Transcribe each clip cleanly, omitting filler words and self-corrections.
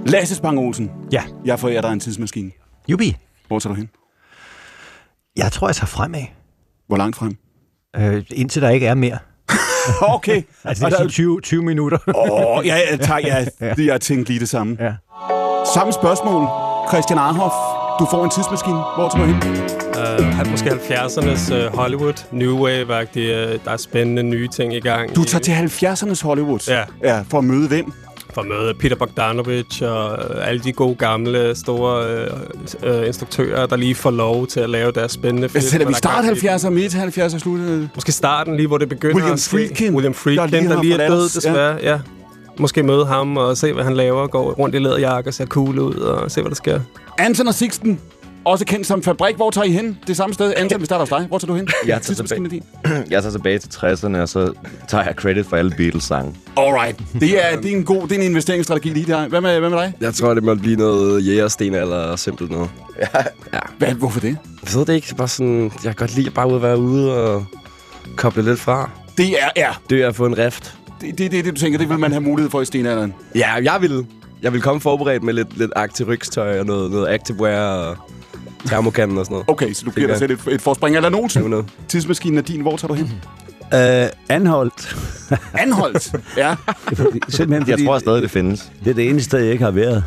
Lasse Spang Olsen. Ja. Jeg forærer dig en tidsmaskine. Jubi. Hvor tager du hen? Jeg tror, jeg tager fremad. Hvor langt frem? Indtil der ikke er mere. Okay. Altså, det er 20 minutter. Jeg tænkte lige det samme. Ja. Samme spørgsmål. Christian Arhoff, du får en tidsmaskine. Hvor tager du hen? Måske 70'ernes Hollywood. New Wave-agtigt. Der er spændende nye ting i gang. Du tager til 70'ernes Hollywood? Ja. For at møde hvem? For at møde Peter Bogdanovich og alle de gode gamle, store instruktører, der lige får lov til at lave deres spændende film. Sætter vi start 70'er, midt 70'er, slut? Måske starten, lige hvor det begynder. William Friedkin, der lige er død, desværre. Ja. Måske møde ham og se, hvad han laver. Gå rundt i læderjakke og ser cool ud og se, hvad der sker. Anton og Sixten, også kendt som Fabrik. Hvor tager I hen? Det samme sted. Anton, vi starter hos dig. Hvor tager du hen? Jeg tager tilbage til 60'erne, og så tager jeg credit for alle Beatles-sange. Alright. Det er en investeringsstrategi lige der. Hvad med dig? Jeg tror, det må blive noget jægersten eller simpelt noget. Ja. Hvorfor det? Jeg ved det ikke. Bare sådan, jeg kan godt lide bare at være ude og koble lidt fra. Det er at få en rift. Det, du tænker, det vil man have mulighed for i stenalderen? Ja, jeg vil komme forberedt med lidt aktiv rygstøj og noget activewear og termokanden og sådan noget. Okay, så du giver dig selv et forspring. Eller nogen tidsmaskinen er din. Hvor tager du hen? Anholdt. Anholdt? Ja. Simpelthen, jeg tror stadig, det findes. Det er det eneste sted, jeg ikke har været.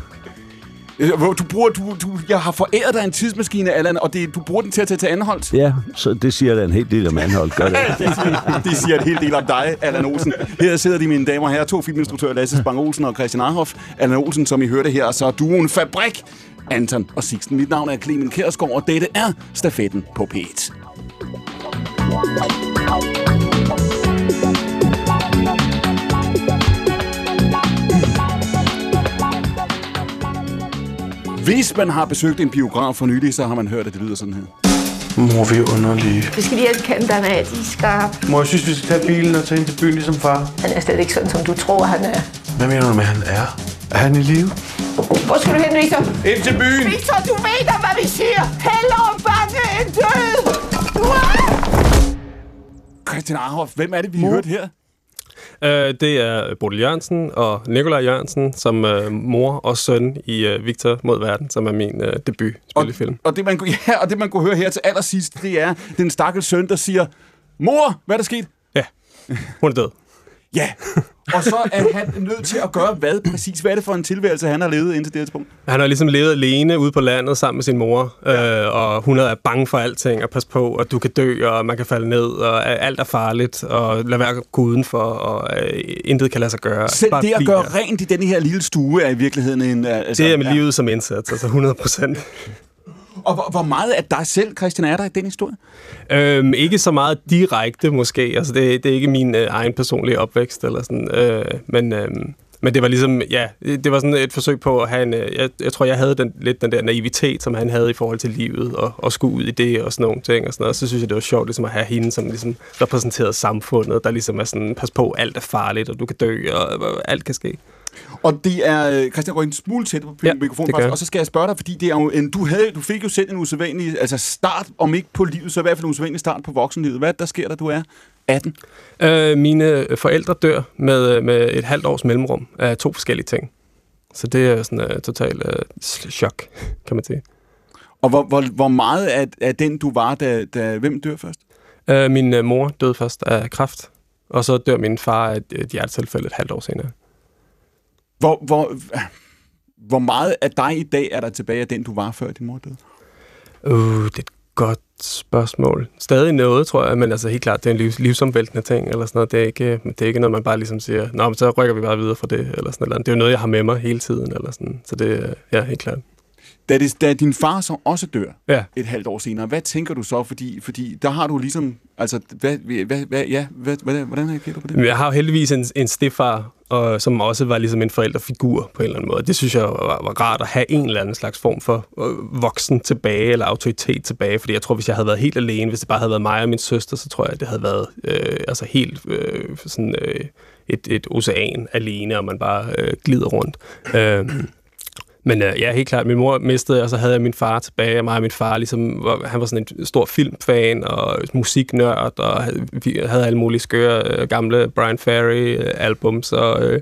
Jeg har foræret dig en tidsmaskine, Allan, og du bruger den til at tage til Anholdt? Ja, så det siger da en hel del om Anholdt, gør det? Det siger en hel del om dig, Allan Olsen. Her sidder de, mine damer og herrer, 2 filminstruktører, Lasse Spang Olsen og Christian Arhoff. Allan Olsen, som I hørte her, og så duoen Fabrik, Anton og Sixten. Mit navn er Clemen Kjærsgaard, og dette er Stafetten på P1. Hvis man har besøgt en biograf for nylig, så har man hørt, at det lyder sådan her. Mor, vi er underlige. Vi skal lige have kendt dig med, at I skarp. Mor, jeg synes, vi skal tage bilen og tage ind til byen ligesom far. Han er slet ikke sådan, som du tror, han er. Hvad mener du med, han er? Er han i live? Hvor skal du hen, Victor? Ind til byen! Victor, du ved da, hvad vi siger! Hellere bange end død! Christian Arhoff, hvem er det, vi hørte her? Det er Bodil Jørgensen og Nikolaj Jørgensen som mor og søn i Victor mod verden, som er min debut spillefilm. Og det man kunne høre her til allersidst, det er den stakkels søn, der siger, mor, hvad er der sket? Ja, hun er død. Ja, og så er han nødt til at gøre hvad præcis? Hvad er det for en tilværelse, han har levet indtil det tidspunkt? Han har ligesom levet alene ude på landet sammen med sin mor, og hun er bange for alting, og pas på, og du kan dø, og man kan falde ned, og alt er farligt, og lad være at gå udenfor, og intet kan lade sig gøre. Selv det at gøre rent i denne her lille stue er i virkeligheden en... Altså, det er med livet som indsats, altså 100%. Og hvor meget af dig selv, Christian, er der i den historie? Ikke så meget direkte, måske. Altså, det er ikke min egen personlige opvækst, eller sådan. Men det var ligesom, ja, det var sådan et forsøg på at have en... Jeg tror, jeg havde lidt den der naivitet, som han havde i forhold til livet, og skulle ud i det, og sådan nogle ting, og sådan noget. Så synes jeg, det var sjovt ligesom at have hende, som ligesom repræsenterede samfundet, der ligesom er sådan, pas på, alt er farligt, og du kan dø, og alt kan ske. Og det er, Christian, går en smule tæt på mikrofonen, og så skal jeg spørge dig, fordi det er jo du fik jo selv en usædvanlig, altså start, om ikke på livet, så i hvert fald en usædvanlig start på voksenlivet. Hvad der sker, da du er 18? Mine forældre dør med et halvt års mellemrum af 2 forskellige ting. Så det er sådan total chok, kan man sige. Og hvor meget af den du var, da hvem dør først? Min mor døde først af kræft, og så dør min far af et hjertetilfælde et halvt år senere. Hvor meget af dig i dag er der tilbage af den, du var før din mor døde? Det er et godt spørgsmål. Stadig noget, tror jeg, men altså helt klart, det er en livsomvæltende ting, eller sådan noget. Det er ikke noget, man bare ligesom siger, nå, men så rykker vi bare videre fra det, eller sådan noget. Det er jo noget, jeg har med mig hele tiden, eller sådan. Så det er helt klart. Da din far så også dør et halvt år senere, hvad tænker du så? Fordi der har du ligesom, altså, hvordan reagerer du på det? Jeg har jo heldigvis en stedfar, som også var ligesom en forældrefigur på en eller anden måde. Det synes jeg var rart at have en eller anden slags form for voksen tilbage, eller autoritet tilbage, fordi jeg tror, hvis jeg havde været helt alene, hvis det bare havde været mig og min søster, så tror jeg, at det havde været helt sådan et ocean alene, og man bare glider rundt. Men ja, helt klart, min mor mistede, og så havde jeg min far tilbage, og mig og min far, ligesom, han var sådan en stor filmfan og musiknørd, og havde alle mulige skøre gamle Brian Ferry albums, og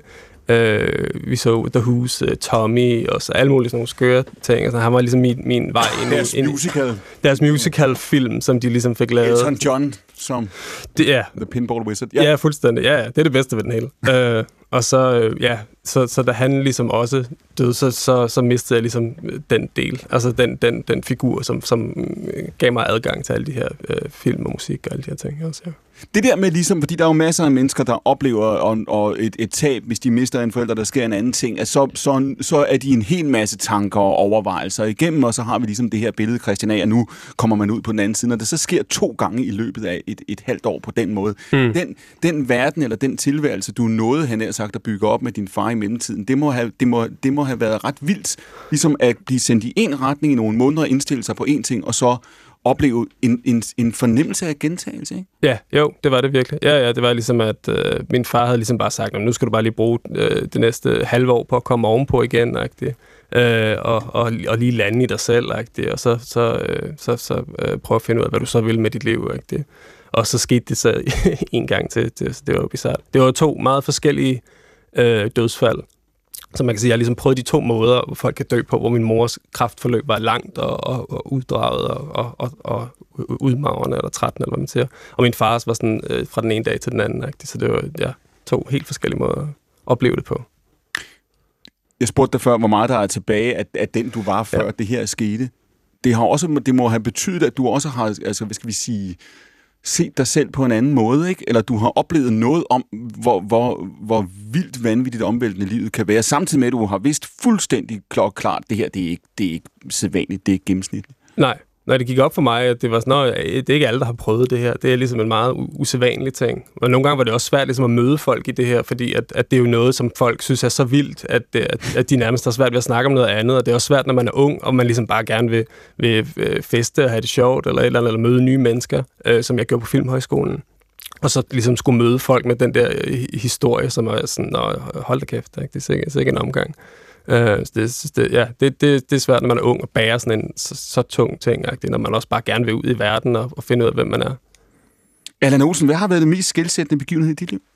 Vi så The Who's Tommy, og så alle mulige sådan nogle skøre ting. Altså, han var ligesom min vej ind. Deres musical-film, som de ligesom fik lavet. Elton John som The Pinball Wizard. Ja, fuldstændig. Ja, det er det bedste ved den hele. Og så, så da han ligesom også døde, så mistede jeg ligesom den del. Altså den figur, som gav mig adgang til alle de her film og musik og alle de her ting også, ja. Det der med ligesom, fordi der er jo masser af mennesker, der oplever et tab, hvis de mister en forælder, der sker en anden ting, at så er de en hel masse tanker og overvejelser igennem, og så har vi ligesom det her billede, Christian, af, at nu kommer man ud på den anden side, og det så sker 2 gange i løbet af et halvt år på den måde. Den verden eller den tilværelse, du nåede, han har sagt, at bygge op med din far i mellemtiden, det må have været ret vildt, ligesom at blive sendt i en retning i nogle måneder, indstille sig på en ting, og så opleve en fornemmelse af gentagelse, ikke? Ja, jo, det var det virkelig. Ja, det var ligesom, at min far havde ligesom bare sagt, nu skal du bare lige bruge det næste halve år på at komme ovenpå igen, og lige lande i dig selv, og så prøve at finde ud af, hvad du så vil med dit liv, og så skete det så en gang til. Det var jo bizarrt. Det var 2 meget forskellige dødsfald. Så man kan sige, at jeg har ligesom prøvet de 2 måder, hvor folk kan dø på, hvor min mors kræftforløb var langt og uddraget og udmagrende eller trættende, eller hvad man siger. Og min fars var sådan fra den ene dag til den anden. Så det var 2 helt forskellige måder at opleve det på. Jeg spurgte dig før, hvor meget der er tilbage af den, du var før det her skete. Det må have betydet, at du også har, altså hvad skal vi sige, set dig selv på en anden måde, ikke? Eller du har oplevet noget om, hvor vildt vanvittigt omvæltende livet kan være, samtidig med, at du har vidst fuldstændig klart, det her, det er ikke sædvanligt, det er ikke gennemsnitligt. Nej, det gik op for mig, at det var sådan, det er ikke alle, der har prøvet det her. Det er ligesom en meget usædvanlig ting. Og nogle gange var det også svært ligesom at møde folk i det her, fordi at det er jo noget, som folk synes er så vildt, at de nærmest har svært ved at snakke om noget andet. Og det er også svært, når man er ung, og man ligesom bare gerne vil feste og have det sjovt, eller møde nye mennesker, som jeg gjorde på Filmhøjskolen. Og så ligesom skulle møde folk med den der historie, som er sådan, hold da kæft, ikke? Det er ikke en omgang. Det er svært, når man er ung og bærer sådan en så tung ting, når man også bare gerne vil ud i verden og finde ud af, hvem man er. Allan Olsen, hvad har været det mest skelsættende begivenhed i dit liv?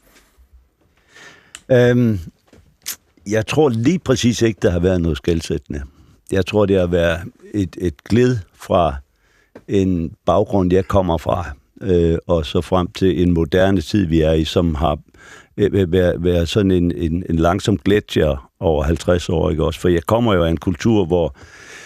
Jeg tror lige præcis ikke, der har været noget skelsættende. Jeg tror, det har været et glid fra en baggrund, jeg kommer fra, og så frem til en moderne tid, vi er i, som har været sådan en langsom gletsjer over 50 år, ikke også? For jeg kommer jo af en kultur, hvor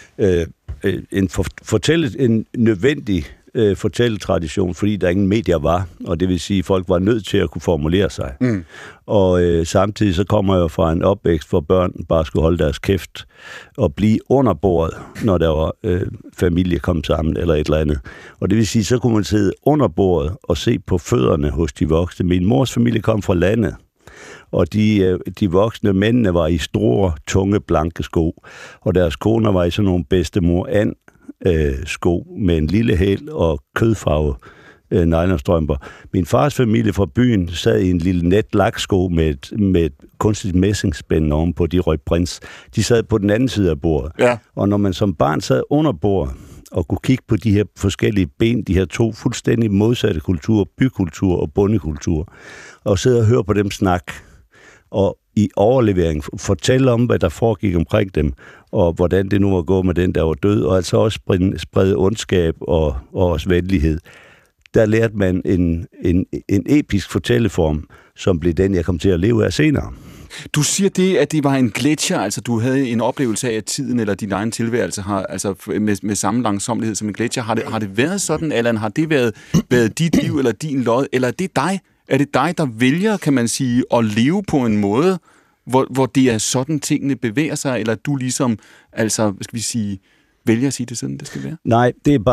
en nødvendig fortælletradition, fordi der ingen medier var, og det vil sige, at folk var nødt til at kunne formulere sig. Og samtidig så kommer jeg jo fra en opvækst, hvor børn bare skulle holde deres kæft og blive under bordet, når der var familie kom sammen eller et eller andet. Og det vil sige, så kunne man sidde under bordet og se på fødderne hos de voksne. Min mors familie kom fra landet, og de voksne mændene var i store, tunge, blanke sko, og deres koner var i sådan nogle bedstemor sko med en lille hæl og kødfarve nylonstrømper. Min fars familie fra byen sad i en lille net laksko med et kunstigt messingspænd ovenpå, de røg prins. De sad på den anden side af bordet. Ja. Og når man som barn sad under bordet og kunne kigge på de her forskellige ben, de her 2 fuldstændig modsatte kulturer, bykultur og bondekultur, og sidde og høre på dem snak, og i overlevering fortælle om, hvad der foregik omkring dem, og hvordan det nu var gået med den, der var død, og altså også sprede ondskab og også venlighed. Der lærte man en episk fortælleform, som blev den, jeg kom til at leve af senere. Du siger det, at det var en gletsjer, altså du havde en oplevelse af, at tiden eller din egen tilværelse har, altså med samme langsomlighed som en gletsjer. Har det været sådan, Allan? Har det været dit liv eller din lod, eller er det dig? Er det dig, der vælger, kan man sige, at leve på en måde, hvor det er sådan, tingene bevæger sig, eller du ligesom, altså, skal vi sige, vælger at sige det sådan, det skal være? Nej, det er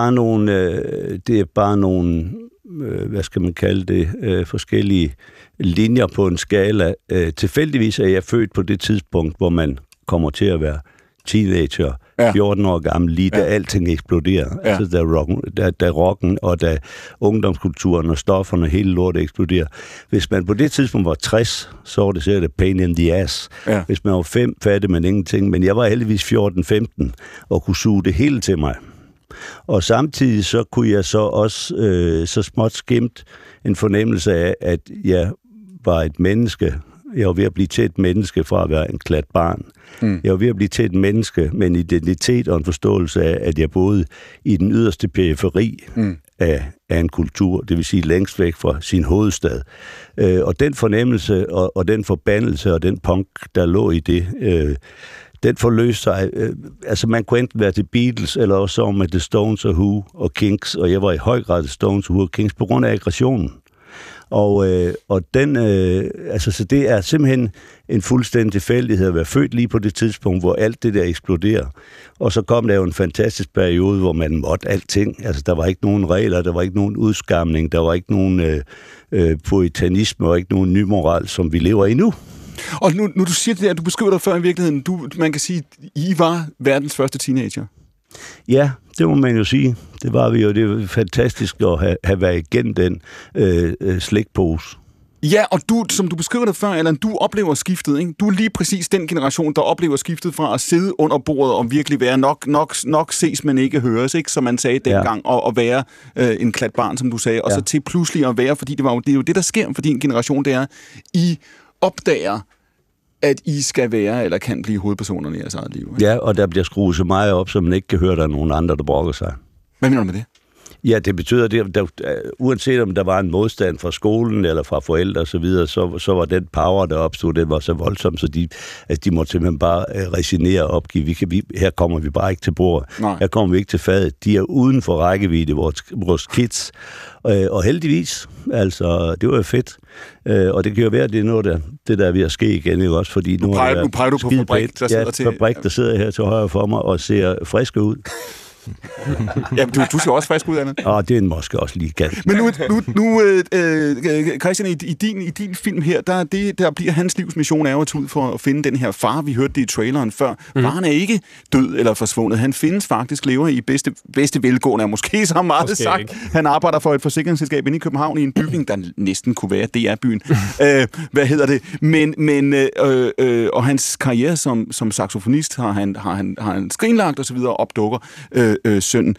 bare nogle, hvad skal man kalde det, forskellige linjer på en skala. Tilfældigvis er jeg født på det tidspunkt, hvor man kommer til at være teenager, 14 år gammel, lige da alting eksploderer. Ja. Altså da rocken og da ungdomskulturen og stofferne, hele lortet eksploderer. Hvis man på det tidspunkt var 60, så var det sikkert pain in the ass. Ja. Hvis man var 5, fattede man ingenting. Men jeg var heldigvis 14-15 og kunne suge det hele til mig. Og samtidig så kunne jeg så også så småt skimt en fornemmelse af, at jeg var et menneske, Jeg var ved at blive til et menneske fra at være en klat barn. Jeg var ved at blive til et menneske med en identitet og en forståelse af, at jeg boede i den yderste periferi af en kultur, det vil sige længst væk fra sin hovedstad. Og den fornemmelse og den forbandelse og den punk, der lå i det, den forløste sig. Altså man kunne enten være til Beatles, eller også med The Stones og Who og Kinks, og jeg var i høj grad The Stones og Who og Kinks på grund af aggressionen. Og den, så det er simpelthen en fuldstændig tilfældighed at være født lige på det tidspunkt, hvor alt det der eksploderer. Og så kom der jo en fantastisk periode, hvor man måtte alting. Altså, der var ikke nogen regler, der var ikke nogen udskamning, der var ikke nogen puritanisme og ikke nogen nymoral, som vi lever i nu. Og nu du siger det der, du beskriver dig før i virkeligheden, man kan sige, I var verdens første teenager. Ja, det må man jo sige. Det var vi jo. Det var fantastisk at have været igennem den slikpose. Ja, og du, som du beskriver det før, Allan, du oplever skiftet, ikke? Du er lige præcis den generation, der oplever skiftet fra at sidde under bordet og virkelig være nok ses, men ikke høres, ikke? Som man sagde dengang, og være en klat barn, som du sagde, og så til pludselig at være, fordi det er jo det, der sker for din generation, det er, I opdager, at I skal være eller kan blive hovedpersonerne i jeres eget liv. Ikke? Ja, og der bliver skruet så meget op, så man ikke kan høre, at der er nogen andre, der brokker sig. Hvad mener du med det? Ja, det betyder, uanset om der var en modstand fra skolen eller fra forældre og så videre, så var den power, der opstod, det var så voldsomt, så de måtte simpelthen bare resignere og opgive. Her kommer vi bare ikke til bordet. Nej. Her kommer vi ikke til fadet. De er uden for rækkevidde, vores kids. Og heldigvis, altså, det var jo fedt. Og det kan jo være, at det er noget, det der er ved at ske igen, ikke også? Fordi nu peger du på Fabrik, der sidder til... Fabrik, der sidder her til højre for mig og ser frisk ud. Jamen, du ser også frisk ud, Anna. Det er måske også lige galt. Men nu Christian, i din film her, der bliver hans livs mission er jo at tage ud for at finde den her far. Vi hørte det i traileren før. Faren er ikke død eller forsvundet. Han findes faktisk, lever i bedste velgående, måske så meget måske sagt. Ikke. Han arbejder for et forsikringsselskab inde i København i en bygning, der næsten kunne være DR-byen. Hvad hedder det? Men og hans karriere som saxofonist har han skrinlagt og så videre, opdukker sønnen.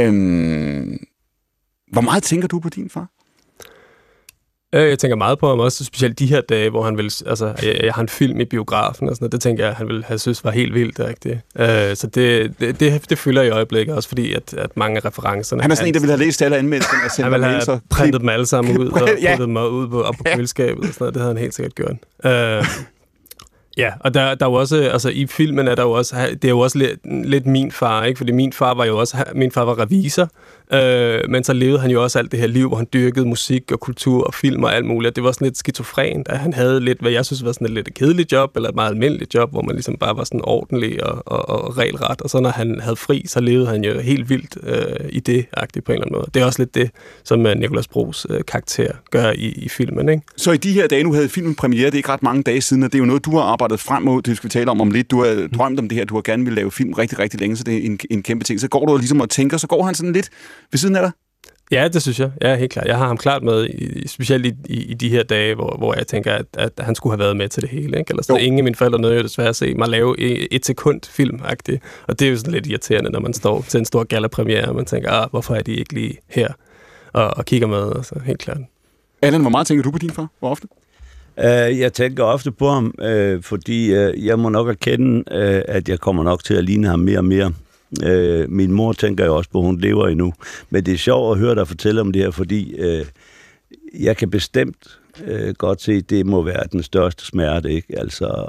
Hvor meget tænker du på din far? Jeg tænker meget på ham også, specielt de her dage, hvor han vil, altså, jeg har en film i biografen og sådan noget, det tænker jeg, han ville have synes var helt vildt, ikke det? Så det fylder i øjeblikket også, fordi at mange af referencerne... Han er sådan en, der ville have læst alle anmeldelserne og sendt dem ind. Han ville have printet dem alle sammen ud og puttet dem ud op på køleskabet og sådan noget, det havde han helt sikkert gjort. Ja, og der er jo også, altså i filmen er der jo også, det er jo også lidt min far, ikke? Fordi min far var revisor, men så levede han jo også alt det her liv, hvor han dyrkede musik og kultur og film og alt muligt. Det var sådan lidt skizofrent, at han havde lidt, hvad jeg synes var sådan et lidt kedeligt job, eller et meget almindeligt job, hvor man ligesom bare var sådan ordentlig og regelret. Og så når han havde fri, så levede han jo helt vildt i det-agtigt på en eller anden måde. Det er også lidt det, som Nicolas Bros karakter gør i filmen, ikke? Så i de her dage, nu havde filmen premiere, det er ikke ret mange dage siden, og det er jo noget, du har arbejdet frem mod, det skal vi tale om lidt. Du har drømt om det her, du har gerne vil lave film rigtig, rigtig længe, så det er en kæmpe ting. Så går du ligesom og tænker, så går han sådan lidt ved siden af dig? Ja, det synes jeg. Ja, helt klart. Jeg har ham klart med, specielt i de her dage, hvor jeg tænker, at han skulle have været med til det hele. Ikke? Eller så ingen af mine forældre nåede jo desværre at se mig lave et sekund film-agtigt. Og det er jo sådan lidt irriterende, når man står til en stor gala-premiere, og man tænker, hvorfor er de ikke lige her og kigger med? Altså, helt klart. Allan, hvor meget tænker du på din far? Hvor ofte? Jeg tænker ofte på ham, fordi jeg må nok erkende, at jeg kommer nok til at ligne ham mere og mere. Min mor tænker jo også på, at hun lever endnu. Men det er sjovt at høre dig fortælle om det her, fordi jeg kan bestemt godt se, at det må være den største smerte, ikke? Altså,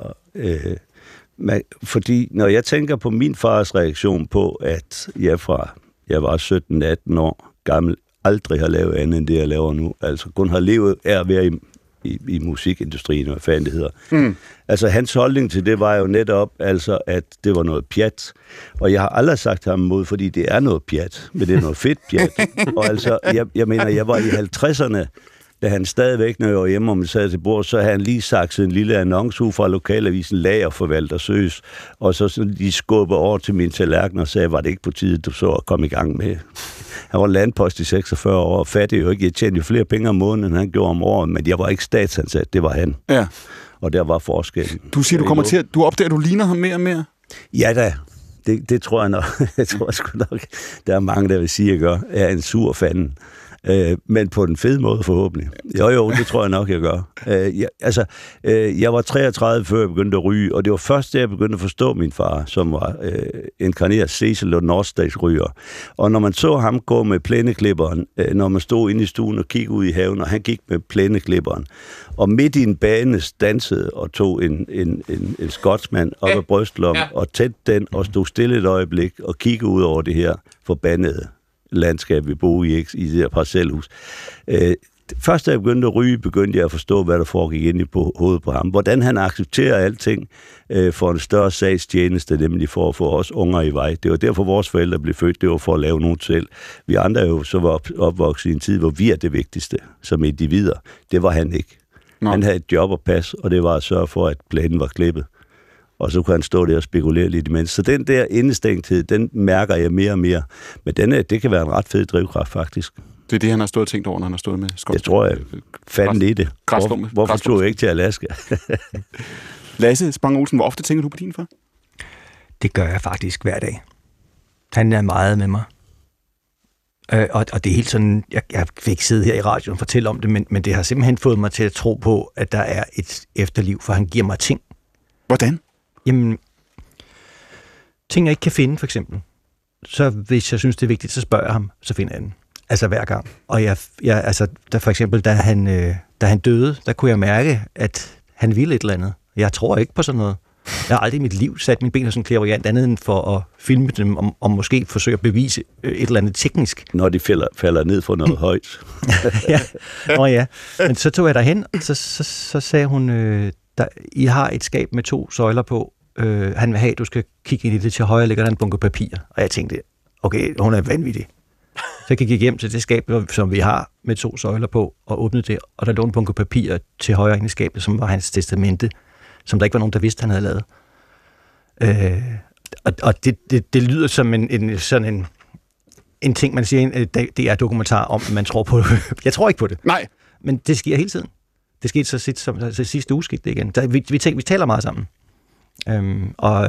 fordi når jeg tænker på min fars reaktion på, at jeg var 17-18 år gammel, aldrig har lavet andet end det, jeg laver nu. Altså kun har levet af at være i musikindustrien, hvad fanden det hedder. Altså hans holdning til det var jo netop, altså, at det var noget pjat. Og jeg har aldrig sagt ham imod, fordi det er noget pjat, men det er noget fedt pjat. Og altså, jeg mener, jeg var i 50'erne, da han stadigvæk, når jeg var hjemme, og man sad til bord, så havde han lige sakset en lille annonce ud fra lokalavisen Lagerforvalter søs, og så de skubber over til min tallerken og sagde, var det ikke på tide, du så at komme i gang med? Han var landpost i 46 år, og fattig jo ikke. Jeg tjente jo flere penge om måneden, end han gjorde om året, men jeg var ikke statsansat, det var han. Ja. Og der var forskellen. Du siger, du opdager, at du ligner ham mere og mere? Ja da. Det tror jeg nok. Jeg tror sgu nok, der er mange, der vil sige, at jeg gør. Jeg er en sur fanden. Men på den fede måde forhåbentlig. Jo, det tror jeg nok, jeg gør. Jeg var 33, før jeg begyndte at ryge, og det var først, da jeg begyndte at forstå min far, som var inkarneret Cecil og Nordstags-ryger. Og når man så ham gå med plæneklipperen, når man stod inde i stuen og kiggede ud i haven, og han gik med plæneklipperen, og midt i en bane dansede og tog en skotsmand op af brystlommen og tæt den og stod stille et øjeblik og kiggede ud over det her forbandede landskab, vi bor i det her parcelhus. Først da jeg begyndte at ryge, begyndte jeg at forstå, hvad der foregik inde på hovedet på ham. Hvordan han accepterer alting for en større sagstjeneste, nemlig for at få os unger i vej. Det var derfor, vores forældre blev født. Det var for at lave nogen selv. Vi andre jo så var opvokset i en tid, hvor vi er det vigtigste som individer. Det var han ikke. Nå. Han havde et job at passe, og det var at sørge for, at planen var klippet. Og så kunne han stå der og spekulere lidt imens. Så den der indestængthed, den mærker jeg mere og mere. Men det kan være en ret fed drivkraft, faktisk. Det er det, han har stået og tænkt over, når han har stået med skov. Jeg tror, jeg fandt i det. Hvorfor tog jeg ikke til Alaska? Lasse Spang Olsen, hvor ofte tænker du på din far? Det gør jeg faktisk hver dag. Han er meget med mig. Og det er helt sådan, jeg vil ikke sidde her i radioen og fortælle om det, men det har simpelthen fået mig til at tro på, at der er et efterliv, for han giver mig ting. Hvordan? Jamen, ting jeg ikke kan finde, for eksempel. Så hvis jeg synes, det er vigtigt, så spørger jeg ham, så finder jeg den. Altså hver gang. Og for eksempel, da han døde, der kunne jeg mærke, at han ville et eller andet. Jeg tror ikke på sådan noget. Jeg har aldrig i mit liv sat mine ben som en clairvoyant, andet end for at filme dem, og måske forsøge at bevise et eller andet teknisk. Når de falder ned for noget højt. ja. Men så tog jeg derhen, og så sagde hun, I har et skab med 2 søjler på. Han vil have, at du skal kigge ind i det. Til højre ligger der en bunke papir. Og jeg tænkte, okay, hun er vanvittig. Så gik jeg hjem til det skab, som vi har med 2 søjler på, og åbnede det, og der lå en bunke papir til højre inde i skabet, som var hans testamente, som der ikke var nogen, der vidste, han havde lavet. Og det lyder som en ting, man siger, det er dokumentar om, man tror på det. Jeg tror ikke på det. Nej. Men det sker hele tiden. Det skete så sidste uge skete det igen. Vi taler meget sammen. Og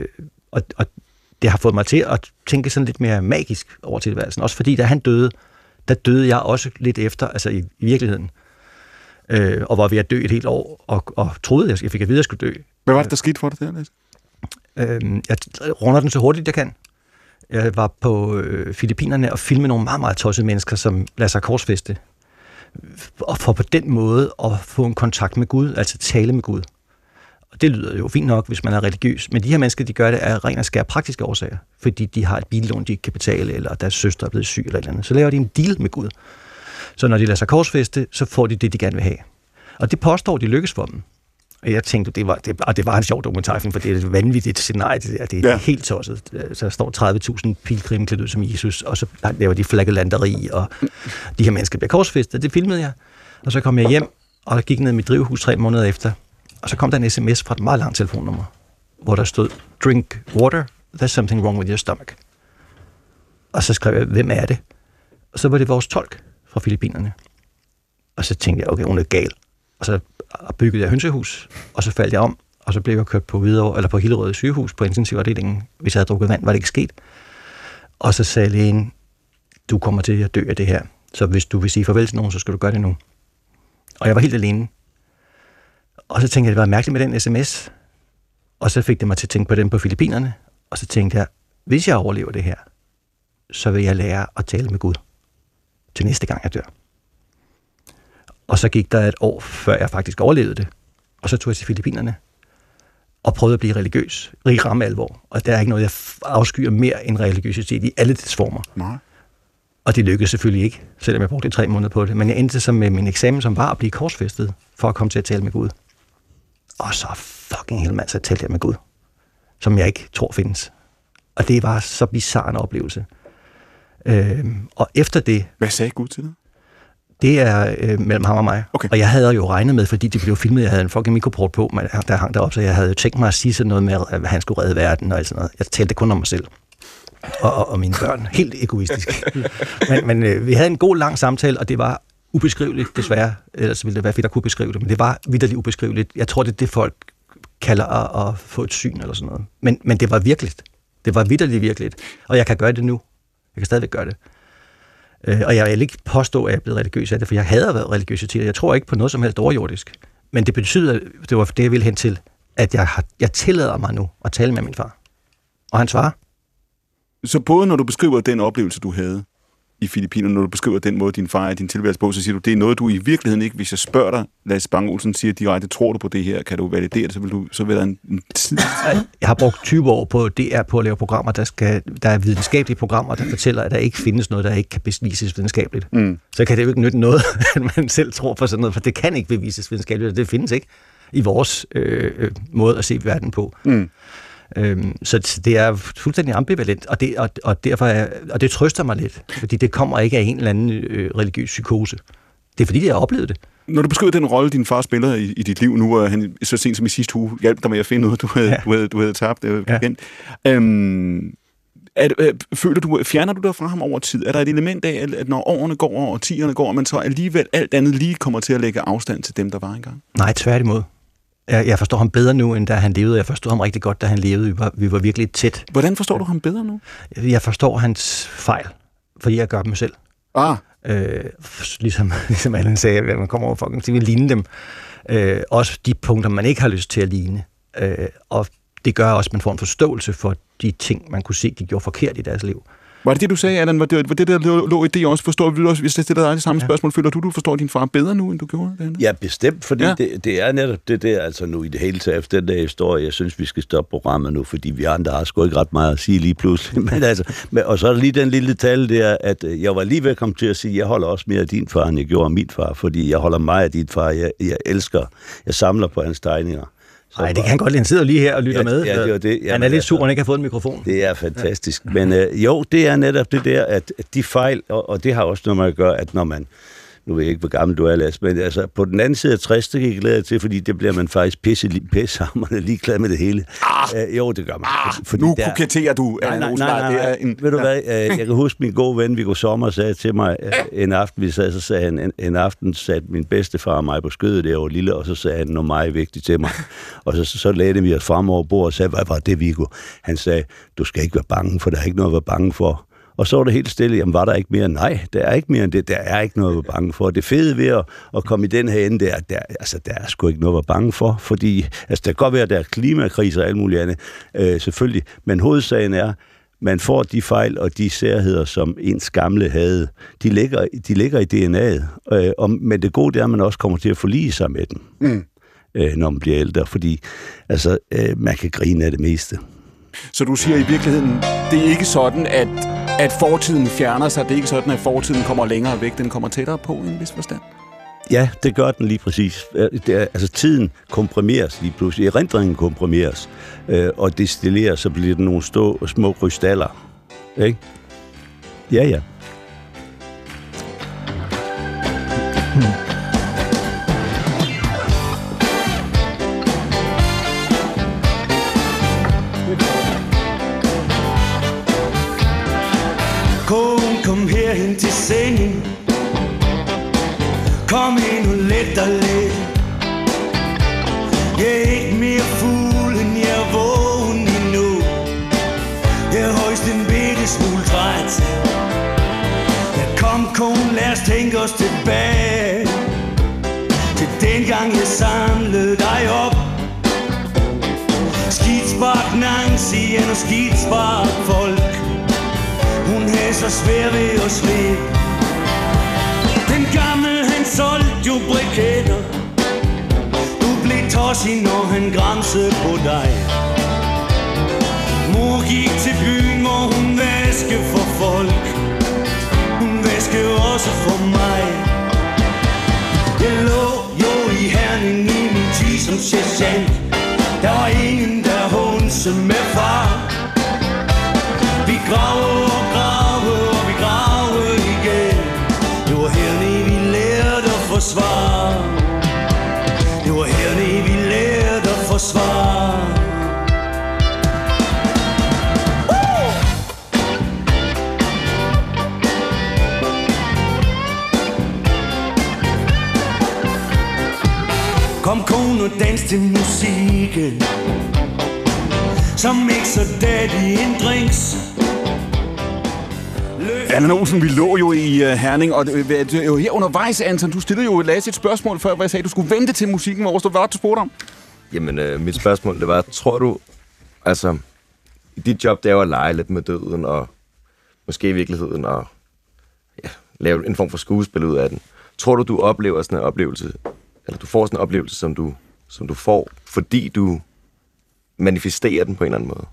det har fået mig til at tænke sådan lidt mere magisk over tilværelsen. Også fordi, da han døde, der døde jeg også lidt efter, altså i virkeligheden. Og var ved at dø et helt år, og troede, jeg fik at vide, at jeg skulle dø. Hvad var det, der skete for dig der, Lasse? Jeg runder den så hurtigt, jeg kan. Jeg var på Filippinerne og filmede nogle meget, meget tossede mennesker, som lader sig korsfæste. Og for på den måde at få en kontakt med Gud, altså tale med Gud. Og det lyder jo fint nok, hvis man er religiøs. Men de her mennesker, de gør det af ren og skær praktiske årsager. Fordi de har et billån, de ikke kan betale, eller deres søster er blevet syg eller et eller andet. Så laver de en deal med Gud. Så når de lader sig korsfæste, så får de det, de gerne vil have. Og det påstår, de lykkes for dem. Og jeg tænkte, det var en sjov dokumentarfilm, for det er et vanvittigt scenarie. Det er helt tosset. Så der står 30.000 pilgrimme klædt ud som Jesus, og så laver de flaggelanderi, og de her mennesker bliver korsfæstet. Det filmede jeg. Og så kom jeg hjem, og gik ned i mit drivhus 3 måneder efter. Og så kom der en sms fra et meget langt telefonnummer, hvor der stod, drink water, there's something wrong with your stomach. Og så skrev jeg, hvem er det? Og så var det vores tolk fra Filippinerne. Og så tænkte jeg, okay, hun er gal. Og så byggede jeg hønsehus, og så faldt jeg om, og så blev jeg kørt på på Hillerød sygehus på intensivafdelingen. Hvis jeg havde drukket vand, var det ikke sket. Og så sagde lægen, du kommer til at dø af det her. Så hvis du vil sige farvel til nogen, så skal du gøre det nu. Og jeg var helt alene. Og så tænkte jeg, det var mærkeligt med den sms. Og så fik det mig til at tænke på den på Filippinerne. Og så tænkte jeg, hvis jeg overlever det her, så vil jeg lære at tale med Gud til næste gang, jeg dør. Og så gik der et år, før jeg faktisk overlevede det. Og så tog jeg til Filippinerne og prøvede at blive religiøs. Rig ramme alvor. Og der er ikke noget, jeg afskyer mere end religiøsitet i alle dets former. Nej. Og det lykkedes selvfølgelig ikke, selvom jeg brugte 3 måneder på det. Men jeg endte så med min eksamen, som var at blive korsfæstet, for at komme til at tale med Gud. Og så fucking helt mand, så talte jeg med Gud, som jeg ikke tror findes. Og det var så bizarre en oplevelse. Og efter det... Hvad sagde Gud til dig? Det er mellem ham og mig. Okay. Og jeg havde jo regnet med, fordi det blev filmet, jeg havde en fucking mikroport på, men der hang derop, så jeg havde jo tænkt mig at sige sådan noget med, at han skulle redde verden og alt sådan noget. Jeg talte kun om mig selv. Og mine børn. Helt egoistisk. men vi havde en god lang samtale, og det var ubeskriveligt, desværre. Ellers ville det være fedt at kunne beskrive det, men det var vitterligt ubeskriveligt. Jeg tror, det er det, folk kalder at få et syn eller sådan noget. Men det var virkeligt. Det var vitterligt virkeligt. Og jeg kan gøre det nu. Jeg kan stadigvæk gøre det. Og jeg vil ikke påstå, at jeg er blevet religiøs af det, for jeg hader været religiøs til det. Jeg tror ikke på noget som helst overjordisk. Men det betyder, det var det, jeg ville hen til, at jeg tillader mig nu at tale med min far. Og han svarer. Så både når du beskriver den oplevelse, du havde i Filippinerne, når du beskriver den måde, din far er i din tilværelse på, så siger du, det er noget, du i virkeligheden ikke, hvis jeg spørger dig, Lasse Bang-Olsen siger direkte, tror du på det her, kan du validere det, så vil der en tid. Jeg har brugt 20 år på DR på at lave programmer, der er videnskabelige programmer, der fortæller, at der ikke findes noget, der ikke kan bevises videnskabeligt. Så kan det jo ikke nytte noget, at man selv tror på sådan noget, for det kan ikke bevises videnskabeligt, og det findes ikke i vores måde at se verden på. Så det er fuldstændig ambivalent, og derfor og det trøster mig lidt, fordi det kommer ikke af en eller anden religiøs psykose. Det er fordi, jeg har oplevet det. Når du beskriver den rolle, din far spiller i dit liv nu, og han så sent som i sidste uge hjalp dig med at finde noget, du havde tabt. Fjerner du dig fra ham over tid? Er der et element af, at når årene går og årtierne går, man så alligevel alt andet lige kommer til at lægge afstand til dem, der var engang? Nej, tværtimod. Jeg forstår ham bedre nu, end da han levede. Jeg forstod ham rigtig godt, da han levede. Vi var virkelig tæt. Hvordan forstår du ham bedre nu? Jeg forstår hans fejl, fordi jeg gør dem selv. Ligesom Allan sagde, at man kommer over folk, så vi ligne dem. Også de punkter, man ikke har lyst til at ligne. Og det gør også, at man får en forståelse for de ting, man kunne se, de gjorde forkert i deres liv. Var det det, du sagde, Allan? Var det der lå i det også? Forstår vi også, hvis det stiller dig det samme spørgsmål, føler du forstår din far bedre nu, end du gjorde det? Ja, bestemt, fordi det er netop det der, altså nu i det hele taget, efter den der historie, jeg synes, vi skal stoppe programmet nu, fordi vi andre har sgu ikke ret meget at sige lige pludselig. Men altså, og så er der lige den lille detalje der, at jeg var lige ved at komme til at sige, at jeg holder også mere af din far, end jeg gjorde af min far, fordi jeg holder meget af din far, jeg samler på hans tegninger. Nej, det kan han godt lide. Han sidder lige her og lytter med. Ja, det det. Han er lidt sur, han ikke har fået en mikrofon. Det er fantastisk. Men jo, det er netop det der, at de fejl, og det har også noget med at gøre, at når man, nu ved jeg ikke, hvor gammel du er, Lasse, men altså på den anden side af 60, det kan jeg glæde til, fordi det bliver man faktisk pissehamrende ligeglad med det hele. Jo, det gør man. Fordi nu koketterer du, Nej. Ved du hvad, jeg kan huske min gode ven, Viggo Sommer, sagde til mig en aften, vi sad, så sagde han, en aften satte min bedstefar og mig på skødet derovre lille, og så sagde han noget meget vigtigt til mig. Og så lagde vi os frem over bordet og sagde, hvad var det, Viggo? Han sagde, du skal ikke være bange, for der er ikke noget at være bange for. Og så var det helt stille. Jamen, var der ikke mere? Nej, der er ikke mere end det. Der er ikke noget at være bange for. Det fede ved at komme i den her ende, der er sgu ikke noget at være bange for. Fordi, altså, det kan godt være, at der er klimakriser og alt muligt andet, selvfølgelig. Men hovedsagen er, man får de fejl og de særheder, som ens gamle havde. De ligger i DNA'et. Men det gode, det er, at man også kommer til at forlige sig med dem, når man bliver ældre. Fordi, altså, man kan grine af det meste. Så du siger i virkeligheden, det er ikke sådan, at fortiden fjerner sig. Det er ikke sådan, at fortiden kommer længere væk. Den kommer tættere på i en vis forstand. Ja, det gør den lige præcis. Altså tiden komprimeres lige pludselig. Erindringen komprimeres. Og destilleres, så bliver det nogle små krystaller. Ikke? Ja. Kom herhen til sengen. Kom ind og let dig lidt. Jeg er ikke mere fuld, end jeg er vågen endnu. Jeg er højst en bitte smule træt. Ja, kom, lad os tænke os tilbage til dengang jeg samlede dig op. Skidspark Nancy og skidspark folk. Hun havde så svært ved at slippe. Den gamle, han solgte jo briketter. Du blev tossig, når han grænsede på dig. Mor gik til byen, hvor hun vaskede for folk. Hun vaskede også for mig. Jeg lå jo i Herning i min tid som sergeant. Der var ingen, der hundsede med far. Vi gravede og gravede, og vi gravede igen. Det var hernede, vi lærte at forsvare. Det var hernede, vi lærte at forsvare. Kom kone og dans til musikken. Så mixer daddy en drinks. Allan Olsen, vi lå jo i Herning, og her undervejs, Anton, du stillede jo Lasse et spørgsmål før, hvor jeg sagde, at du skulle vente til musikken. Hvad var det, du spurgte om? Jamen, mit spørgsmål, det var, tror du, altså, i dit job, det er jo at lege lidt med døden, og måske i virkeligheden, og lave en form for skuespil ud af den. Tror du oplever sådan en oplevelse, eller du får sådan en oplevelse, som du får, fordi du manifesterer den på en eller anden måde?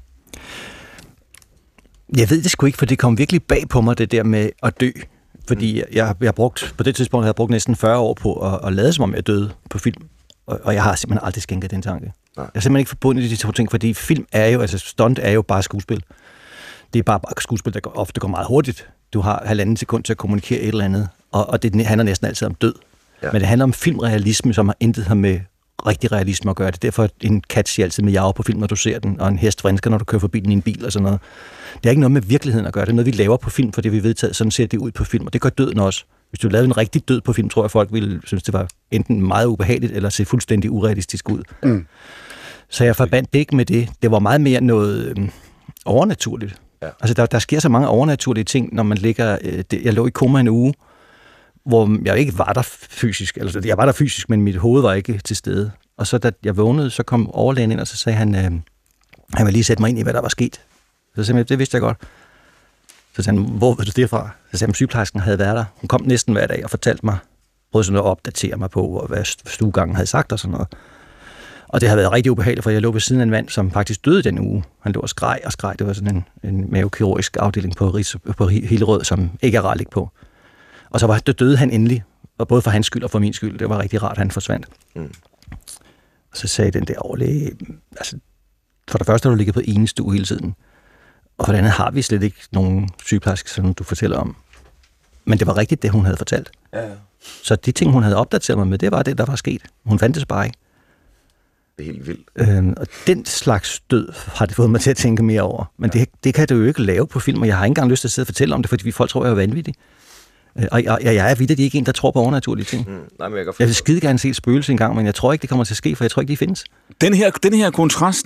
Jeg ved det sgu ikke, for det kom virkelig bag på mig, det der med at dø. Fordi jeg brugt, på det tidspunkt havde jeg brugt næsten 40 år på at lade som om jeg døde på film. Og jeg har simpelthen aldrig skænket den tanke. Nej. Jeg har simpelthen ikke forbundet de to ting, fordi film er jo, altså stunt er jo bare skuespil. Det er bare skuespil, der ofte går meget hurtigt. Du har 1,5 sekund til at kommunikere et eller andet, og det handler næsten altid om død. Ja. Men det handler om filmrealisme, som har intet her med rigtig realisme at gøre. Det er derfor, en kat siger altid med jager på film, når du ser den, og en hest vrinsker, når du kører forbi den i en bil og sådan noget. Det er ikke noget med virkeligheden at gøre. Det er noget, vi laver på film, for det vi vedtaget. Sådan ser det ud på film, og det gør døden også. Hvis du lavede en rigtig død på film, tror jeg, folk ville synes, det var enten meget ubehageligt, eller se fuldstændig urealistisk ud. Mm. Så jeg forbandt det ikke med det. Det var meget mere noget overnaturligt. Ja. Altså, der sker så mange overnaturlige ting, når man ligger... Jeg lå i koma en uge, hvor jeg ikke var der fysisk. Altså, jeg var der fysisk, men mit hoved var ikke til stede. Og så da jeg vågnede, så kom overlægen ind, og så sagde han, han ville lige sætte mig ind i, hvad der var sket. Så sagde jeg, det vidste jeg godt. Så sagde han, hvor ved du det fra? Så sagde han, sygeplejersken havde været der. Hun kom næsten hver dag og fortalte mig, prøvede sådan at opdatere mig på, hvad stuegangen havde sagt og sådan noget. Og det har været rigtig ubehageligt, for jeg lå ved siden af en mand, som faktisk døde den uge. Han lå og skreg. Det var sådan en mavekirurgisk afdeling på Hillerød, som ikke er ret ligge på. Og så døde han endelig, og både for hans skyld og for min skyld. Det var rigtig rart, at han forsvandt. Mm. Og så sagde den der overlæge, altså, for det første har du ligget på ene stue hele tiden, og for det andet har vi slet ikke nogen sygeplejerske, som du fortæller om. Men det var rigtigt, det hun havde fortalt. Ja. Så de ting, hun havde opdateret mig med, det var det, der var sket. Hun fandtes bare ikke. Det er helt vildt. Og den slags død har det fået mig til at tænke mere over. Men det kan du jo ikke lave på film, og jeg har ikke engang lyst til at sidde og fortælle om det, fordi folk tror, jeg er vanvittig. Og jeg er vitterlig ikke en, der tror på overnaturlige ting. Nej, men jeg vil skide gerne se et spøgelse en gang, men jeg tror ikke, det kommer til at ske, for jeg tror ikke, de findes. Den her kontrast...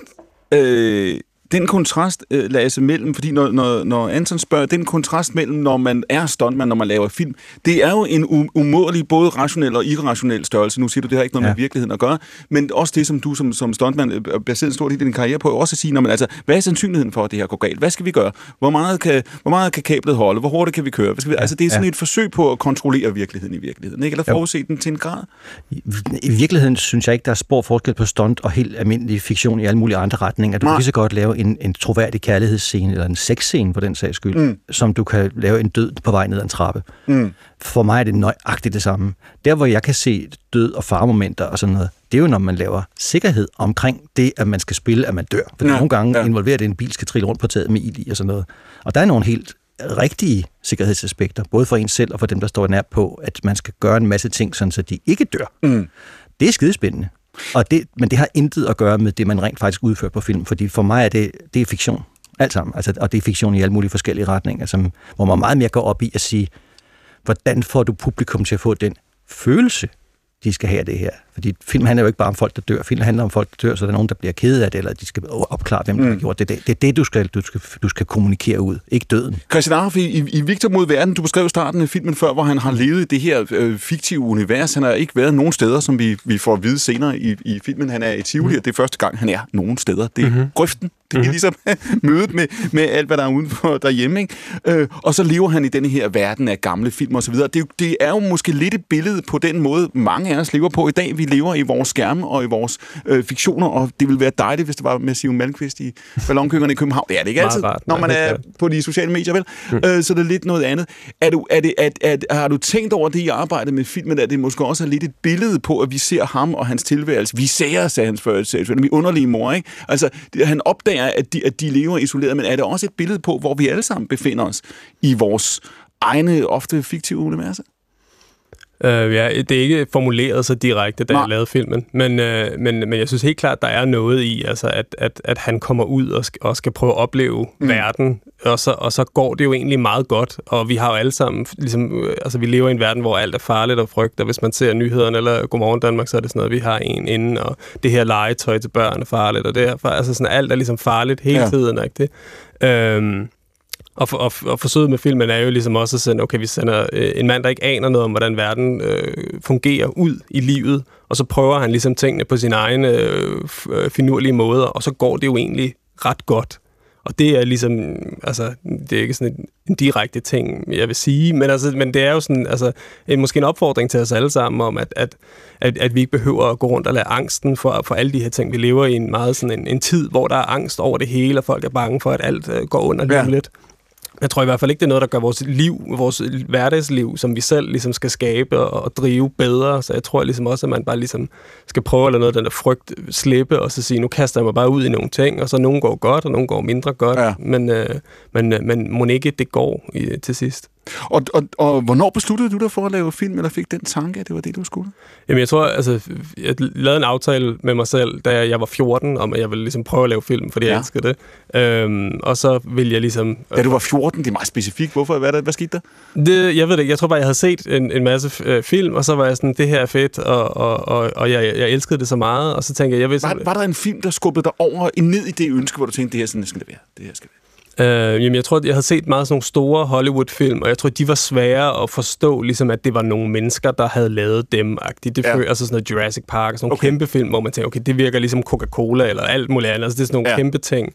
Den kontrast, Lasse, mellem, fordi når Anton spørger, den kontrast mellem, når man er stuntman, når man laver film, det er jo en umådelig, både rationel og irrationel størrelse. Nu siger du, det har ikke noget med virkeligheden at gøre, men også det, som du som stuntman baserer en stor del af din karriere på, også at sige, når man, altså, hvad er sandsynligheden for, at det her går galt? Hvad skal vi gøre? Hvor meget kan kablet holde? Hvor hurtigt kan vi køre? Altså, det er sådan et forsøg på at kontrollere virkeligheden i virkeligheden, ikke? Eller forudse den til en grad? I virkeligheden synes jeg ikke, der er spor forskel på stunt og helt almindelig fiktion i alle mulige andre retninger. Du kan lige så godt lave en troværdig kærlighedsscene, eller en sexscene for den sags skyld, som du kan lave en død på vej ned ad en trappe. Mm. For mig er det nøjagtigt det samme. Der, hvor jeg kan se død og faremomenter og sådan noget, det er jo, når man laver sikkerhed omkring det, at man skal spille, at man dør. For nogle gange involverer det, en bil skal trille rundt på taget med ild i og sådan noget. Og der er nogle helt rigtige sikkerhedsaspekter, både for en selv og for dem, der står nær på, at man skal gøre en masse ting, sådan så de ikke dør. Mm. Det er skidespændende. Men det har intet at gøre med det, man rent faktisk udfører på film, fordi for mig er det er fiktion. Alt sammen. Altså, og det er fiktion i alle mulige forskellige retninger, hvor man meget mere går op i at sige, hvordan får du publikum til at få den følelse, de skal have det her. Fordi film handler jo ikke bare om folk, der dør. Film handler om folk, der dør, så der er nogen, der bliver ked af det, eller de skal opklare, hvem der har gjort det. Det er det, du skal kommunikere ud, ikke døden. Christian Arhoff, i Victor mod verden, du beskrev starten af filmen før, hvor han har levet i det her fiktive univers. Han har ikke været nogen steder, som vi får at vide senere i filmen. Han er i Tivoli, og det er første gang, han er nogen steder. Det er grøften. Det er ligesom mødet med alt, hvad der er udenfor derhjemme. Ikke? Og så lever han i denne her verden af gamle film og så videre. Det er jo måske lidt et billede på den måde, mange af os lever på i dag. Vi lever i vores skærme og i vores fiktioner, og det ville være dejligt, hvis det var med Simon Malmqvist i Ballonkyngerne i København. Det er det ikke altid, når man er på de sociale medier, vel? Så det er lidt noget andet. Har du tænkt over det i arbejdet med filmen, at det måske også er lidt et billede på, at vi ser ham og hans tilværelse? Vi ser, sagde hans før, vi underlige mor, ikke? Altså, han opdager, at de lever isoleret, men er det også et billede på, hvor vi alle sammen befinder os i vores egne, ofte fiktive universer? Det er ikke formuleret så direkte, da jeg lavede filmen, men jeg synes helt klart, der er noget i, altså at han kommer ud og skal prøve at opleve verden, og så går det jo egentlig meget godt, og vi har jo alle sammen, ligesom, altså vi lever i en verden, hvor alt er farligt og frygt, og hvis man ser nyhederne eller Godmorgen Danmark, så er det sådan noget, vi har en inden, og det her legetøj til børn er farligt, og det her, altså sådan alt er ligesom farligt hele tiden, ikke det? Og forsøget med filmen er jo ligesom også at sende, okay, vi sender en mand, der ikke aner noget om, hvordan verden fungerer ud i livet, og så prøver han ligesom tingene på sin egen finurlige måder, og så går det jo egentlig ret godt. Og det er ligesom, altså, det er ikke sådan en direkte ting, jeg vil sige, men det er jo sådan, altså, måske en opfordring til os alle sammen om, at vi ikke behøver at gå rundt og lade angsten for alle de her ting. Vi lever i en meget sådan en tid, hvor der er angst over det hele, og folk er bange for, at alt går under lige lidt. Jeg tror i hvert fald ikke, det er noget, der gør vores hverdagsliv, som vi selv ligesom skal skabe og drive bedre. Så jeg tror ligesom også, at man bare ligesom skal prøve at lade noget af den der frygt slippe, og så sige, nu kaster jeg mig bare ud i nogle ting, og så nogle går godt, og nogle går mindre godt. Ja. Men mon ikke, det går til sidst. Og hvornår besluttede du dig for at lave film, eller fik den tanke, at det var det, du skulle? Jamen, jeg tror, altså, jeg lavede en aftale med mig selv, da jeg var 14, om at jeg ville ligesom prøve at lave film, fordi jeg elskede det. Og så ville jeg ligesom... Da du var 14, det er meget specifikt. Hvorfor? Hvad skete der? Jeg ved det ikke. Jeg tror bare, jeg havde set en masse film, og så var jeg sådan, det her er fedt, og jeg elskede det så meget, og så tænkte jeg... Var der en film, der skubbede dig over ned i det ønske, hvor du tænkte, det her skal det være, det her skal det være? Jamen, jeg tror, jeg havde set meget sådan nogle store Hollywood-film, og jeg tror, de var svære at forstå, ligesom at det var nogle mennesker, der havde lavet dem-agtigt. Altså sådan noget Jurassic Park, sådan nogle kæmpe film, hvor man tænker, okay, det virker ligesom Coca-Cola eller alt muligt andet. Altså, det er sådan nogle kæmpe ting.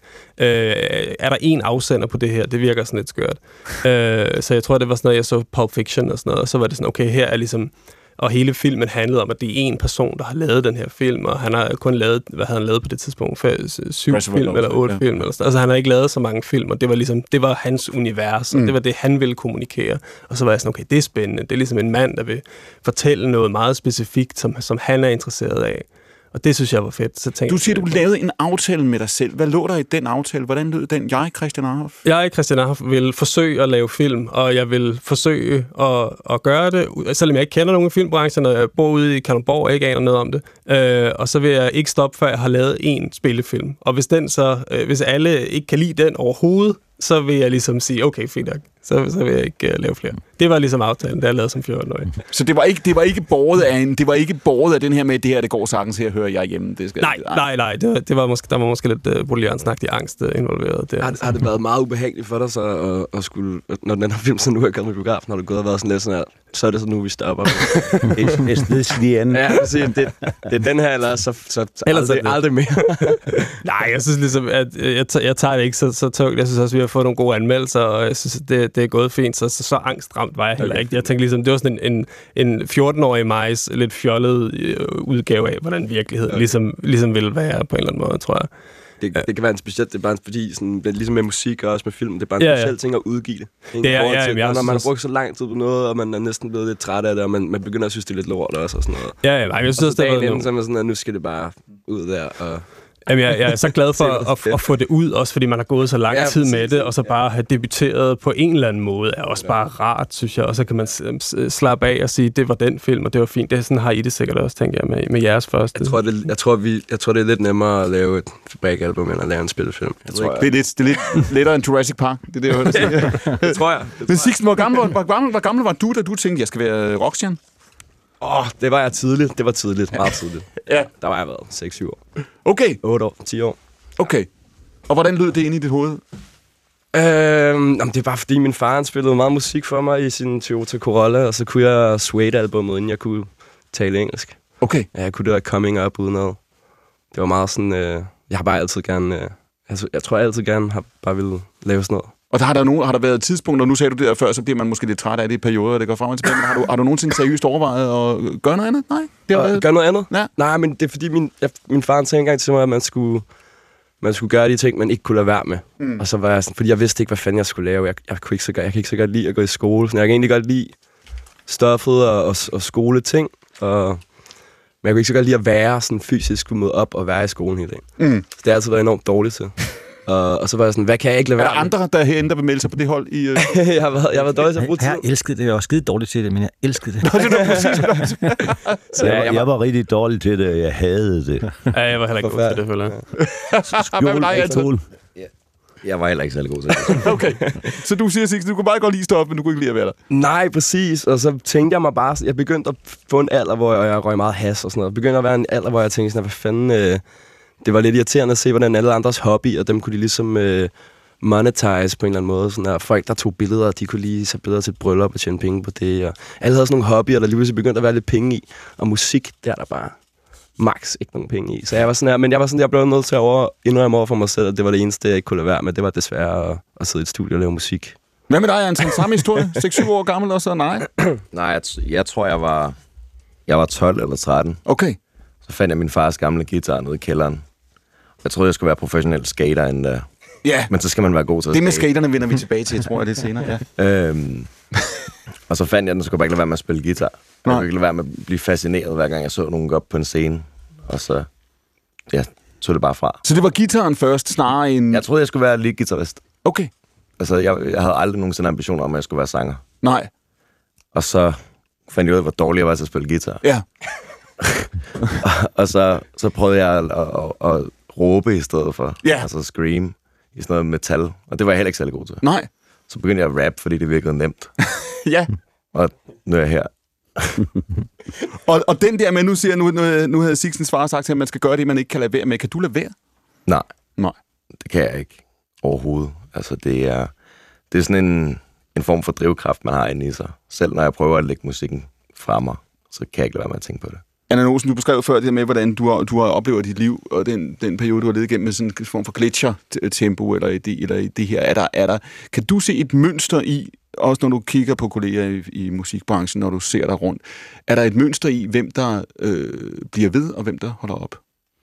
Er der en afsender på det her? Det virker sådan lidt skørt. Så jeg tror, det var sådan noget, jeg så Pulp Fiction og sådan noget, og så var det sådan, okay, her er ligesom... Og hele filmen handlede om, at det er en person, der har lavet den her film, og han har kun lavet, hvad havde han lavet på det tidspunkt? 7 film eller 8 film? Eller sådan. Altså han har ikke lavet så mange film, og det var ligesom, det var hans univers, og det var det, han ville kommunikere. Og så var jeg sådan, okay, det er spændende. Det er ligesom en mand, der vil fortælle noget meget specifikt, som han er interesseret af. Og det synes jeg var fedt. Så tænkte du siger, du lavede en aftale med dig selv. Hvad lå der i den aftale? Hvordan lød den? Christian Arhoff? Christian Arhoff vil forsøge at lave film, og jeg vil forsøge at gøre det, selvom jeg ikke kender nogen i filmbranchen, og jeg bor ude i Kalundborg og ikke aner noget om det. Og så vil jeg ikke stoppe, før jeg har lavet en spillefilm. Og hvis alle ikke kan lide den overhovedet, så vil jeg ligesom sige, okay, fint nok. Så vil jeg ikke lave flere. Det var ligesom aftalen, der jeg lavede som 14-årig. Så det var ikke båret af den her med, det her, det går sagtens her, hører jeg hjemme. Det skal nej. Det var måske, der var måske lidt boligansnagtig angst involveret. Har det været meget ubehageligt for dig så at skulle, når den her film så nu er kommet i biografen, når du gået og været sådan lidt sådan her, så er det så nu, vi stopper. Det er den her, eller så aldrig mere. Nej, jeg synes ligesom, at jeg tager det ikke så tungt. Jeg synes også, vi har fået nogle gode anmeldelser, og jeg synes, det er gået fint, så angstramt var jeg heller ikke. Jeg tænkte ligesom, det var sådan en 14-årig majs lidt fjollet udgave af, hvordan virkeligheden ligesom ville være på en eller anden måde, tror jeg. Det kan være en speciel, det er bare fordi, sådan, det er ligesom med musik og også med film, det er bare en speciel ting at udgive det. Når man har brugt så lang tid på noget, og man er næsten blevet lidt træt af det, og man begynder at synes, det er lidt lort også og sådan noget. Jeg synes, det er så er man sådan, at nu skal det bare ud der og... Jamen, jeg er så glad for at få det ud, også fordi man har gået så lang tid med det, og så bare have debuteret på en eller anden måde, er også bare rart, synes jeg. Og så kan man slappe af og sige, det var den film, og det var fint. Det sådan har I det sikkert også, tænker jeg, med jeres første. Jeg tror, det er lidt nemmere at lave et fabrikalbum, end at lave en spillefilm. Det er lidt lettere end Jurassic Park. Det er det, jeg hørte sige. Det tror jeg. Men Sixten, hvor gammel var du, da du tænkte, jeg skal være rockstjerne? Det var jeg tidligt. Det var tidligt. Meget tidligt. Ja. Der var jeg været 6-7 år. Okay. 8 år. 10 år. Okay. Og hvordan lød det inde i dit hoved? Det er bare fordi min far spillede meget musik for mig i sin Toyota Corolla, og så kunne jeg Suede-albummet, inden jeg kunne tale engelsk. Okay. Ja, jeg kunne det Coming Up uden noget. Det var meget sådan... jeg har bare altid gerne... jeg tror, jeg altid gerne har bare ville lave sådan noget. Og har der været tidspunkter, nu sagde du det der før, så bliver man måske lidt træt af det i perioder, det går frem og tilbage. Har du nogensinde seriøst overvejet at gøre noget andet? Nej. Gøre noget andet? Ja. Nej, men det er fordi min far sagde engang til mig, at man skulle gøre de ting, man ikke kunne lade være med. Og så var jeg sådan, fordi jeg vidste ikke, hvad fanden jeg skulle lave. Jeg kan ikke så godt lide at gå i skole. Så jeg kan egentlig godt lide stoffet og skoleting. Men jeg kunne ikke så godt lide at være sådan fysisk møde op og være i skolen hele dagen. Så det har altid været enormt dårligt til. Og så var jeg sådan, hvad kan jeg ikke lade være med? Er der andre derhen, der vil melde sig på det hold? Jeg har været dårlig til at bruge tid. Jeg elskede det. Jeg var skide dårligt til det, men jeg elskede det. Så jeg var rigtig dårlig til det, og jeg hadede det. Ja, jeg var heller ikke god til det, føler Skole. Jeg var heller ikke særlig god til det. Okay, så du siger, Sixten, du kunne bare godt lide stoppe, men du kunne ikke lide at være der? Nej, præcis. Og så tænkte jeg mig bare... Jeg begyndte at få en alder, hvor jeg røg meget hash og sådan noget. Jeg begyndte at være en alder, hvor jeg tænkte sådan, hvad fanden... det var lidt irriterende at se, hvordan alle andres hobby, og dem kunne de ligesom monetize på en eller anden måde. Sådan der, folk, der tog billeder, de kunne lige se bedre til et bryllup og tjene penge på det. Og alle havde sådan nogle hobbyer, der lige pludselig begyndte at være lidt penge i. Og musik, der er der bare max ikke nogen penge i. Så jeg var sådan her, men jeg blev nødt til at indrømme over for mig selv, at det var det eneste, jeg ikke kunne lade være med. Det var desværre at sidde i et studie og lave musik. Hvad med dig, Anton? Samme historie? 6-7 år gammel og så nej? Nej, jeg tror, jeg var 12 eller 13. Okay. Så fandt jeg min fars gamle guitar nede i kælderen. Jeg troede, jeg skulle være professionel skater endda. Ja. Men så skal man være god til at det med skate. skaterne vender vi tilbage til, tror jeg, lidt senere. Ja. Og så fandt jeg den, så skulle jeg bare ikke lade være med at spille guitar. Jeg kunne ikke lade være med at blive fascineret, hver gang jeg så nogen gå op på en scene. Og så tog det bare fra. Så det var guitaren først, snarere end... Jeg troede, jeg skulle være lead-guitarist. Okay. Altså, jeg havde aldrig nogensinde ambitioner om, at jeg skulle være sanger. Nej. Og så fandt jeg ud af, hvor dårlig jeg var til at spille guitar. Ja. Og så prøvede jeg at råbe i stedet for. Ja. Altså scream i sådan noget metal. Og det var jeg heller ikke særlig god til. Nej. Så begyndte jeg at rap, fordi det virkede nemt. Ja. Og nu er jeg her. og den der med, nu havde Sixtens far sagt til, at man skal gøre det, man ikke kan lade være med. Kan du lade være? Nej. Nej. Det kan jeg ikke overhovedet. Altså, det er sådan en form for drivkraft, man har inde i sig. Selv når jeg prøver at lægge musikken fra mig, så kan jeg ikke lade være med at tænke på det. Allan Olsen, du beskrev før det med, hvordan du har oplevet dit liv, og den periode, du har levet igennem med sådan en form for glitcher-tempo, eller i det her. Er der, kan du se et mønster i, også når du kigger på kolleger i musikbranchen, når du ser dig rundt, er der et mønster i, hvem der bliver ved, og hvem der holder op?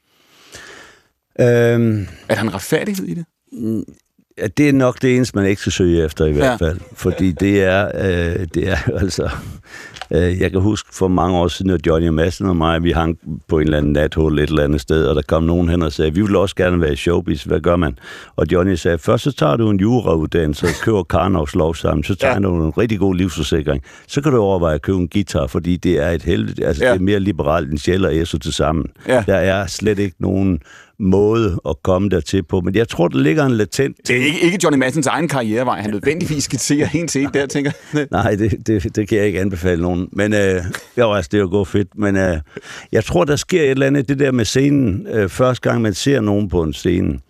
Er der en retfærdighed i det? Ja, det er nok det eneste, man ikke skal søge efter i hvert fald. Fordi det er altså... Jeg kan huske for mange år siden, at Johnny Madsen og mig, vi hang på en eller anden nathul et eller andet sted, og der kom nogen hen og sagde, vi vil også gerne være i showbiz, hvad gør man? Og Johnny sagde, først så tager du en jurauddannelse og køber Karnovs lov sammen, så tager du en rigtig god livsforsikring. Så kan du overveje at købe en guitar, fordi det er et helvede, altså det er mere liberalt end Shell og Esso til sammen. Ja. Der er slet ikke nogen måde at komme dertil på, men jeg tror, der ligger en latent... Det er ikke Johnny Madsens egen karrierevej, han nødvendigvis skitserer helt til der, tænker jeg. Nej, det kan jeg ikke anbefale nogen, men det er jo godt fedt, men jeg tror, der sker et eller andet, det der med scenen, første gang man ser nogen på en scene.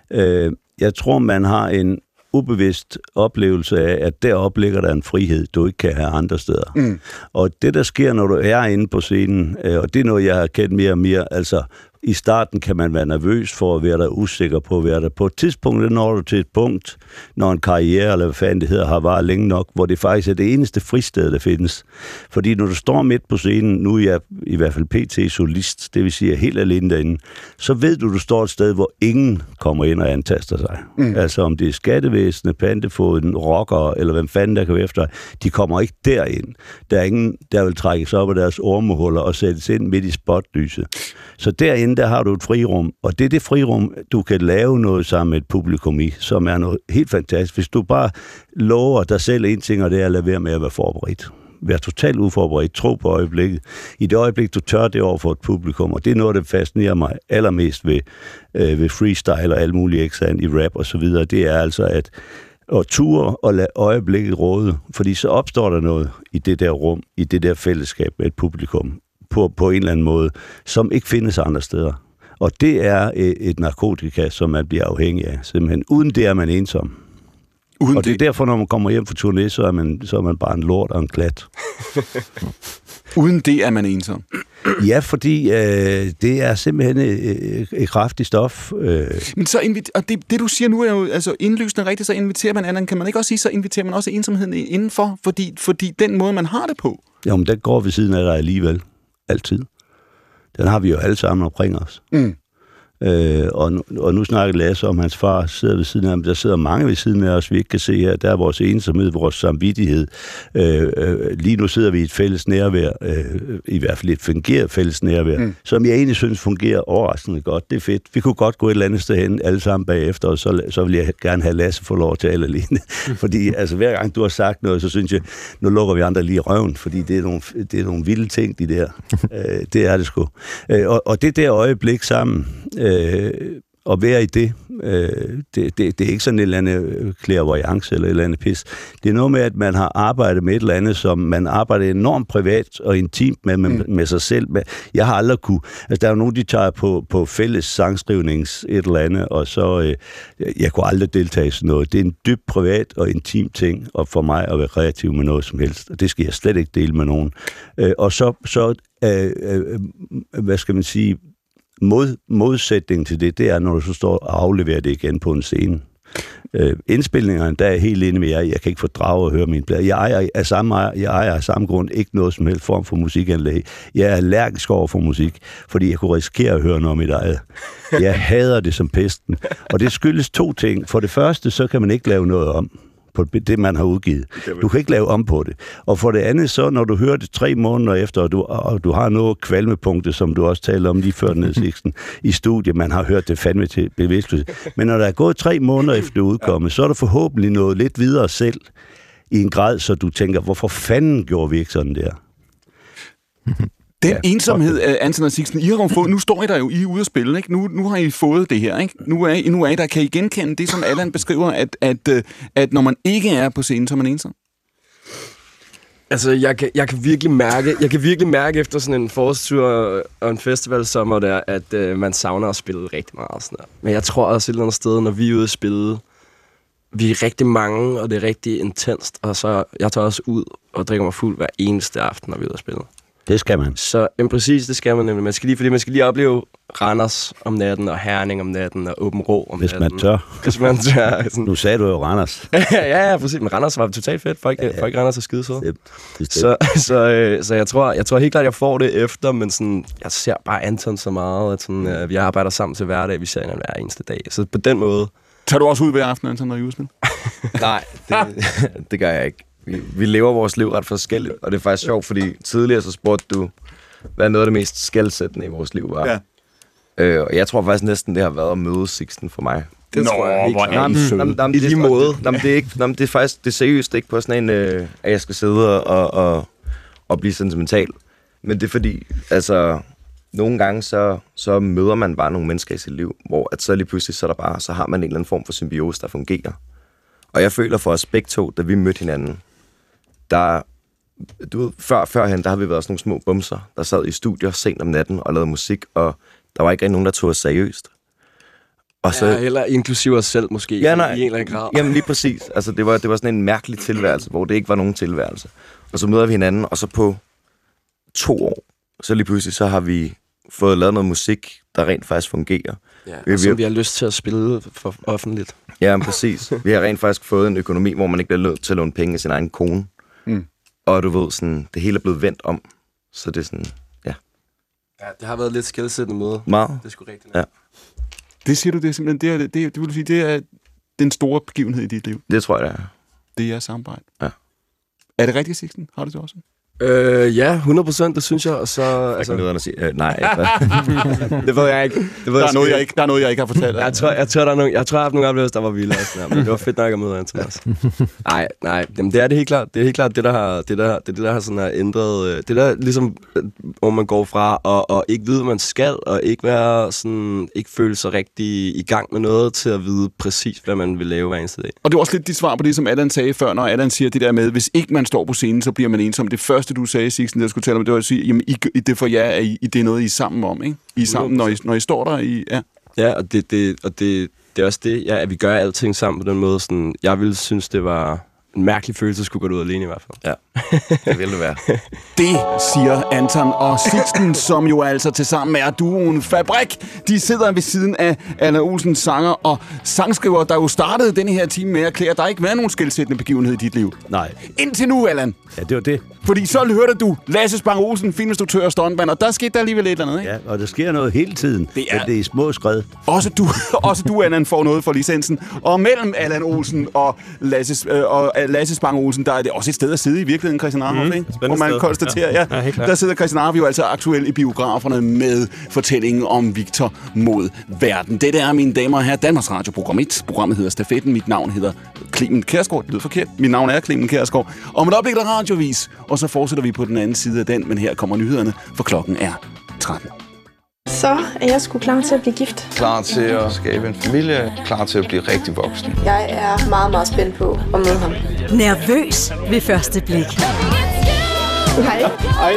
Jeg tror, man har en ubevidst oplevelse af, at deroppe ligger der en frihed, du ikke kan have andre steder. Mm. Og det, der sker, når du er inde på scenen, og det er noget, jeg har kendt mere og mere, altså i starten kan man være nervøs for at være der, usikker på at være der. På et tidspunkt når du til et punkt, når en karriere, eller hvad fanden det hedder, har varet længe nok, hvor det faktisk er det eneste fristed, der findes. Fordi når du står midt på scenen, nu er jeg i hvert fald PT solist, det vil sige helt alene derinde, så ved du står et sted, hvor ingen kommer ind og antaster sig. Mm. Altså om det er skattevæsenet, pantefoden, rockere, eller hvem fanden der kan være efter, de kommer ikke derind. Der er ingen, der vil trække sig op af deres ormehuller og sættes ind midt i spotlyset. Så derinde, der har du et frirum, og det er det frirum, du kan lave noget sammen med et publikum i, som er noget helt fantastisk. Hvis du bare lover dig selv en ting, og det er at lade være med at være forberedt. Vær totalt uforberedt, tro på øjeblikket. I det øjeblik, du tør det over for et publikum, og det er noget, der fascinerer mig allermest ved freestyle og alt muligt eksand i rap og så videre, det er altså at ture og lade øjeblikket råde, fordi så opstår der noget i det der rum, i det der fællesskab med et publikum, på en eller anden måde, som ikke findes andre steder. Og det er et narkotika, som man bliver afhængig af. Simpelthen. Uden det er man ensom. Og det er derfor, når man kommer hjem fra turné, så er man bare en lort og en klat. Uden det er man ensom? Ja, fordi det er simpelthen et kraftigt stof. Men så og det du siger nu er jo altså indlysende rigtigt, så inviterer man anden. Kan man ikke også sige, så inviterer man også ensomheden indenfor? Fordi den måde, man har det på. Jo, men den går ved siden af dig alligevel. Altid. Den har vi jo alle sammen omkring os. Mm. Og nu snakker Lasse om, hans far sidder ved siden af ham. Der sidder mange ved siden af os, vi ikke kan se her. Der er vores ensomhed, vores samvittighed. Lige nu sidder vi i et fælles nærvær, i hvert fald et fungeret fælles nærvær, som jeg egentlig synes fungerer overraskende godt. Det er fedt. Vi kunne godt gå et eller andet sted hen, alle sammen bagefter, og så vil jeg gerne have Lasse få lov til at tale alene. Fordi altså, hver gang du har sagt noget, så synes jeg, nu lukker vi andre lige røven, fordi det er nogle vilde ting, de der. Det er det sgu. Og det der øjeblik sammen, at være i det. Det er ikke sådan et eller andet clairvoyance eller et eller andet pis. Det er noget med, at man har arbejdet med et eller andet, som man arbejder enormt privat og intimt med sig selv. Jeg har aldrig kunne... Altså, der er jo nogen, de tager på fælles sangskrivnings et eller andet, og så... jeg kunne aldrig deltage i sådan noget. Det er en dybt privat og intim ting, og for mig at være kreativ med noget som helst. Og det skal jeg slet ikke dele med nogen. Og så hvad skal man sige... Modsætningen til det er, når du så står og afleverer det igen på en scene. Indspilningerne, der er jeg helt inde med jer. Jeg kan ikke fordrage at høre mine plader. Jeg ejer af samme grund ikke noget som helst form for musikanlæg. Jeg er allergisk over for musik, fordi jeg kunne risikere at høre noget om mit eget. Jeg hader det som pesten. Og det skyldes 2 ting. For det første, så kan man ikke lave noget om på det, man har udgivet. Du kan ikke lave om på det. Og for det andet, så når du hører det 3 måneder efter, og du har noget kvalmepunkter, som du også talte om lige før nedsigten i studiet, man har hørt det fandme til bevidstløshed. Men når der er gået 3 måneder efter det udkommet, så er der forhåbentlig noget lidt videre selv i en grad, så du tænker, hvorfor fanden gjorde vi ikke sådan der? Den ensomhed, Anton og Sixten, I har jo fået, nu står I der jo, I er ude at spille, ikke? Nu har I fået det her, ikke? Nu er I der. Kan I genkende det, som Allan beskriver, at når man ikke er på scenen, så er man ensom? Altså, jeg kan virkelig mærke efter sådan en forårstur og en festivalsommer der, at man savner at spille rigtig meget. Sådan der. Men jeg tror også et eller andet sted, når vi er ude at spille, vi er rigtig mange, og det er rigtig intenst. Og så jeg tager også ud og drikker mig fuld hver eneste aften, når vi er ude at spille. Det skal man. Så præcis, det skal man nemlig. Man skal lige opleve Randers om natten, og Herning om natten, og Åben Rå om natten. Hvis man tør. Sådan. Nu sagde du jo Randers. ja, præcis. Men Randers var totalt fedt. Folk Randers er skide søde. Så jeg tror helt klart, jeg får det efter, men sådan, jeg ser bare Anton så meget, at sådan, vi arbejder sammen til hverdag. Vi ser hinanden hver eneste dag. Så på den måde... Tager du også ud hver aften, Anton, når I udspiller? Nej, det gør jeg ikke. Vi lever vores liv ret forskelligt, og det er faktisk sjovt, fordi tidligere så spurgte du, hvad noget af det mest skelsættende i vores liv var. Ja. Og jeg tror faktisk næsten, det har været at møde Sixten for mig. Det tror jeg ikke. I lige måde. Det er faktisk det er seriøst ikke på sådan en, at jeg skal sidde og blive sentimental. Men det er fordi, altså, nogle gange så møder man bare nogle mennesker i sit liv, hvor at så lige pludselig så har man en eller anden form for symbiose, der fungerer. Og jeg føler for os begge to, da vi mødte hinanden, der, du ved, førhen, der har vi været sådan nogle små bumser, der sad i studier sent om natten og lavede musik, og der var ikke nogen, der tog os seriøst. Og så, eller inklusive os selv måske, i en eller anden grad. Jamen lige præcis. Altså, det var sådan en mærkelig tilværelse, hvor det ikke var nogen tilværelse. Og så møder vi hinanden, og så på 2 år, så lige pludselig, så har vi fået lavet noget musik, der rent faktisk fungerer. Ja, som vi har lyst til at spille for offentligt. Ja, præcis. Vi har rent faktisk fået en økonomi, hvor man ikke bliver nødt til at låne penge af sin egen kone. Og du ved, sådan, det hele er blevet vendt om. Så det er sådan, ja. Ja, det har været lidt skelsættende møde. Meget. Det er sgu rigtigt. Ja. Det siger du, det er simpelthen, det vil sige, det er den store begivenhed i dit liv. Det tror jeg, det er. Det er samarbejde. Ja. Er det rigtigt, Sixten? Har du det også? Ja, 100%, det synes jeg. Og så, altså... Jeg kan at sige, nej. Det ved jeg ikke. Der er noget, jeg ikke har fortalt. Jeg tror, jeg har haft nogle oplevelser, der var vilde. Men det var fedt nok at møde Anton også. Nej, jamen, det er det helt klart. Det er helt klart det, der har sådan har ændret. Det der ligesom, hvor man går fra og ikke vide, hvad man skal, og ikke være sådan, ikke føle sig rigtig i gang med noget, til at vide præcis, hvad man vil lave hver eneste dag. Og det var også lidt dit svar på det, som Allan sagde før, når Allan siger det der med, hvis ikke man står på scenen, så bliver man ensom. Det første, du sagde, Sixten, jeg skulle tale om, det var at sige, jamen, det for jer er det er noget, I er sammen om, ikke? I er sammen, når I står der. Ja, og det er også det, at vi gør alting sammen på den måde. Sådan, jeg ville synes, det var en mærkelig følelse at skulle gå ud alene i hvert fald. Ja, det ville det være. Det siger Anton og Sixten, som jo altså tilsammen er duoen Fabrik. De sidder ved siden af Allan Olsen, sanger og sangskriver, der jo startede denne her time med at erklære, at der ikke var nogen skelsættende begivenhed i dit liv. Nej. Indtil nu, Allan. Ja, det var det. Fordi så hørte du Lasse Spang Olsen, filminstruktør og stuntmand, og der skete der alligevel et eller andet, ikke? Ja, og der sker noget hele tiden, men det er i små skred. Også du, Allan, får noget for licensen. Og mellem Allan Olsen og Lasse Spang Olsen, der er det også et sted at sidde i virkeligheden, Christian Arhoff, ikke? Hvor man konstaterer, der sidder Christian Arhoff jo altså aktuelt i biograferne med fortællingen om Victor mod verden. Dette er, mine damer og herrer, Danmarks Radio Program 1. Programmet hedder Stafetten. Mit navn hedder Clement Kjærsgaard. Det lyder forkert. Mit navn er Clement Kjærsgaard. Om et øjeblik er radiovis, og så fortsætter vi på den anden side af den, men her kommer nyhederne, for klokken er 13. Så er jeg sgu klar til at blive gift. Klar til at skabe en familie. Klar til at blive rigtig voksen. Jeg er meget, meget spændt på at møde ham. Nervøs ved første blik. Hej. Hej.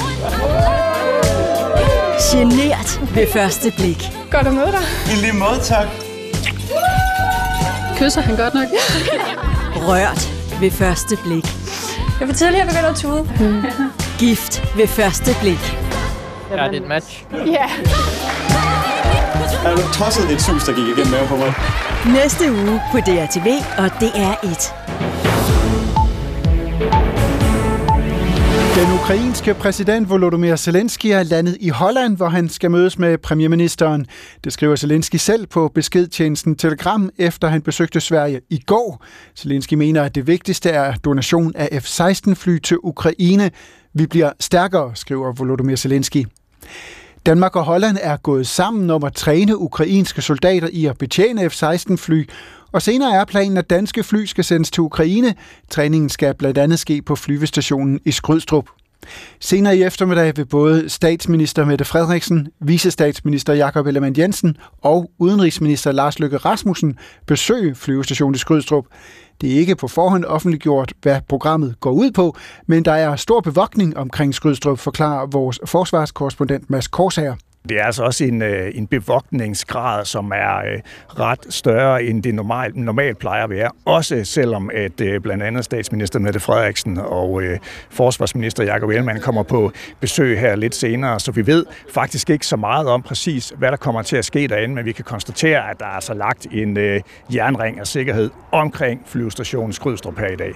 Genert ved første blik. Godt at møde dig. I lige måde, tak. Kysser han godt nok? Rørt ved første blik. Jeg vil tidligere begynde at tude. Gift ved første blik. Ja, det er et match. Ja. Er du tosset lidt sus, der gik igennem maven på mig? Næste uge på DRTV og DR1. Den ukrainske præsident Volodymyr Zelensky er landet i Holland, hvor han skal mødes med premierministeren. Det skriver Zelensky selv på beskedtjenesten Telegram, efter han besøgte Sverige i går. Zelensky mener, at det vigtigste er donation af F-16-fly til Ukraine. Vi bliver stærkere, skriver Volodymyr Zelensky. Danmark og Holland er gået sammen om at træne ukrainske soldater i at betjene F-16-fly, og senere er planen, at danske fly skal sendes til Ukraine. Træningen skal blandt andet ske på flyvestationen i Skrydstrup. Senere i eftermiddag vil både statsminister Mette Frederiksen, vicestatsminister Jakob Ellemann-Jensen og udenrigsminister Lars Løkke Rasmussen besøge flyvestationen i Skrydstrup. Det er ikke på forhånd offentliggjort, hvad programmet går ud på, men der er stor bevogtning omkring Skrydstrup, forklarer vores forsvarskorrespondent Mads Korsager. Det er altså også en bevogtningsgrad, som er ret større, end det normalt plejer at være. Også selvom at blandt andet statsminister Mette Frederiksen og forsvarsminister Jakob Ellemann kommer på besøg her lidt senere. Så vi ved faktisk ikke så meget om præcis, hvad der kommer til at ske derinde, men vi kan konstatere, at der er altså lagt en jernring af sikkerhed omkring flyvestationen Skrydstrup her i dag.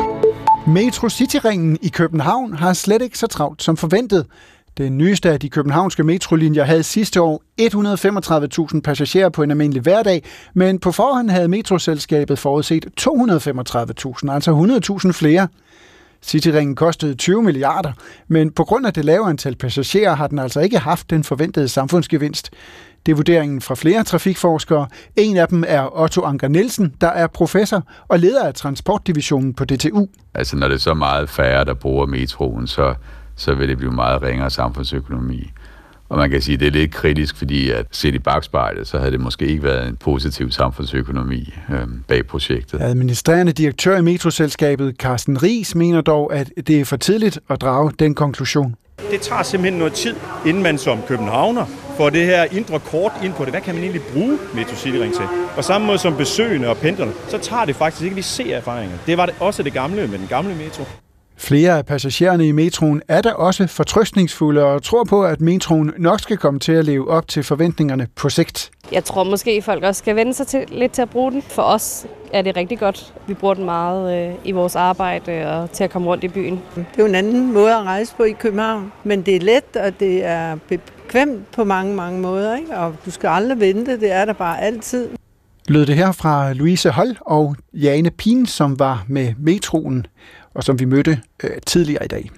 Metro Cityringen i København har slet ikke så travlt som forventet. Den nyeste af de københavnske metrolinjer havde sidste år 135.000 passagerer på en almindelig hverdag, men på forhånd havde metroselskabet forudset 235.000, altså 100.000 flere. Cityringen kostede 20 milliarder, men på grund af det lave antal passagerer har den altså ikke haft den forventede samfundsgevinst. Det er vurderingen fra flere trafikforskere. En af dem er Otto Anker Nielsen, der er professor og leder af transportdivisionen på DTU. Altså når det er så meget færre, der bruger metroen, så vil det blive meget ringere samfundsøkonomi. Og man kan sige, at det er lidt kritisk, fordi at set i bagspejlet, så havde det måske ikke været en positiv samfundsøkonomi bag projektet. Administrerende direktør i metroselskabet Carsten Riis mener dog, at det er for tidligt at drage den konklusion. Det tager simpelthen noget tid, inden man som københavner får det her indre kort ind på det. Hvad kan man egentlig bruge Metro Cityring til? På samme måde som besøgende og pendlerne, så tager det faktisk ikke, vi ser erfaringer. Det var det også det gamle med den gamle metro. Flere af passagererne i metroen er da også fortrøstningsfulde og tror på, at metroen nok skal komme til at leve op til forventningerne på sigt. Jeg tror måske, folk også skal vende sig lidt til at bruge den. For os er det rigtig godt. Vi bruger den meget i vores arbejde og til at komme rundt i byen. Det er jo en anden måde at rejse på i København, men det er let, og det er bekvemt på mange, mange måder, ikke? Og du skal aldrig vente, det er der bare altid. Lød det her fra Louise Holl og Jane Pien, som var med metroen, og som vi mødte tidligere i dag.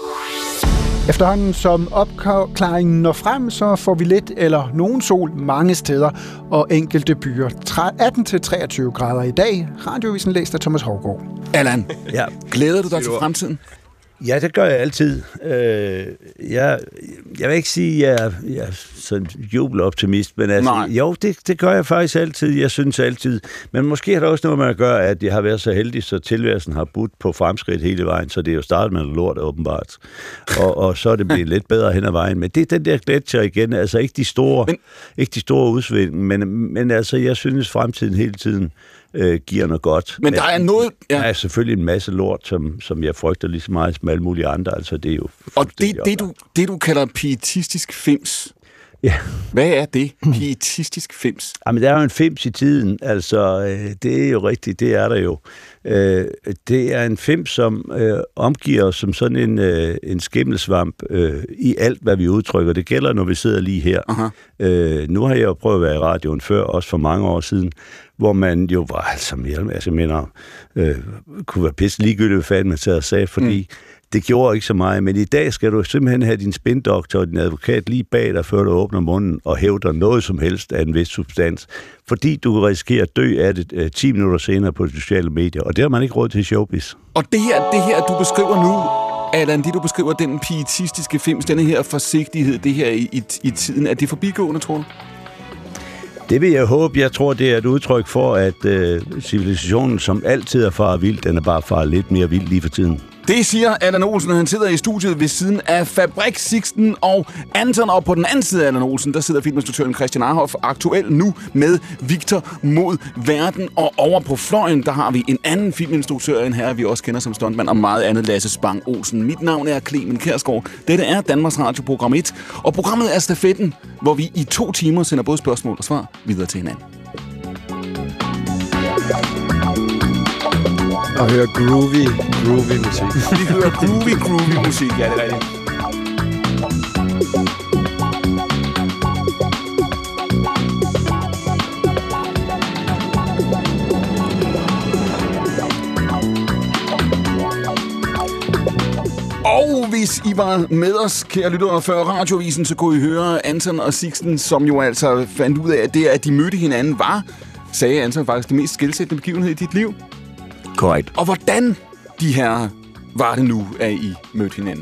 Efterhånden som opklaringen når frem, så får vi lidt eller nogen sol mange steder og enkelte byer. 18-23 grader i dag. Radiovisen læst af Thomas Hougaard. Allan, glæder du dig til fremtiden? Ja, det gør jeg altid. Jeg vil ikke sige, at jeg er sådan jubeloptimist, men altså, jo, det gør jeg faktisk altid. Jeg synes altid. Men måske har det også noget med at gøre, at jeg har været så heldig, så tilværelsen har budt på fremskridt hele vejen, så det er jo startet med lort, åbenbart. Og så er det blevet lidt bedre hen ad vejen. Men det er den der gletscher igen, altså ikke de store udsving, men altså, jeg synes fremtiden hele tiden giver noget godt. Men der er noget... Ja. Der er selvfølgelig en masse lort, som jeg frygter lige så meget som alle mulige andre. Altså, det er jo... Og det du kalder pietistisk fims. Ja. Hvad er det? Pietistisk fims? Jamen, der er jo en fims i tiden. Altså, det er jo rigtigt. Det er der jo. Det er en fims, som omgiver os som sådan en skimmelsvamp i alt, hvad vi udtrykker. Det gælder, når vi sidder lige her. Nu har jeg jo prøvet at være i radioen før, også for mange år siden, hvor man jo var altså mere, altså mener, kunne være pisse ligegyldigt, hvad fanden man sad og sagde, fordi det gjorde ikke så meget. Men i dag skal du simpelthen have din spindoktor og din advokat lige bag dig, før du åbner munden og hævder noget som helst af en vis substans. Fordi du kan risikere at dø af det 10 minutter senere på de sociale medier. Og det har man ikke råd til i showbiz. Og det her, du beskriver nu, Allan, det du beskriver, den pietistiske film, denne her forsigtighed, det her i tiden, er det forbigående, tror du? Det vil jeg håbe. Jeg tror, det er et udtryk for, at civilisationen, som altid er faret vild, den er bare faret lidt mere vild lige for tiden. Det siger Allan Olsen, han sidder i studiet ved siden af Fabrik, Sixten og Anton. Og på den anden side af Allan Olsen, der sidder filminstruktøren Christian Arhoff, aktuel nu med Victor mod verden. Og over på fløjen, der har vi en anden filminstruktør, en herre, vi også kender som stuntmand, og meget andet, Lasse Spang Olsen. Mit navn er Clemen Kjærsgaard. Dette er Danmarks Radio Program 1, og programmet er Stafetten, hvor vi i 2 timer sender både spørgsmål og svar videre til hinanden. Og høre groovy musik. Vi hører groovy musik, ja, det er rigtigt. Og hvis I var med os, kære lyttere, før Radioavisen, så kunne I høre Anton og Sixten, som jo altså fandt ud af, at det, at de mødte hinanden, var, sagde Anton, faktisk det mest skelsættende begivenhed i dit liv. Korrekt. Og hvordan, de her, var det nu, at I mødte hinanden?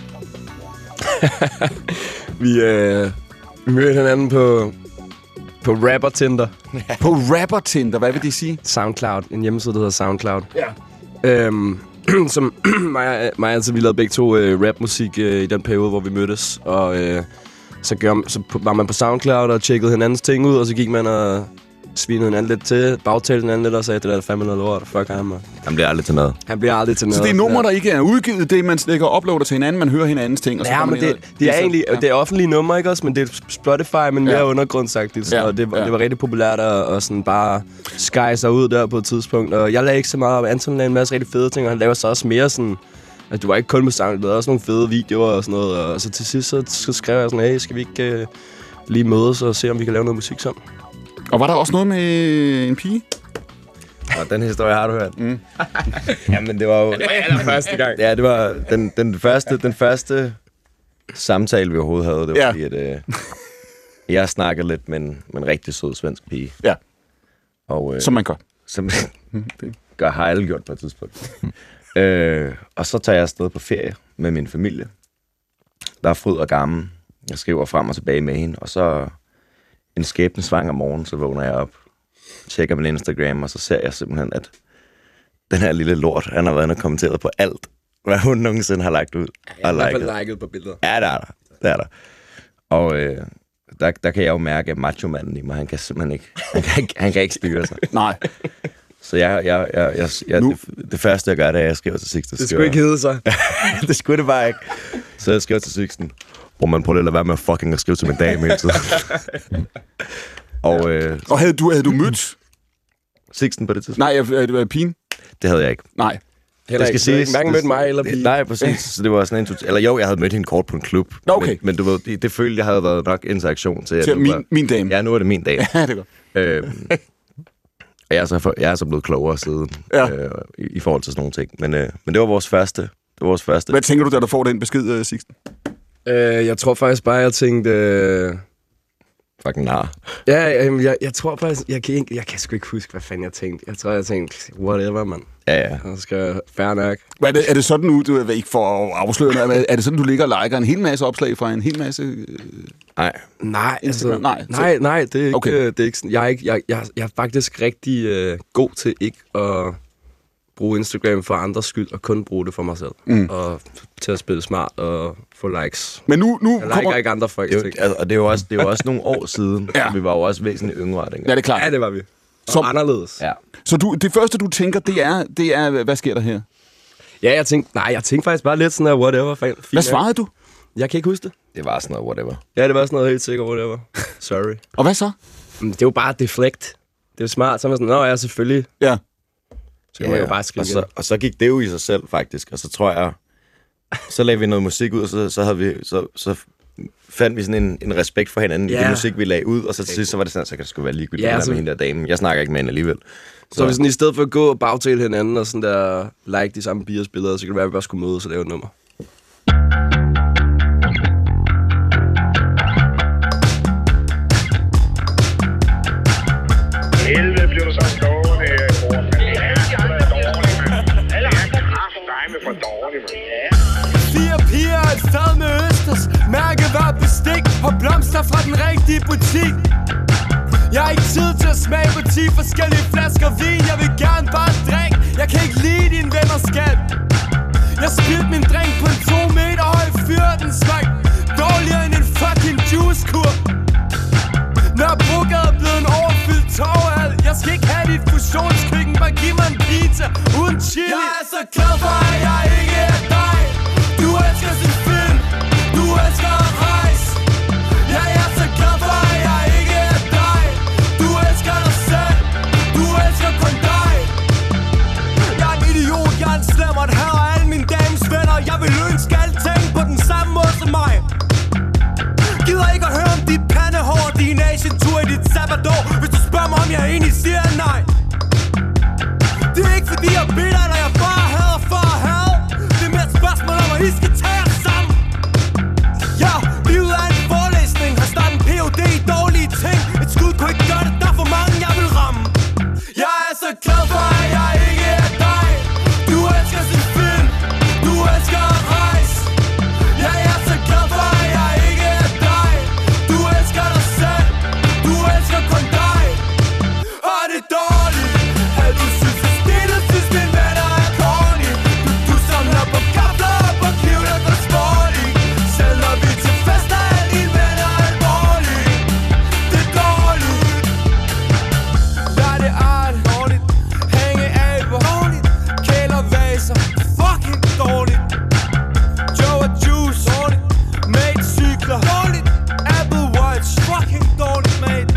Vi mødte hinanden på Rapper Tinder. På Rapper Tinder, hvad vil det sige? SoundCloud, en hjemmeside, der hedder SoundCloud. Ja. Som mig og Anton, vi lavede begge to rapmusik i den periode, hvor vi mødtes. Og så var man på SoundCloud og tjekkede hinandens ting ud, og så gik man og svinede hinanden lidt til, bagtalte hinanden lidt og sagde, det der er fandme noget lort, fuck ham. Han bliver aldrig til noget. Han bliver aldrig til noget. Så det er numre, der ikke er udgivet, det man lægger og uploader til hinanden, man hører hinandens ting. Og så men det er egentlig, det er offentlige numre, ikke også? Men det er Spotify, men mere undergrundsagtigt. Ja. Og det var rigtig populært at sådan bare skyde sig ud der på et tidspunkt. Og jeg lagde ikke så meget op. Anton lagde en masse rigtig fede ting, og han laver så også mere sådan... Altså, du var ikke kun med sang, du havde også nogle fede videoer og sådan noget. Og så til sidst, så skrev jeg sådan, hey, skal vi ikke lige mødes og se, om vi kan lave noget musik sammen? Og var der også noget med en pige? Og den historie har du hørt. Jamen, det var jo... Det var allerførste gang. Ja, det var den første samtale, vi overhovedet havde. Det var fordi, at jeg snakkede lidt med en rigtig sød svensk pige. Ja. Og, som man gør. Som har alle gjort på et tidspunkt. Og så tager jeg afsted på ferie med min familie. Der er fryd og gammel. Jeg skriver frem og tilbage med hende, og så... En skæbnesvang om morgenen, så vågner jeg op, tjekker min Instagram, og så ser jeg simpelthen, at den her lille lort, han har været og kommenteret på alt, hvad hun nogensinde har lagt ud. Ja, jeg har i hvert fald liket på billeder. Ja, det er der. Og der kan jeg jo mærke, at macho-manden i mig, han kan simpelthen ikke, han kan ikke styre sig. Nej. Så det første, jeg gør, det er, at jeg skriver til Sixten. Det skulle ikke hedde sig. Det skulle det bare ikke. Så jeg skriver til Sixten. Hvor man prøver at lade være med at fucking at skrive til min dame hele tiden. Og havde du mødt Sixten på det tidspunkt? Nej, det var pigen. Det havde jeg ikke. Nej. Heller ikke. Sige, hverken mødt mig eller pigen. Nej, præcis. Så det var sådan en... Eller jo, jeg havde mødt hende kort på en klub. Okay. Men du ved, det følte jeg havde været nok interaktion til... Til min dame. Ja, nu er det min dame. Ja, det er godt. Jeg er så blevet klogere siden i forhold til sådan nogle ting. Men det var vores første. Hvad tænker du, da du får den besked, Sixten? Jeg tror faktisk bare, jeg tænkte... Fucking nar. Ja, jeg tror faktisk... Jeg kan sgu ikke huske, hvad fanden jeg tænkte. Jeg tænkte, whatever, mand. Ja. Og så skal jeg fair nok. Er det sådan nu, du ikke for at afsløre noget, er det sådan, du ligger og liker en hel masse opslag fra en hel masse... Nej, altså, nej, det er ikke, okay. Det er ikke sådan. Jeg er faktisk rigtig god til ikke at bruge Instagram for andres skyld, og kun bruge det for mig selv. Og til at spille smart og få likes. Men nu jeg liker ikke andre folks ting. Og det er jo også nogle år siden, så vi var jo også væsentligt yngre. Ja, det er klart. Ja, det var vi. Og anderledes. Ja. Så det første, du tænker, det er, hvad sker der her? Ja, jeg tænkte faktisk bare lidt sådan der, whatever. Hvad svarede du? Jeg kan ikke huske det. Det var sådan noget, whatever. Ja, det var sådan noget helt sikkert, whatever. Sorry. Og hvad så? Det var bare deflect. Det var smart. Så var sådan, ja, selvfølgelig. Ja. Så kan man jo bare skrive og så gik det jo i sig selv, faktisk. Og så tror jeg, så lagde vi noget musik ud, og så fandt vi sådan en respekt for hinanden i det musik, vi lagde ud. Og så til sidst, så var det sådan, så kan det sgu være ligegyldigt med hende der dame. Jeg snakker ikke med hende alligevel. Så vi sådan, i stedet for at gå og bagtale hinanden og sådan der like de samme pigers billeder, så kan det være, at vi bare skulle mødes og lave et nummer. Helvede blev du så stående her i bordet. Det er dårligt, mand. Alle andre kraft, dig med for dårligt, mand. butik. Jeg har ikke tid til at smage på 10 forskellige flasker vin. Jeg vil gerne bare drikke. Jeg kan ikke lide dine venner, skat. Jeg spildte min drink på en 2 meter høj fyr. Den smagte dårligere end en fucking juicekur. Nørrebrogade er blevet en overfyldt torvehal. Jeg skal ikke have dit fusionskøkken. Bare giv mig en pizza uden chili. Jeg er så glad for, at jeg ikke er dig. Du elsker sin film. Du elsker at rejse. Jeg er så glad for, at jeg ikke er dig. Du elsker dig selv. Du elsker kun dig. Jeg er en idiot, jeg er en slemmer. Det her er alle mine dames venner. Jeg vil ønske alting på den samme måde som mig. Gider ikke at høre om dit pandehår, din Asian-tur i dit sabbatår. Hvis du spørger mig, om jeg egentlig siger nej. Det er ikke fordi jeg er bitter, når jeg bare hader for at have. Det er mere et spørgsmål om, at I skal tage jer sammen. Ja, livet er en forelæsning. Har startet en PhD i dårlige ting. Et skud kunne ikke gøre det, der er for mange, jeg vil ramme. Jeg er så glad for, at jeg ikke er dig. Du elsker sin film. Du elsker at rejse. Jeg er så glad for, at jeg ikke er dig. Du elsker dig selv. Du elsker kun dig. Og det er dårligt, at du synes, at stedet synes, dine venner er corny. Du samler på gafler og på kniv, der går sport i. Selv når vi til fest, er alle dine venner alvorlige. Det er dårligt. Lad det art dårligt. Hænge aber dårligt. Kælervaser fucking dårligt. Joe og Juice dårligt. Mate cykler dårligt. Apple Watch fucking dårligt, mate.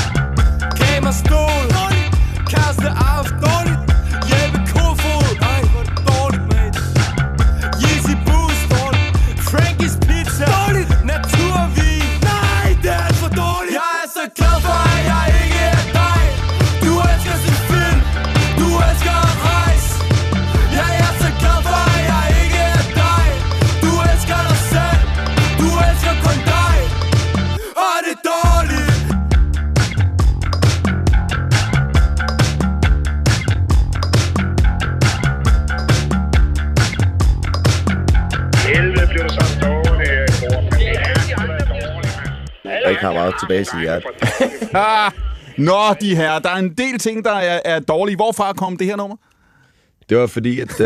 Kamerstol dårligt. Kæreste Arf dårligt. Jeppe Kofod, ej hvor det dårligt, mate. Yeezy Boost dårligt. Frankie's Pizza dårligt. Naturvin, nej det er alt for dårligt. Jeg er så glad for, at jeg ikke er dig. Du elsker sin film. Du elsker at rejse. Jeg er så glad for, at jeg ikke er dig. Du elsker dig selv. Du elsker kun dig. Og det er dårligt. Helvede blev du så stående, bror. Jeg ikke har meget tilbage til hjertet. Nå, de her, der er en del ting, der er dårlige. Hvorfra kom det her nummer? Det var fordi, at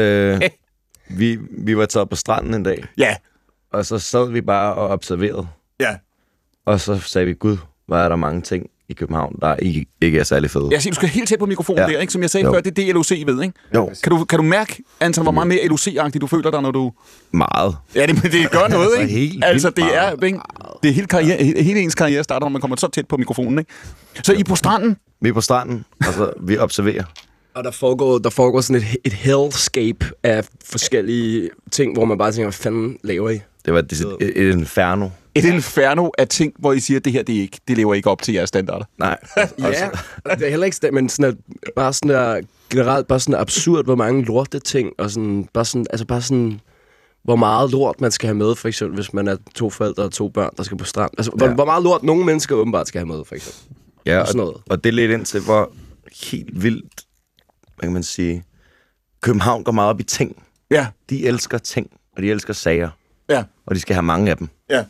vi var taget på stranden en dag. Ja. Og så sad vi bare og observerede. Ja. Og så sagde vi, gud, hvor er der mange ting i København, der ikke er særlig fede. Jeg siger, du skal helt tæt på mikrofonen der, ikke? Som jeg sagde før, det er det, LOC ved, ikke? Jo. Kan du mærke, Anton, hvor meget mere LOC-agtig du føler dig, når du... Meget. Ja, det gør noget, ikke? Helt altså, det meget. er, ikke? Det er hele ens karriere starter, når man kommer så tæt på mikrofonen, ikke? Så I er på stranden? Vi er på stranden, altså vi observerer. Og der foregår sådan et hellscape af forskellige ting, hvor man bare tænker, hvad fanden laver I? Det var et inferno. Et inferno af ting, hvor I siger, at det her det lever ikke op til jeres standarder. Nej. Ja, det er heller ikke men sådan bare sådan der, generelt bare sådan absurd, hvor mange lorte ting, og sådan, bare sådan, hvor meget lort man skal have med, for eksempel, hvis man er 2 forældre og 2 børn, der skal på strand. Altså, hvor meget lort nogle mennesker åbenbart skal have med, for eksempel. Ja, og det er lidt ind til, hvor helt vildt, hvad kan man sige, København går meget op i ting. Ja. De elsker ting, og de elsker sager. Ja. Og de skal have mange af dem. Ja.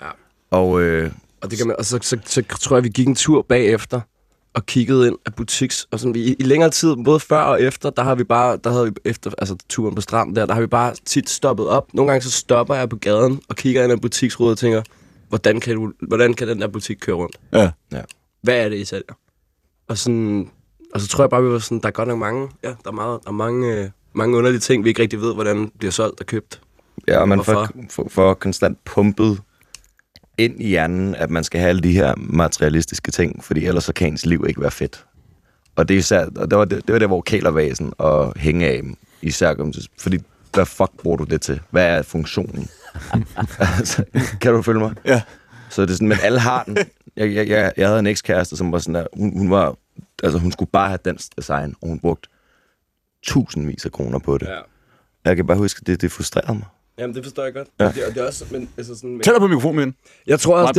Og det kan man, og så tror jeg, vi gik en tur bagefter og kiggede ind af butiks, og sådan, i længere tid, både før og efter, der havde vi efter altså turen på stranden der har vi bare tit stoppet op. Nogle gange så stopper jeg på gaden og kigger ind af butiksruder og tænker, hvordan kan den der butik køre rundt? Ja. Hvad er det, I sælger? Og så tror jeg bare, vi var sådan, der er godt nok mange, der er mange underlige ting, vi ikke rigtig ved, hvordan bliver solgt og købt. Ja, og man får konstant pumpet ind i hjernen, at man skal have alle de her materialistiske ting, fordi ellers så kan ens liv ikke være fedt. Og det er især, og det var der, hvor kælervasen og hænge af dem især kom til, fordi hvad fuck bruger du det til? Hvad er funktionen? Altså, kan du følge mig? Ja. Så det er sådan, men alle har den. Jeg havde en ekskæreste, som var sådan der, hun skulle bare have dansk design, og hun brugte tusindvis af kroner på det. Ja. Jeg kan bare huske, at det frustrerede mig. Jamen, det forstår jeg godt. Ja. Det er også, men, altså sådan, tæller på mikrofonen. Jeg tror også,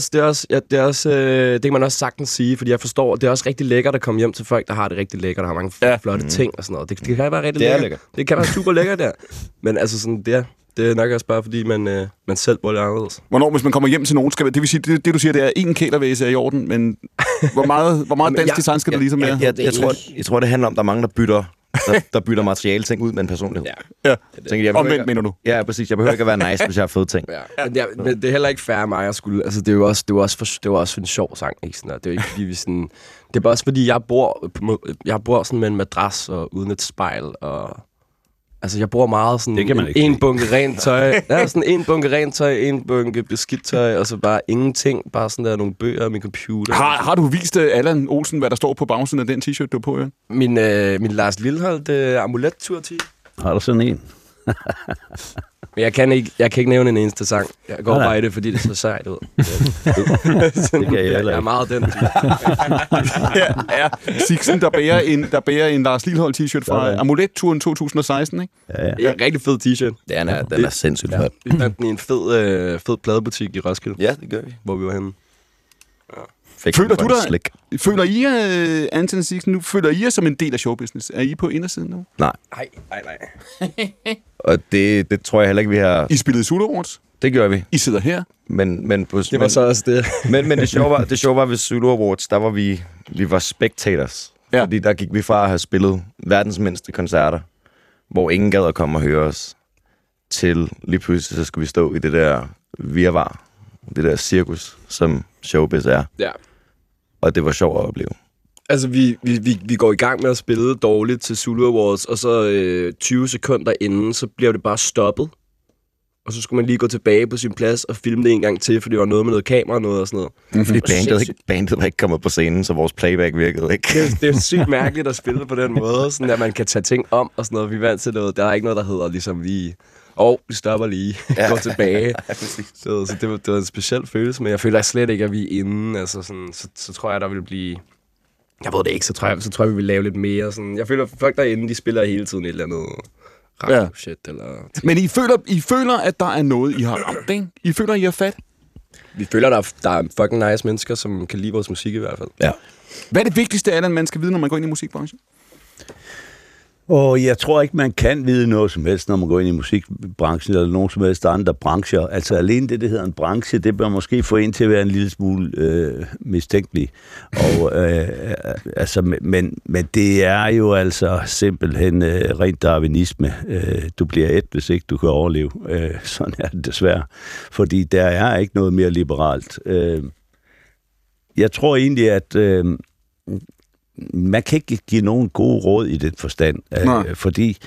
det kan man også sagtens sige, fordi jeg forstår, det er også rigtig lækkert at komme hjem til folk, der har det rigtig lækkert, der har mange flotte ting og sådan noget. Det kan være rigtig lækkert. Det kan være super lækkert der. Men altså sådan, Det er nok også bare, fordi man selv bor lidt anderledes. Hvornår, hvis man kommer hjem til nogen, det vil sige, det du siger, det er en kælervæse er i orden, men hvor meget dansk design skal der ligesom være? Jeg tror, det handler om, at der er mange, der bytter materiale ting ud med en personlighed. Ja. Omvendt, mener du? Ja, præcis. Jeg behøver ikke at være nice, hvis jeg har fede ting. Men det er heller ikke fair mig at skulle... Altså, det var også for en sjov sang, ikke? Sådan, det er jo ikke, fordi vi sådan... Det er også fordi, jeg bor sådan med en madras og uden et spejl, og... Altså, jeg bruger meget sådan en bunke rent tøj. Ja, sådan en bunke rent tøj, en bunke beskidt tøj, og så bare ingenting. Bare sådan der nogle bøger og min computer. Har du vist Allan Olsen, hvad der står på bagsiden af den t-shirt, du har på, Jørgen? Min Lars Lilholt amulet-tur til. Har du sådan en? Men jeg kan ikke nævne en eneste sang. Jeg går bare i det, fordi det ser sejt ud. Det kan jeg heller ikke. Jeg er meget den. Ja, Sixten, der bærer en Lars Lilholt t-shirt fra Amulet-turen 2016, ikke? Ja, rigtig fed t-shirt. Den er sindssygt fed. Vi fandt den i en fed pladebutik i Roskilde. Ja, det gør vi. Hvor vi var henne. Ja. Føler I, Anton og Sixten, nu føler I jer som en del af showbusiness? Er I på indersiden nu? Nej. Og det tror jeg heller ikke, vi har... I spillede Zulu Awards? Det gør vi. I sidder her? Det var så også det. men det sjove var ved Zulu Awards, der var vi var spectators. Ja. Fordi der gik vi fra at have spillet verdens mindste koncerter, hvor ingen gad at komme og høre os, til lige pludselig så skulle vi stå i det der virvar, det der cirkus, som showbiz er. Ja. Og det var sjovt at opleve. Altså, vi går i gang med at spille dårligt til Zulu Awards, og så 20 sekunder inden, så bliver det bare stoppet. Og så skulle man lige gå tilbage på sin plads og filme det en gang til, for det var noget med noget kamera og noget og sådan noget. Fordi bandet var ikke kommet på scenen, så vores playback virkede ikke. Det er sygt mærkeligt at spille på den måde, sådan at man kan tage ting om og sådan noget. Vi er vant til noget. Der er ikke noget, der hedder ligesom vi stopper lige, går tilbage. Så det var en speciel følelse, men jeg føler slet ikke, at vi er inde. Altså sådan, så tror jeg, der vil blive... Jeg ved det ikke, så tror jeg, vi vil lave lidt mere. Sådan. Jeg føler, at folk derinde, de spiller hele tiden et eller andet radio-shit. Eller... Men I føler, at der er noget, I har ramt, ikke? I føler, I har fat? Vi føler, der er fucking nice mennesker, som kan lide vores musik i hvert fald. Ja. Hvad er det vigtigste, Allan, man skal vide, når man går ind i musikbranchen? Og jeg tror ikke, man kan vide noget som helst, når man går ind i musikbranchen, eller nogen som helst andre brancher. Altså alene det hedder en branche, det bør måske få en til at være en lille smule mistænkelig. Og, men det er jo altså simpelthen rent darwinisme. Du bliver hvis ikke du kan overleve. Sådan er det desværre. Fordi der er ikke noget mere liberalt. Jeg tror egentlig, at... man kan ikke give nogen gode råd i den forstand, fordi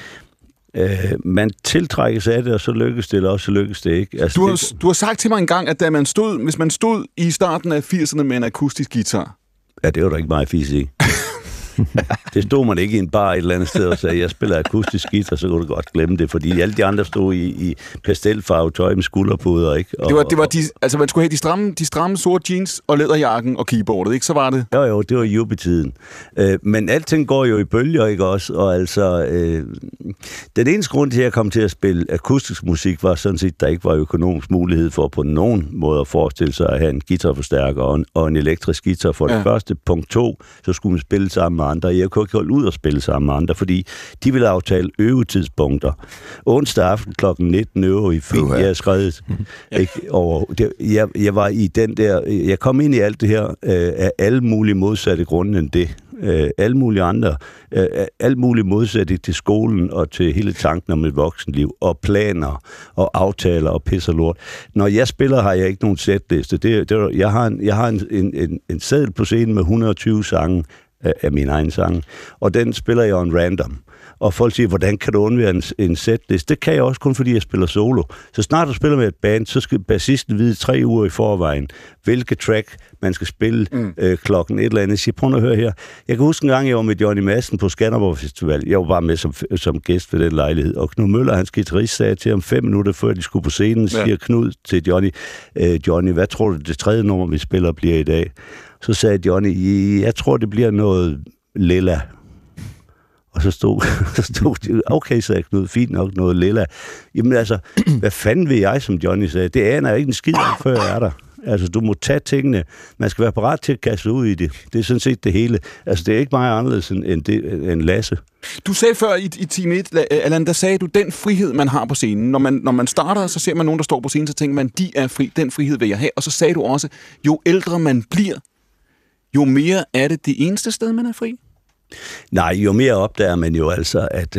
man tiltrækkes af det, og så lykkes det, eller også så lykkes det ikke. Altså, du har sagt til mig engang, at hvis man stod i starten af 80'erne med en akustisk guitar... Ja, det var der ikke meget fis i. Det stod man ikke i en bar et eller andet sted og sagde, jeg spiller akustisk guitar, så kunne du godt glemme det, fordi alle de andre stod i pastelfarvet tøj med skulderpuder, ikke? Altså man skulle have de stramme sorte jeans og læderjakken og keyboardet, ikke? Så var det... Jo, det var jubbetiden. Men alting går jo i bølger, ikke også? Og altså, den eneste grund til, at jeg kom til at spille akustisk musik, var sådan set, at der ikke var økonomisk mulighed for på nogen måde at forestille sig at have en guitarforstærker og en elektrisk guitar for det første. Punkt 2, så skulle man spille sammen med andre. Jeg kunne ikke holde ud og spille sammen med andre, fordi de ville aftale øvetidspunkter. Onsdag aften kl. 19 øver i Fyn. Jeg har skrevet jeg var i den der... Jeg kom ind i alt det her af alle mulige modsatte grunde end det. Alle mulige andre. Alt muligt modsætning til skolen og til hele tanken om et voksenliv og planer og aftaler og pis og lort. Når jeg spiller, har jeg ikke nogen sætliste. Jeg har en seddel på scenen med 120 sange af min egen sang, og den spiller jeg on random. Og folk siger, hvordan kan du undvære en setlist? Det kan jeg også kun, fordi jeg spiller solo. Så snart du spiller med et band, så skal bassisten vide 3 uger i forvejen, hvilke track man skal spille klokken et eller andet. Jeg siger, prøv at høre her. Jeg kan huske en gang, jeg var med Johnny Madsen på Skanderborg Festival. Jeg var bare med som gæst ved den lejlighed. Og Knud Møller, hans guitarist, sagde til ham 5 minutter før de skulle på scenen, siger Knud til Johnny, Johnny, hvad tror du, det 3. nummer, vi spiller, bliver i dag? Så sagde Johnny, jeg tror, det bliver noget lilla. Og så stod de, okay, sagde Knud, fint nok, noget lilla. Jamen altså, hvad fanden vil jeg, som Johnny sagde? Det aner jeg ikke en skid om, før jeg er der. Altså, du må tage tingene. Man skal være parat til at kaste ud i det. Det er sådan set det hele. Altså, det er ikke meget anderledes end Lasse. Du sagde før i time 1, Allan, der sagde du, den frihed, man har på scenen. Når man starter, så ser man nogen, der står på scenen, så tænker man, de er fri. Den frihed vil jeg have. Og så sagde du også, jo ældre man bliver, jo mere er det eneste sted, man er fri? Nej, jo mere opdager man jo altså, at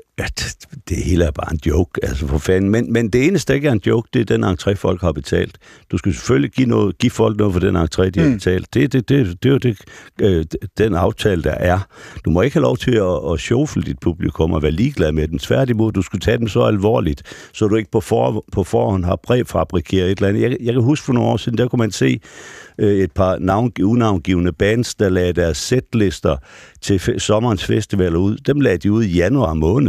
det hele er bare en joke, altså for fanden. Men det eneste, der ikke er en joke, det er den entré, folk har betalt. Du skal selvfølgelig give folk noget for den entré, de har betalt. Det er jo den aftale, der er. Du må ikke have lov til at sjofle dit publikum og være ligeglad med den. Tværtimod, du skal tage dem så alvorligt, så du ikke på forhånd har præfabrikeret et eller andet. Jeg kan huske for nogle år siden, der kunne man se et par unavngivende bands, der lagde deres setlister til sommerens festivaler ud. Dem lagde de ud i januar måned.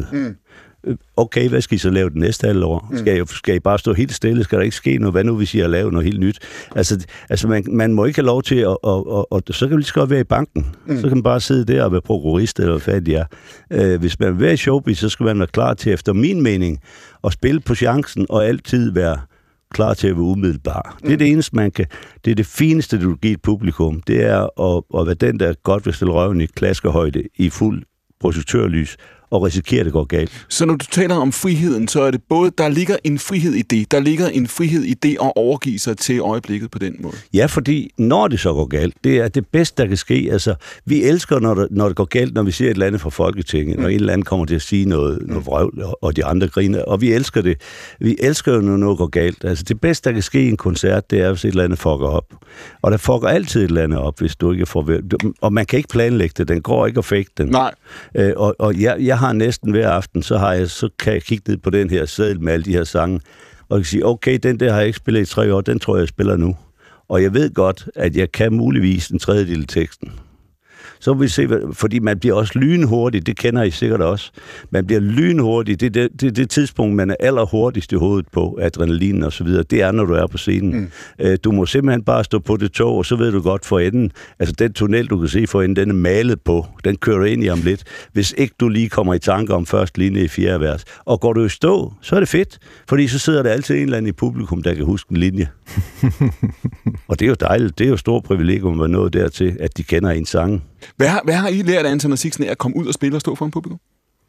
Okay, hvad skal I så lave det næste halvår? Skal I bare stå helt stille? Skal der ikke ske noget? Hvad nu, hvis I har lavet noget helt nyt? Altså man må ikke have lov til at så kan man lige så godt være i banken. Så kan man bare sidde der og være prokurist, eller hvad fanden de er. Hvis man vil være i showbiz, så skal man være klar til, efter min mening, at spille på chancen og altid være klar til at være umiddelbar. Det er det eneste, man kan. Det er det fineste, du kan give et publikum. Det er at være den, der godt vil stille røven i klaskerhøjde i fuld projektørlys og risikere, at det går galt. Så når du taler om friheden, så er det både, der ligger en frihed i det, der ligger en frihed i det at overgive sig til øjeblikket på den måde. Ja, fordi når det så går galt, det er det bedste, der kan ske. Altså, vi elsker, når det går galt, når vi ser et eller andet fra Folketinget, når en eller anden kommer til at sige noget vrøvl, og de andre griner, og vi elsker det. Vi elsker jo, når noget går galt. Altså, det bedste, der kan ske i en koncert, det er, hvis et eller andet fucker op. Og der fucker altid et eller andet op, hvis du ikke får... Og man kan ikke planlægge det. Den går ikke at fake den. Nej. Og jeg har næsten hver aften, så kan jeg kigge ned på den her seddel med alle de her sange, og jeg kan sige, okay, den der har jeg ikke spillet i 3 år, den tror jeg spiller nu. Og jeg ved godt, at jeg kan muligvis en tredjedel af teksten. Så vil vi se, fordi man bliver også lynhurtig, det kender I sikkert også. Man bliver lynhurtig, det er det tidspunkt, man er allerhurtigst i hovedet på, adrenalin og så videre. Det er, når du er på scenen. Du må simpelthen bare stå på det tog, og så ved du godt for enden, altså den tunnel, du kan se for enden, den er malet på. Den kører ind i om lidt. Hvis ikke du lige kommer i tanke om første linje i 4. vers. Og går du i stå, så er det fedt, fordi så sidder der altid en eller anden i publikum, der kan huske en linje. Og det er jo dejligt. Det er jo et stort privilegium at være nået dertil, at de kender en sang. Hvad har I lært af Anton og Sixten af at komme ud og spille og stå for en publikum?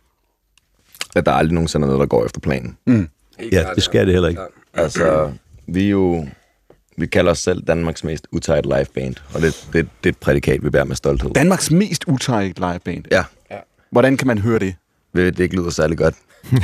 At der aldrig nogensinde er noget, der går efter planen. Ja, det skal det heller ikke. Altså, vi kalder os selv Danmarks mest utight liveband, og det er et prædikat, vi bærer med stolthed. Danmarks mest utight liveband? Ja. Hvordan kan man høre det? Det ikke lyder særlig godt.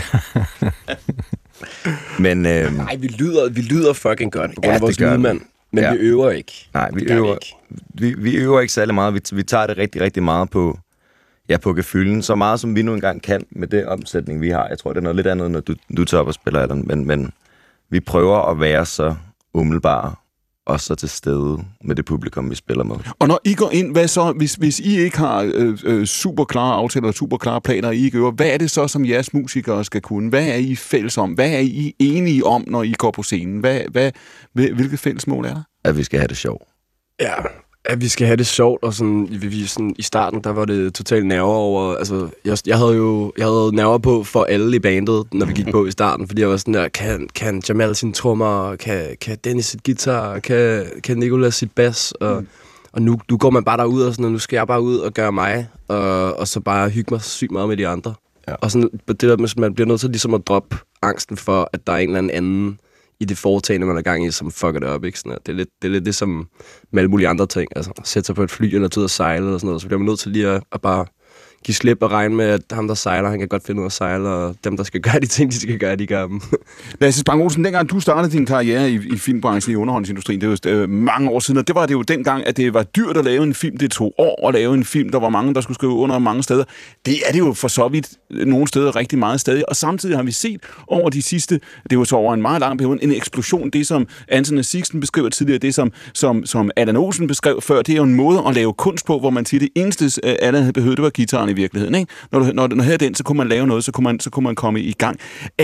Men nej, vi lyder fucking godt på grund af vores lydmand. Men vi øver ikke. Nej, vi øver ikke særlig meget. Vi tager det rigtig, rigtig meget på gefylden. Så meget, som vi nu engang kan med det omsætning, vi har. Jeg tror, det er noget lidt andet, når du tager op og spiller, Allan. Men vi prøver at være så umiddelbare og så til stede med det publikum, vi spiller med. Og når I går ind, hvad så, hvis I ikke har super klare aftaler og super klare planer, I ikke øver, hvad er det så, som jeres musikere skal kunne? Hvad er I fælles om? Hvad er I enige om, når I går på scenen? Hvilke fælles mål er der? At vi skal have det sjovt. Ja, at vi skal have det sjovt, og sådan, i starten, der var det totalt nerver over, altså, jeg havde nerver på for alle i bandet, når vi gik på i starten, fordi jeg var sådan der, kan Jamal sin trommer, kan Dennis sit guitar, kan Nicolas sit bass, og nu går man bare derud, og sådan, og nu skal jeg bare ud og gøre mig, og så bare hygge mig sygt meget med de andre. Ja. Og sådan, det der med, man bliver nødt til ligesom at droppe angsten for, at der er en eller anden i det foretagende, man er gang i, som fucker det op, ikke? Sådan, det er lidt det som med alle mulige andre ting. Altså, sætte sig på et fly eller tage ud og sejle, eller sådan noget, så bliver man nødt til lige at bare give slip og regne med, at ham, der sejler, han kan godt finde ud af at sejle, og dem, der skal gøre de ting, de skal gøre, de gør dem. Lasse Spang-Olsen, dengang du startede din karriere i filmbranchen, i underholdningsindustrien, det var mange år siden, og det var det jo dengang, at det var dyrt at lave en film. Det tog år at lave en film. Der var mange, der skulle skrive under mange steder. Det er det jo for så vidt nogle steder rigtig meget stadig, og samtidig har vi set over de sidste, det var så over en meget lang periode, en eksplosion. Det, som Anton og Sixten beskrev tidligere, det som Allan Olsen beskrev før, det er jo en måde at lave kunst på, hvor man siger, det eneste Allan havde behøvet, det var guitaren i virkeligheden, ikke? Når havde den, så kunne man lave noget, så kunne man komme i gang.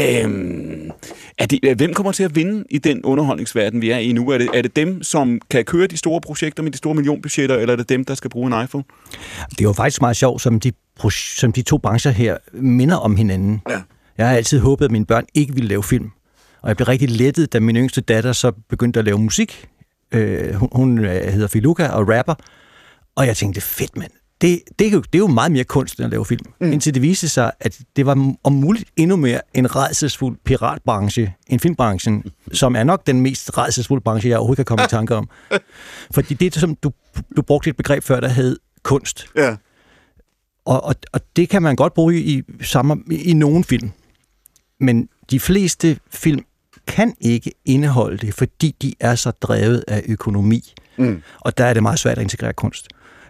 Hvem kommer til at vinde i den underholdningsverden, vi er i nu? Er det dem, som kan køre de store projekter med de store millionbudgetter, eller er det dem, der skal bruge en iPhone? Det er jo faktisk meget sjovt, som de to brancher her minder om hinanden. Ja. Jeg har altid håbet, at mine børn ikke ville lave film. Og jeg blev rigtig lettet, da min yngste datter så begyndte at lave musik. Hun hedder Filuka og rapper. Og jeg tænkte, fedt mand. Det er jo meget mere kunst, end at lave film. Indtil det viste sig, at det var om muligt endnu mere en rædselsfuld piratbranche end filmbranchen, som er nok den mest rædselsfulde branche, jeg overhovedet kan komme i tanke om. Fordi det er som du brugte et begreb før, der hed kunst. Ja. Og det kan man godt bruge i nogle film. Men de fleste film kan ikke indeholde det, fordi de er så drevet af økonomi. Og der er det meget svært at integrere kunst.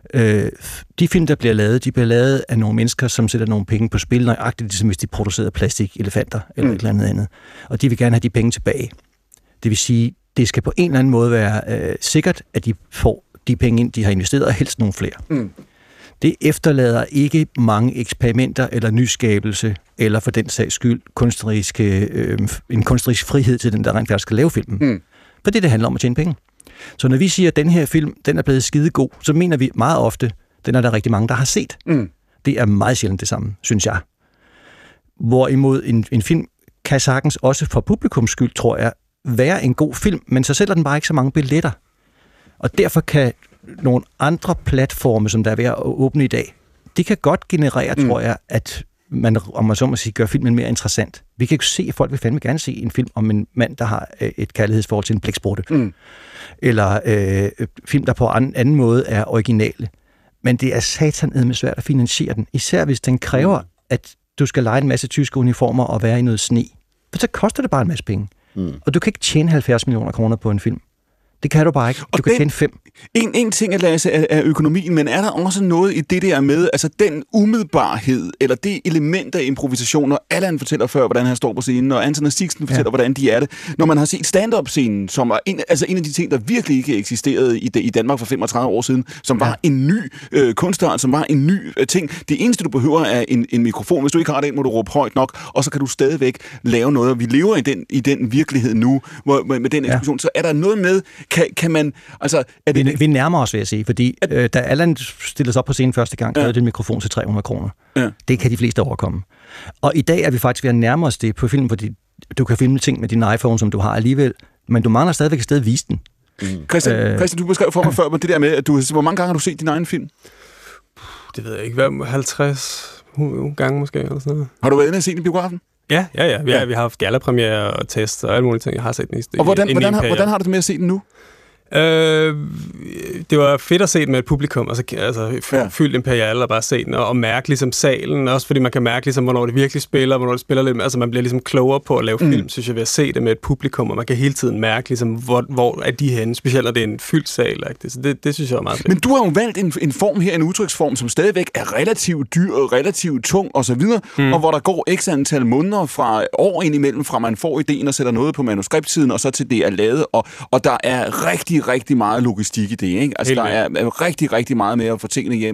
De film, der bliver lavet, de bliver lavet af nogle mennesker, som sætter nogle penge på spil, nøjagtigt ligesom hvis de producerede plastikelefanter eller et eller andet. Og de vil gerne have de penge tilbage. Det vil sige, det skal på en eller anden måde være sikkert, at de får de penge ind, de har investeret, og helst nogle flere. Det efterlader ikke mange eksperimenter eller nyskabelse, eller for den sags skyld en kunstnerisk frihed til den, der rent faktisk skal lave filmen. For det handler om at tjene penge. Så når vi siger, at den her film, den er blevet skidegod, så mener vi meget ofte, den er der rigtig mange, der har set. Det er meget sjældent det samme, synes jeg. Hvorimod en film kan sagtens også for publikums skyld, tror jeg, være en god film, men så sælger den bare ikke så mange billetter. Og derfor kan nogle andre platforme, som der er ved at åbne i dag, de kan godt generere, tror jeg, at man, om man så må sige, gør filmen mere interessant. Vi kan jo se, at folk vil fandme gerne se en film om en mand, der har et kærlighedsforhold til en blæksprutte. Eller film, der på anden måde er originale. Men det er satanedme svært at finansiere den. Især hvis den kræver, at du skal leje en masse tyske uniformer og være i noget sne. For så koster det bare en masse penge. Og du kan ikke tjene 70 millioner kroner på en film. Det kan du bare ikke. Du kan tjene 5. En ting, Lasse, er økonomien, men er der også noget i det der med, altså den umiddelbarhed, eller det element af improvisation, når Allan fortæller før, hvordan han står på scenen, og Anton og Sixten fortæller, hvordan de er det. Når man har set stand-up-scenen, som er en af de ting, der virkelig ikke eksisterede i Danmark for 35 år siden, som var en ny kunstart, som var en ny ting. Det eneste, du behøver, er en mikrofon. Hvis du ikke har den, må du råbe højt nok, og så kan du stadigvæk lave noget. Og vi lever i den virkelighed nu, hvor, med den eksplosion. Så er der noget med, kan man... Altså, vi nærmer os, vil jeg sige, fordi da Allan stillede sig op på scenen første gang, havde det en mikrofon til 300 kroner. Det kan de fleste overkomme. Og i dag er vi faktisk ved at nærme os det på film, fordi du kan filme ting med din iPhone, som du har alligevel, men du mangler stadigvæk et sted at vise den. Christian, du beskrev for mig før, det der med, at hvor mange gange har du set din egen film? Det ved jeg ikke, 50 gange måske, eller sådan noget. Har du været inde og set den i biografen? Ja. Vi har haft gallapremiere og test og alle mulige ting. Jeg har set den i Og hvordan har du det med at se den nu? Det var fedt at se den med et publikum, fyldt Imperial og bare se den og mærke ligesom salen, også fordi man kan mærke ligesom, hvornår det virkelig spiller, hvornår det spiller lidt, altså man bliver ligesom klogere på at lave film, synes jeg, ved at se det med et publikum, og man kan hele tiden mærke ligesom, hvor er de henne, specielt når det er en fyldt sal, ikke? Så det synes jeg er meget fedt. Men du har jo valgt en form her, en udtryksform, som stadigvæk er relativt dyr og relativt tung og så videre, og hvor der går x antal måneder fra år ind imellem, fra man får ideen og sætter noget på manuskriptsiden, og så til det er lavet, og der er rigtig meget logistik i det, ikke? Altså, der er rigtig meget med at få tingene hjem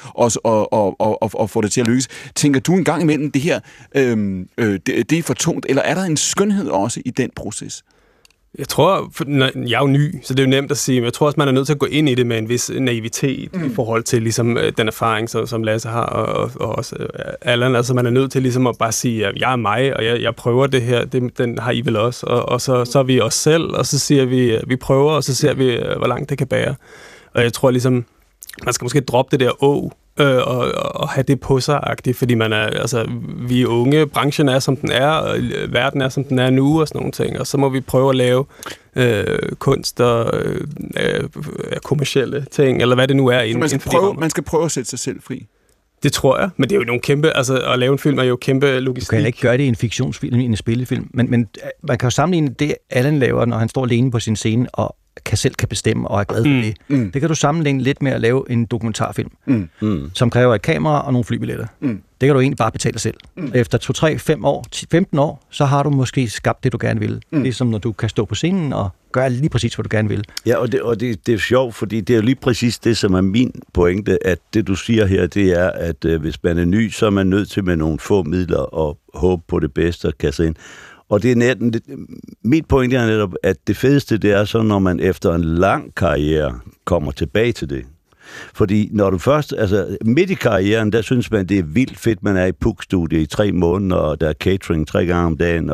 og få det til at lykkes. Tænker du en gang imellem, det her, det er for tungt, eller er der en skønhed også i den proces? Jeg tror, jeg er jo ny, så det er jo nemt at sige, men jeg tror også, man er nødt til at gå ind i det med en vis naivitet i forhold til ligesom, den erfaring, som Lasse har, og også Allan. Altså, man er nødt til ligesom at bare sige, at jeg er mig, og jeg prøver det her, den har I vel også, og så er vi os selv, og så siger vi prøver, og så ser vi, hvor langt det kan bære. Og jeg tror ligesom, man skal måske droppe det der og have det på sig-agtigt, fordi vi er unge, branchen er, som den er, og verden er, som den er nu, og sådan nogle ting, og så må vi prøve at lave kunst og kommercielle ting, eller hvad det nu er. Man skal prøve at sætte sig selv fri. Det tror jeg, men det er jo nogle kæmpe, at lave en film er jo kæmpe logistik. Du kan ikke gøre det i en fiktionsfilm, i en spillefilm, men man kan jo sammenligne det, Allan laver, når han står alene på sin scene, og selv kan bestemme og er glad for det. Det kan du sammenligne lidt med at lave en dokumentarfilm, som kræver et kamera og nogle flybilletter. Det kan du egentlig bare betale selv. Efter 2, 3, 5 år, 15 år, så har du måske skabt det, du gerne vil. Det er som når du kan stå på scenen og gøre lige præcis, hvad du gerne vil. Ja, og det er sjovt, fordi det er jo lige præcis det, som er min pointe, at det, du siger her, det er, at hvis man er ny, så er man nødt til med nogle få midler at håbe på det bedste og kasse ind. Og det er mit pointe er netop, at det fedeste, det er så, når man efter en lang karriere kommer tilbage til det. Fordi når du først, altså midt i karrieren, der synes man, det er vildt fedt, man er i PUC-studie i 3 måneder, og der er catering 3 gange om dagen,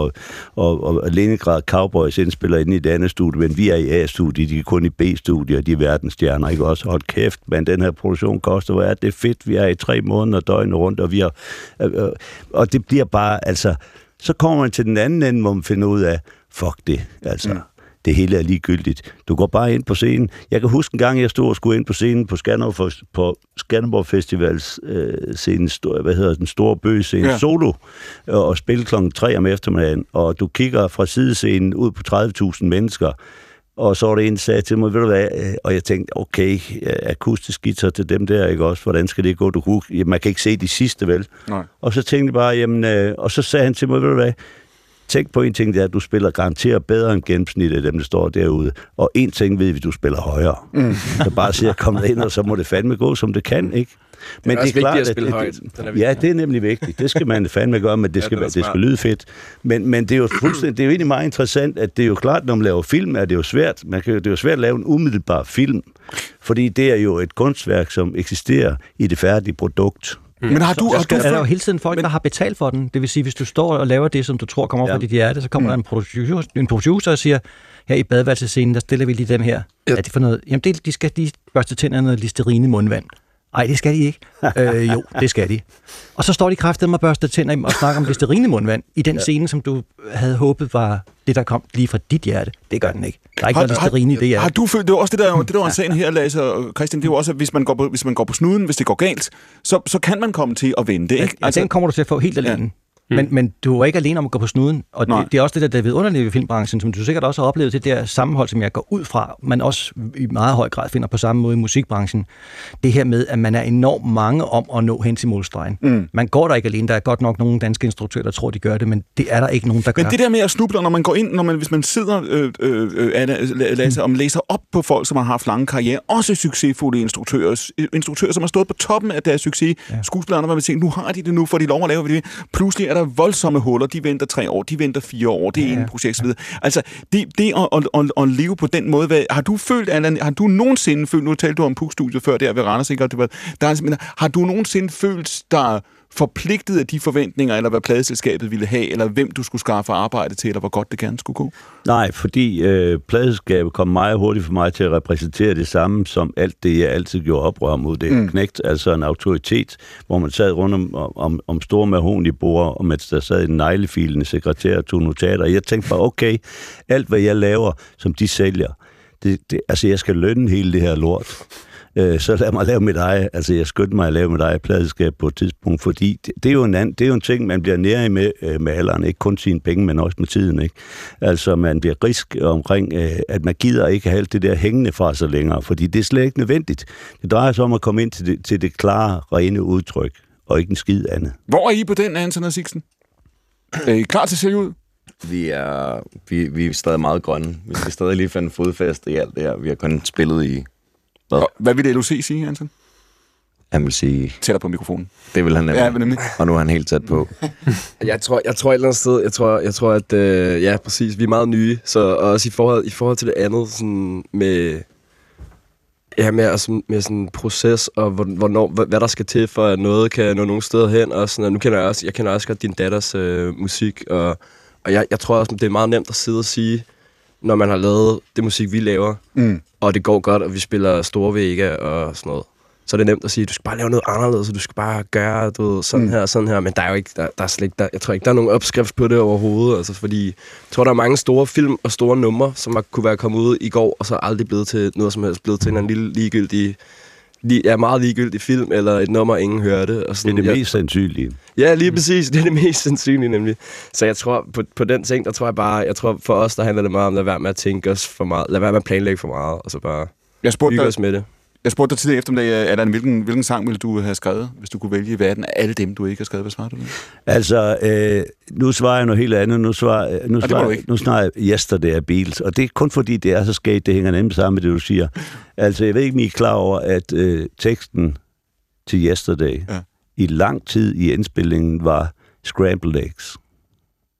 og Leningrad Cowboys indspiller inde i det andet studie, men vi er i A-studie, de er kun i B-studie, og de er verdensstjerner, ikke også? Hold kæft, men den her produktion koster, hvor er det fedt, vi er i 3 måneder døgnet rundt, og vi har, og det bliver bare, altså, så kommer man til den anden ende, hvor man finder ud af, fuck det, altså. Det hele er ligegyldigt. Du går bare ind på scenen. Jeg kan huske en gang, jeg stod og skulle ind på scenen på Skanderborg Festivals scenen, den store bøgescene, solo, og spille 3:00 om eftermiddagen, og du kigger fra sidescenen ud på 30.000 mennesker, og så var det en, der sagde til mig, ved du hvad, og jeg tænkte, okay, akustisk guitar til dem der, ikke også, hvordan skal det gå? Man kan ikke se de sidste, vel? Nej. Og så tænkte jeg bare, jamen, og så sagde han til mig, ved du hvad, tænk på en ting, det er, at du spiller garanteret bedre end gennemsnittet af dem, der står derude. Og en ting ved vi, du spiller højere. Så bare sige at komme ind, og så må det fandme gå, som det kan, ikke? Men det er klart, at spille højt. Ja, det er nemlig vigtigt. Det skal man fandme gøre, men det skal lyde fedt. Men det er jo fuldstændig, det er jo egentlig meget interessant, at det er jo klart, når man laver film, er det jo svært. Det er jo svært at lave en umiddelbar film, fordi det er jo et kunstværk, som eksisterer i det færdige produkt. Men er der jo hele tiden folk, der har betalt for den. Det vil sige, hvis du står og laver det, som du tror kommer fra dit hjerte, så kommer der en producer og siger, her i badeværelsescenen, der stiller vi lige den her. Er det for noget? Jamen, de skal lige børste tænderne og Listerine mundvand. Nej, det skal de ikke. Jo, det skal de. Og så står de kraftedeme og børster tænder og snakker om Listerine mundvand i den scene, som du havde håbet var det, der kom lige fra dit hjerte. Det gør den ikke. Der er ikke noget Listerine i det hjerte. Har du følt, det er også det der var sagen her, Lasse og Christian, det er jo også, at hvis man går på snuden, hvis det går galt, så kan man komme til at vente, ikke? Altså, den kommer du til at få helt alene. Men du er ikke alene om at gå på snuden, og det er også det, der er vidunderligt ved filmbranchen, som du sikkert også har oplevet, det der sammenhold, som jeg går ud fra, man også i meget høj grad finder på samme måde i musikbranchen. Det her med, at man er enormt mange om at nå hen til målstregen. Man går der ikke alene, der er godt nok nogle danske instruktører, der tror, de gør det, men det er der ikke nogen, der gør. Men det der med at snuble, når man går ind, hvis man sidder Lasse, og læser op på folk, som har haft lange karriere, også succesfulde instruktører, som har stået på toppen af deres succes, skuespillerne, hvor man tænker, nu har de det, nu får de lov at lave det. Pludselig er der voldsomme huller, de venter 3 år, de venter 4 år, det er en projekt, så videre. Altså, det at leve på den måde, har du følt, Allan, har du nogensinde følt, nu talte du om PUC-studiet før der ved Randers, ikke? Har du nogensinde følt dig forpligtet af de forventninger, eller hvad pladeselskabet ville have, eller hvem du skulle skaffe arbejde til, eller hvor godt det gerne skulle gå? Nej, fordi pladeselskabet kom meget hurtigt for mig til at repræsentere det samme, som alt det, jeg altid gjorde oprør mod. Det knægt, altså en autoritet, hvor man sad rundt om store mahognigborde, og mens der sad en neglefilende sekretær og tog notater. Jeg tænkte bare, okay, alt hvad jeg laver, som de sælger, altså jeg skal lønne hele det her lort. Så lad mig lave mit eget, altså jeg skyndte mig at lave mit eget pladeskab på et tidspunkt, fordi det er jo en ting, man bliver nærig med alderen, ikke kun sine penge, men også med tiden, ikke? Altså man bliver grisk omkring, at man gider ikke have alt det der hængende fra sig længere, fordi det er slet ikke nødvendigt. Det drejer sig om at komme ind til det klare, rene udtryk, og ikke en skid andet. Hvor er I på den, Anton og Sixten? Er I klar til at sælge ud? Vi er stadig meget grønne. Vi skal stadig lige finde fodfæste i alt det her. Vi har kun spillet i... Hvad vil LOC sige, Anton? Han vil sige... Tættere på mikrofonen. Det vil han nemlig. Og nu er han helt tæt på. Jeg tror et eller andet sted, jeg tror at, ja, præcis, vi er meget nye, så også i forhold til det andet, sådan med sådan proces, og hvad der skal til, for at noget kan nå nogle steder hen, og sådan, og nu jeg kender også godt din datters musik, og jeg tror også, det er meget nemt at sidde og sige, når man har lavet det musik, vi laver, og det går godt, og vi spiller store Vega og sådan noget, så er det nemt at sige, du skal bare lave noget anderledes, og du skal bare gøre sådan her, men der er jo ikke, der er slet ikke, jeg tror ikke, der er nogen opskrift på det overhovedet, altså fordi, jeg tror, der er mange store film og store numre, som kunne være kommet ud i går, og så aldrig blevet til noget som helst, blevet til en lille ligegyldig, meget ligegyldig film, eller et nummer, ingen hørte. Og sådan, det er det mest sandsynlige. Ja, lige præcis. Det er det mest sandsynlige, nemlig. Så jeg tror, på den ting, der tror jeg tror for os, der handler det meget om, lad være med at tænke os for meget, lad være med at planlægge for meget, og så bare hygge os med det. Jeg spurgte dig tidligere eftermiddag, Allan, hvilken sang ville du have skrevet, hvis du kunne vælge i verden af alle dem, du ikke har skrevet? Hvad svarer du det? Altså, nu svarer jeg noget helt andet. Nu snakker jeg Yesterday af Beatles, og det er kun fordi, det er så skægt, det hænger nemt sammen med det, du siger. Altså, jeg ved ikke, om I er klar over, at teksten til Yesterday i lang tid i indspillingen var Scrambled Eggs.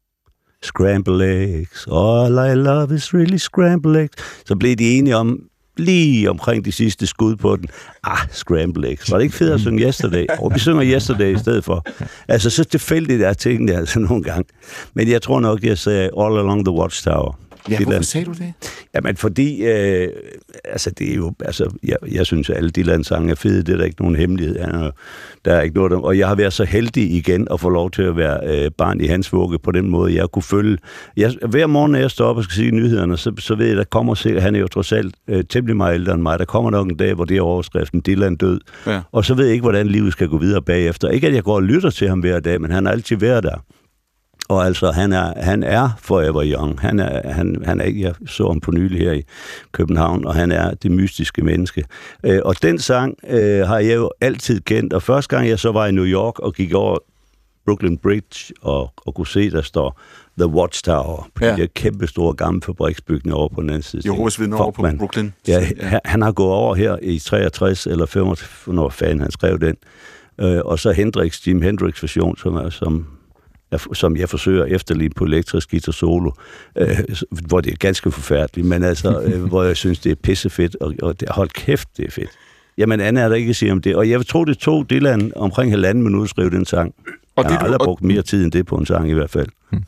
Scrambled eggs, all I love is really scrambled eggs. Så blev de enige om, lige omkring de sidste skud på den. Scramble eggs. Var det ikke fedt at synge Yesterday? Og vi synger Yesterday i stedet for. Altså, så tilfældigt er tingene altså nogle gange. Men jeg tror nok, jeg sagde All Along the Watchtower. Ja, hvorfor sagde du det? Jamen, fordi, det er jo, jeg synes, at alle Dylan-sange er fede, det er der ikke nogen hemmelighed. Der er ikke noget, og jeg har været så heldig igen at få lov til at være barn i hans vugge på den måde, jeg kunne følge. Hver morgen, når jeg står op og skal sige nyhederne, så ved jeg, der kommer sikkert, han er jo trods alt temmelig meget ældre end mig, der kommer nok en dag, hvor det er overskriften, Dylan død, og så ved jeg ikke, hvordan livet skal gå videre bagefter. Ikke, at jeg går og lytter til ham hver dag, men han har altid været der. Og altså, han er forever young. Han er ikke, jeg så ham på nylig her i København, og han er det mystiske menneske. Og den sang har jeg jo altid kendt, og første gang jeg så var i New York og gik over Brooklyn Bridge og kunne se, der står The Watchtower, på de der kæmpe store gamle fabriksbygninger over på den anden side. Jehovas vidner over på Brooklyn. Ja, han har gået over her i 63 eller 65, når fanden han skrev den. Og så Jimi Hendrix version, som jeg forsøger efterligne på elektrisk guitar solo, hvor det er ganske forfærdeligt, men altså, hvor jeg synes, det er pissefedt, og hold kæft, det er fedt. Jamen, andet er der ikke at sige om det. Og jeg tror, det tog Dylan omkring 1,5 minut at skrive den sang. Og jeg har aldrig brugt mere tid end det på en sang i hvert fald.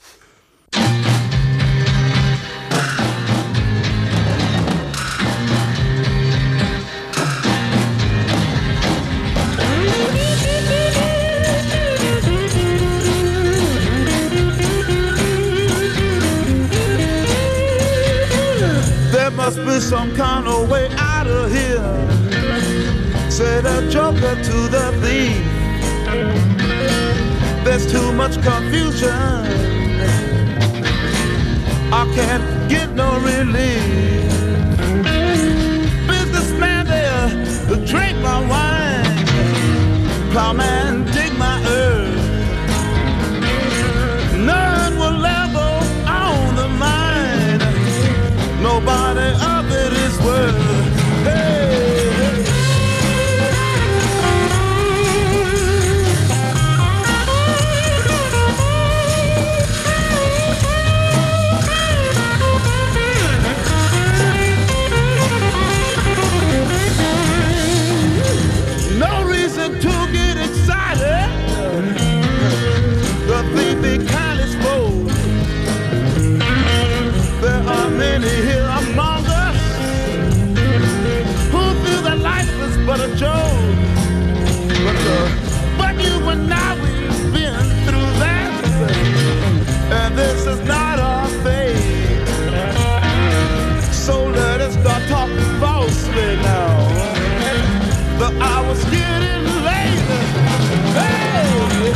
Must be some kind of way out of here, said a joker to the thief. There's too much confusion, I can't get no relief. Businessman there to drink my wine, plowman dig my earth. None will level on the mine, nobody of it is worth. Hey. No reason to get excited, the thief be kind of spoke. There are many here among us who feel that life is but a joke. But you and I, we've been through that, and this is not our fate. So let us start talking falsely now. The hour's getting late. Hey!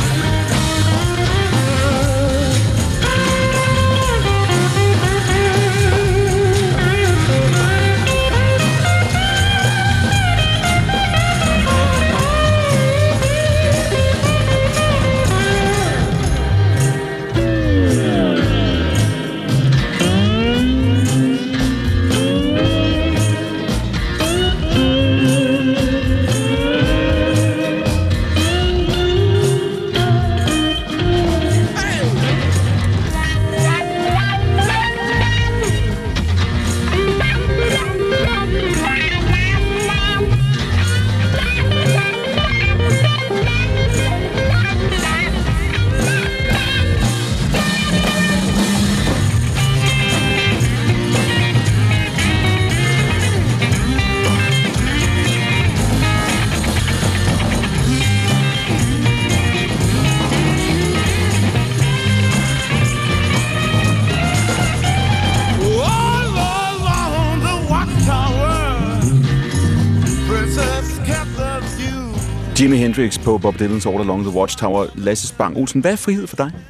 Jimi Hendrix på Bob Dylans All Along the Watchtower. Lasse Spang Olsen, hvad er frihed for dig?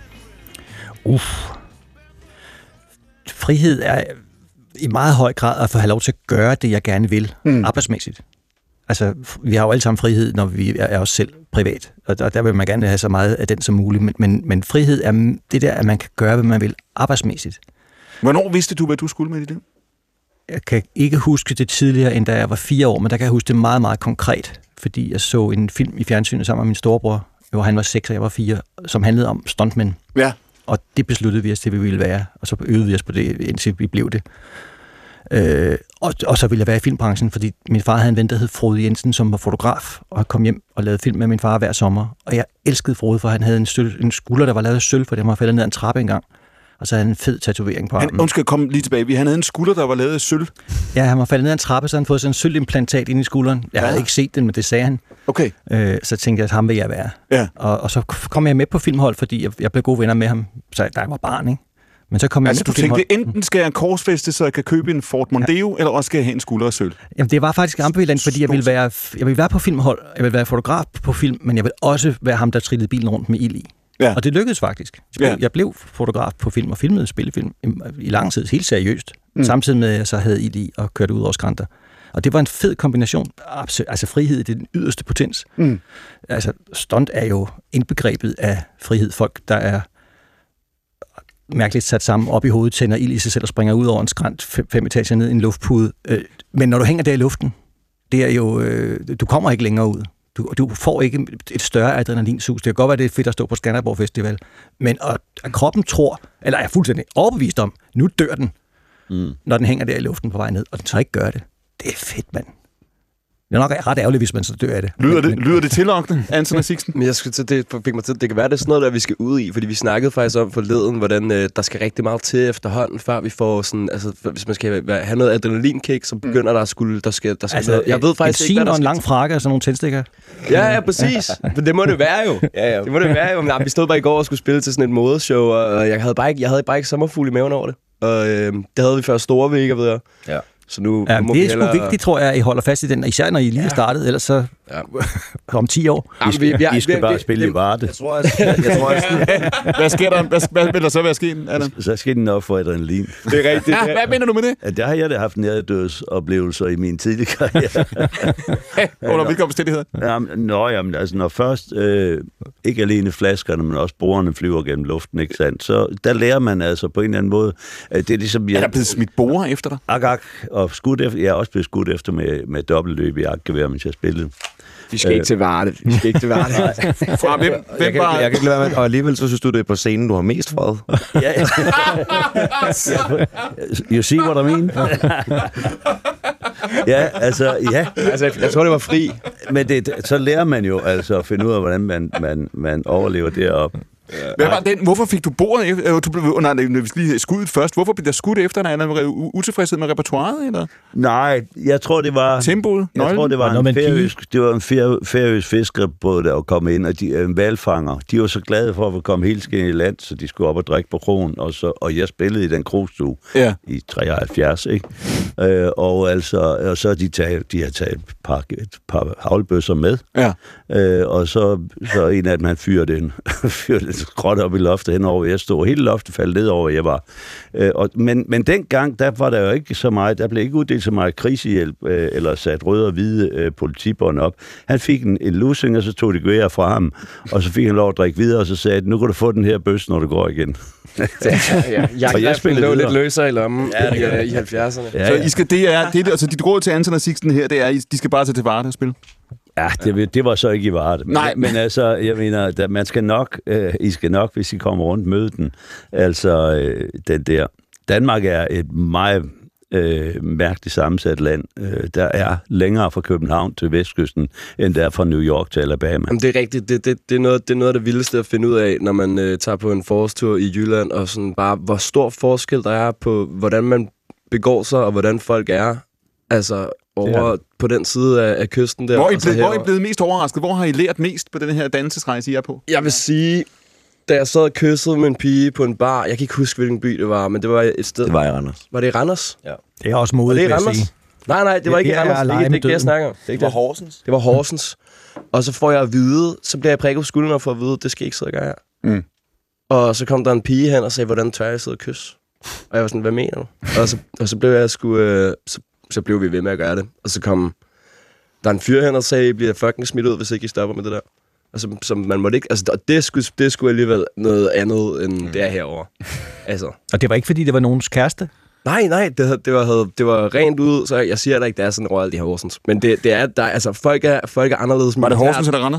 Frihed er i meget høj grad at få have lov til at gøre det, jeg gerne vil, arbejdsmæssigt. Altså, vi har jo alle sammen frihed, når vi er os selv privat, og der vil man gerne have så meget af den som muligt, men frihed er det der, at man kan gøre, hvad man vil arbejdsmæssigt. Hvornår vidste du, hvad du skulle med dit liv? Jeg kan ikke huske det tidligere, end da jeg var 4 år, men der kan jeg huske det meget, meget konkret, fordi jeg så en film i fjernsynet sammen med min storebror, hvor han var 6 og jeg var 4, som handlede om stuntmænd. Ja. Og det besluttede vi os til, vi ville være, og så øvede vi os på det, indtil vi blev det. Og så ville jeg være i filmbranchen, fordi min far havde en ven, der hed Frode Jensen, som var fotograf, og kom hjem og lavede film med min far hver sommer. Og jeg elskede Frode, for han havde en skulder, der var lavet af sølv, for det var faldet ned ad en trappe engang. Og så havde han en fed tatovering på armen. Undskyld, kom lige tilbage. Han havde en skulder, der var lavet af sølv. Ja, han var faldet ned ad en trappe, så han fået sådan en sølvimplantat ind i skulderen. Jeg havde ikke set den, men det sagde han. Okay. Så tænkte jeg, at ham vil jeg være. Ja. Og så kom jeg med på filmhold, fordi jeg blev gode venner med ham, så da jeg var barn, ikke? Men så kom jeg med på filmhold. Tænkte, enten skal jeg korsfæste, så jeg kan købe en Ford Mondeo, eller også skal jeg have en skulder af sølv? Jamen, det var faktisk ambivalent, fordi jeg ville være på filmhold, jeg ville være fotograf på film, men jeg ville også være ham, der trillede bilen rundt med ild i. Ja. Og det lykkedes faktisk. Jeg blev fotograf på film og filmede spillefilm i lang tid, helt seriøst. Samtidig med, at jeg så havde ild i og kørte ud over skrænter. Og det var en fed kombination. Altså frihed, det er den yderste potens. Altså stunt er jo indbegrebet af frihed. Folk, der er mærkeligt sat sammen op i hovedet, tænder ild i sig selv og springer ud over en skrænt 5 etager ned i en luftpude. Men når du hænger der i luften, det er jo, du kommer ikke længere ud. Du får ikke et større adrenalinsus. Det kan godt være, det er fedt at stå på Skanderborg Festival, men at kroppen tror, eller er fuldstændig overbevist om, nu dør den, når den hænger der i luften på vej ned, og den så ikke gør det. Det er fedt, mand. Det er nok ret ærgerligt, hvis man så dør af det. Lyder det tillokkende, Anton og Sixten? Men jeg skulle til, det fik mig til, det kan være, det er sådan noget, der vi skal ud i, fordi vi snakkede faktisk om forleden, hvordan der skal rigtig meget til efterhånden, før vi får sådan, altså hvis man skal have noget adrenalinkick, så begynder der skal altså, noget. Jeg ved faktisk ikke, hvad der en lang frakke og sådan nogle tændstikker. Ja, præcis. Men det må det være jo. Ja. Det må det være jo. Men, vi stod bare i går og skulle spille til sådan et modeshow, og jeg havde bare ikke sommerfugl i maven over det. Og det havde vi før store vægge, ved jeg. Ja. Så nu det er sgu vigtigt, tror jeg, at I holder fast i den, især når I lige er startet, ellers så om 10 år. I skal bare spille i Varde. Jeg tror, hvad sker der? Hvad vil der så være sket, Adam? Så skal den op for adrenalin. Det er rigtigt. Hvad mener du med det? Ja, der har jeg da haft nærdødsoplevelser i min tidlige karriere. Under hvilke omstændigheder? Jamen, altså når først ikke alene flaskerne, men også borerne flyver gennem luften, ikke sandt? Så der lærer man altså på en eller anden måde. Det er ligesom... Er der blevet smidt borer efter dig? Og skudt efter, jeg er også blevet skudt efter med dobbeltløb i jagtgevær, mens jeg spillede. Vi skal ikke til Varde. Jeg kan ikke lade være med, og alligevel så synes du, det er på scenen, du har mest fred. You see what I mean? Ja. Altså, jeg tror, det var fri. Men så lærer man jo altså at finde ud af, hvordan man overlever deroppe. Hvad var den? Hvorfor fik du bordet efter? Vi skal lige skuddet først. Hvorfor blev der skudt efter dig? Er der utilfredshed med repertoireet, eller? Nej, jeg tror, det var... Tempoet? Jeg tror, det var en færøsk fiskerbåd, der var kommet ind, og en hvalfanger. De var så glade for at komme helt skænd i land, så de skulle op og drikke på krogen, og jeg spillede i den krogstue i 73, ikke? Og så har de har taget et par havlbøsser med, og så en af dem, han fyrede en skråt op i loftet henover, jeg stod. Hele loftet faldt ned over, jeg var. Men dengang, der var der jo ikke så meget, der blev ikke uddelt så meget krisehjælp, eller sat røde og hvide politibånd op. Han fik en lussing, og så tog de gevær fra ham, og så fik han lov at drikke videre, og så sagde nu kan du få den her bøsse, når du går igen. Jeg spillede lidt løsere i lommen i 70'erne. Så I skal, altså dit råd til Anton og Sixten her, det er, at de skal bare tage til Varde og spille? Ja, det var så ikke i Varde. Nej. Men altså, jeg mener, man skal nok, I skal nok, hvis I kommer rundt, møde den. Altså, den der. Danmark er et meget mærkeligt sammensat land. Der er længere fra København til Vestkysten, end der er fra New York til Alabama. Jamen, det er rigtigt. Det er noget af det vildeste at finde ud af, når man tager på en forårstur i Jylland, og sådan bare, hvor stor forskel der er på, hvordan man begår sig, og hvordan folk er. Altså, over på den side af kysten der. Hvor er I blevet mest overrasket? Hvor har I lært mest på den her dannelsesrejse, I er på? Jeg vil sige, da jeg sad og kyssede med en pige på en bar, jeg kan ikke huske, hvilken by det var, men det var et sted. Det var i Randers. Var det i Randers? Ja. Det er også modigt, vil jeg sige. Nej, det var ikke i Randers. Det er ikke det, jeg snakker om. Det var Horsens. Det var Horsens. Og så får jeg at vide, så bliver jeg prikket på skulderen og får at vide, det skal ikke sidde og gøre her. Og så kom der en pige hen og sagde, hvordan tør jeg sidde og kysse? Og jeg var sådan, hvad mener du? Og så blev jeg så blev vi ved med at gøre det. Og så kom der en fyr hen og sagde, I bliver fucking smidt ud, hvis ikke I stopper med det der. Og så man måtte ikke... Altså, det skulle alligevel noget andet, end det er herovre. Altså. Og det var ikke, fordi det var nogens kæreste? Nej, det var rent ud, så jeg siger da ikke, det er sådan overalt i Horsens. Men det er, der, altså, folk er anderledes. Var det Horsens eller Randers?